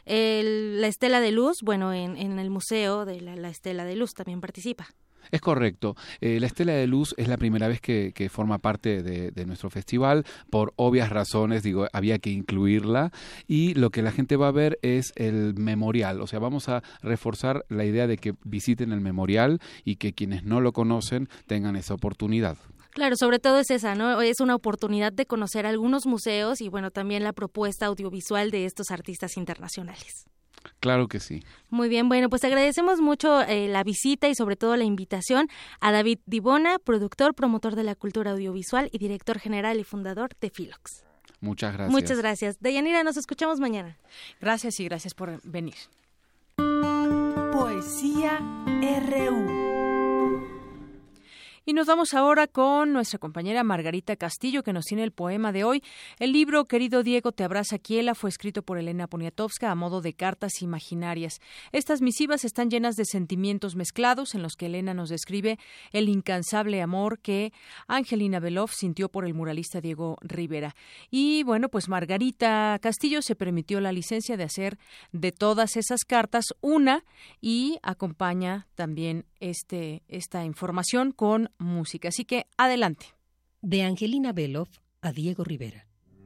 Estela de Luz, bueno, en el Museo de la Estela de Luz también participa. Es correcto. La Estela de Luz es la primera vez que forma parte de nuestro festival. Por obvias razones, había que incluirla. Y lo que la gente va a ver es el memorial. O sea, vamos a reforzar la idea de que visiten el memorial y que quienes no lo conocen tengan esa oportunidad. Claro, sobre todo es esa, ¿no? Es una oportunidad de conocer algunos museos y, bueno, también la propuesta audiovisual de estos artistas internacionales. Claro que sí. Muy bien, bueno, pues agradecemos mucho la visita y sobre todo la invitación a David Dibona, productor, promotor de la cultura audiovisual y director general y fundador de Filux. Muchas gracias. Muchas gracias. Deyanira, nos escuchamos mañana. Gracias y gracias por venir. Poesía RU. Y nos vamos ahora con nuestra compañera Margarita Castillo, que nos tiene el poema de hoy. El libro Querido Diego, te abraza Kiela fue escrito por Elena Poniatowska a modo de cartas imaginarias. Estas misivas están llenas de sentimientos mezclados en los que Elena nos describe el incansable amor que Angelina Beloff sintió por el muralista Diego Rivera. Y bueno, pues Margarita Castillo se permitió la licencia de hacer de todas esas cartas una y acompaña también esta información con música. Así que adelante. De Angelina Beloff a Diego Rivera.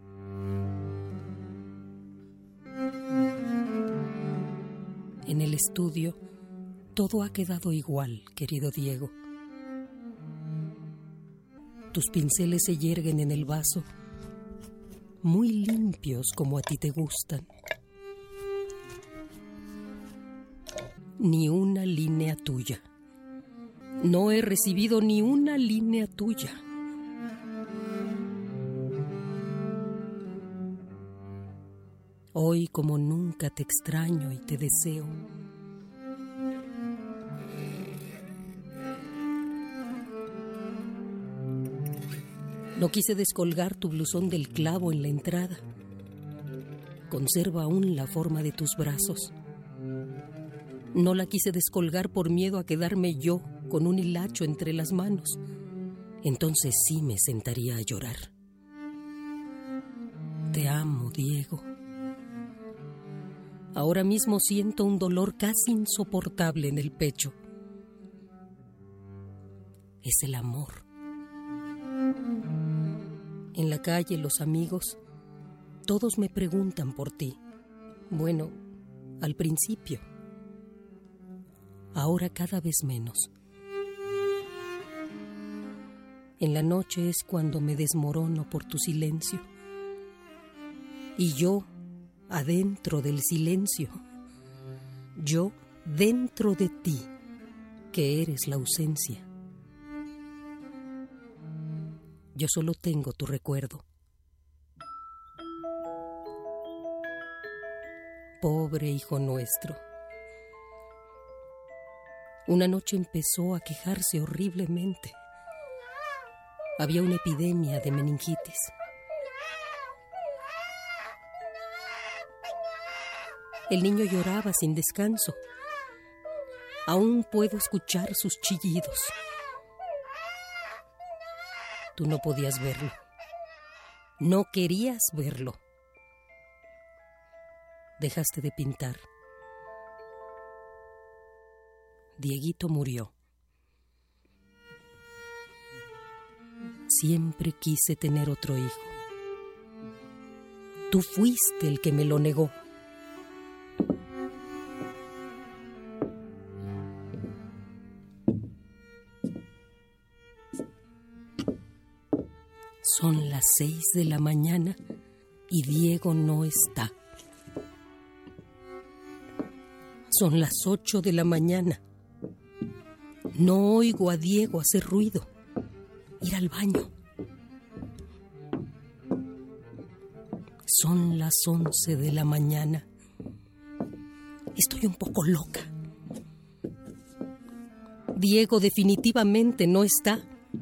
En el estudio todo ha quedado igual, querido Diego. Tus pinceles se yerguen en el vaso, muy limpios como a ti te gustan. Ni una línea tuya. No he recibido ni una línea tuya. Hoy como nunca te extraño y te deseo. No quise descolgar tu blusón del clavo en la entrada. Conserva aún la forma de tus brazos. No la quise descolgar por miedo a quedarme yo con un hilacho entre las manos. Entonces sí me sentaría a llorar. Te amo, Diego. Ahora mismo siento un dolor casi insoportable en el pecho. Es el amor. En la calle, los amigos, todos me preguntan por ti. Bueno, al principio. Ahora cada vez menos. En la noche es cuando me desmorono por tu silencio. Y yo, adentro del silencio, yo dentro de ti, que eres la ausencia. Yo solo tengo tu recuerdo. Pobre hijo nuestro. Una noche empezó a quejarse horriblemente. Había una epidemia de meningitis. El niño lloraba sin descanso. Aún puedo escuchar sus chillidos. Tú no podías verlo. No querías verlo. Dejaste de pintar. Dieguito murió. Siempre quise tener otro hijo. Tú fuiste el que me lo negó. Son las 6 de la mañana y Diego no está. Son las 8 de la mañana. No oigo a Diego hacer ruido, ir al baño. Son las 11 de la mañana. Estoy un poco loca. Diego definitivamente no está.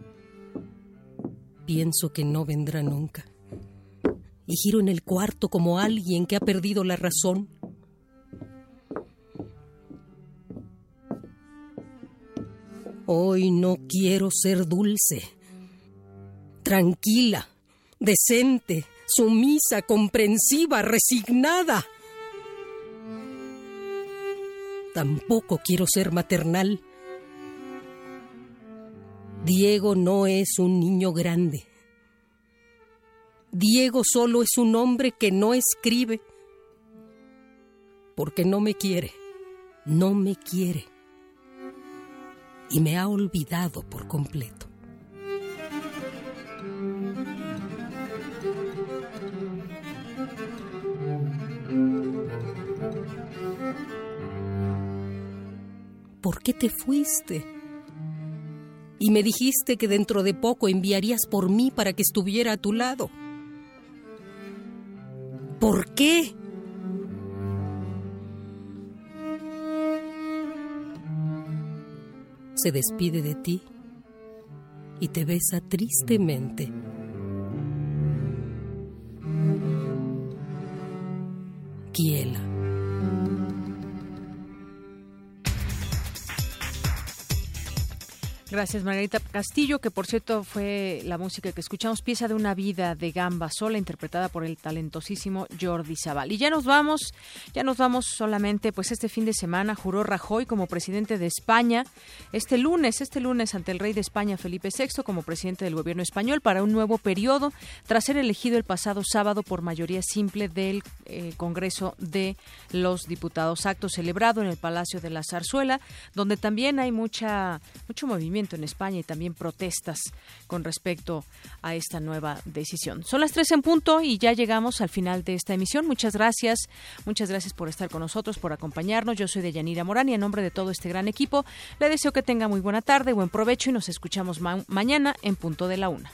Pienso que no vendrá nunca. Y giro en el cuarto como alguien que ha perdido la razón. Hoy no quiero ser dulce, tranquila, decente, sumisa, comprensiva, resignada. Tampoco quiero ser maternal. Diego no es un niño grande. Diego solo es un hombre que no escribe, porque no me quiere, no me quiere. Y me ha olvidado por completo. ¿Por qué te fuiste? Y me dijiste que dentro de poco enviarías por mí para que estuviera a tu lado. ¿Por qué? se despide de ti y te besa tristemente. Kiela. Gracias, Margarita Castillo, que por cierto fue la música que escuchamos, Pieza de una vida de Gamba Sola, interpretada por el talentosísimo Jordi Sabal. Y ya nos vamos solamente, pues este fin de semana juró Rajoy como presidente de España, este lunes ante el rey de España, Felipe VI, como presidente del gobierno español para un nuevo periodo, tras ser elegido el pasado sábado por mayoría simple del Congreso de los Diputados. Acto celebrado en el Palacio de la Zarzuela, donde también hay mucho movimiento en España y también protestas con respecto a esta nueva decisión. Son las 3 en punto y ya llegamos al final de esta emisión. Muchas gracias por estar con nosotros, por acompañarnos. Yo soy Deyanira Morán y en nombre de todo este gran equipo le deseo que tenga muy buena tarde, buen provecho y nos escuchamos mañana en punto de la 1.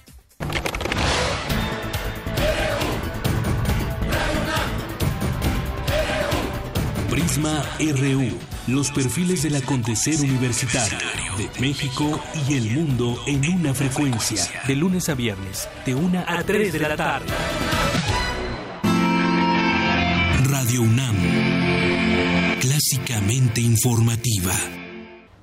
Prisma RU, los perfiles del acontecer universitario de México y el mundo en una frecuencia. De lunes a viernes, de 1 a 3 de la tarde. Radio UNAM, clásicamente informativa.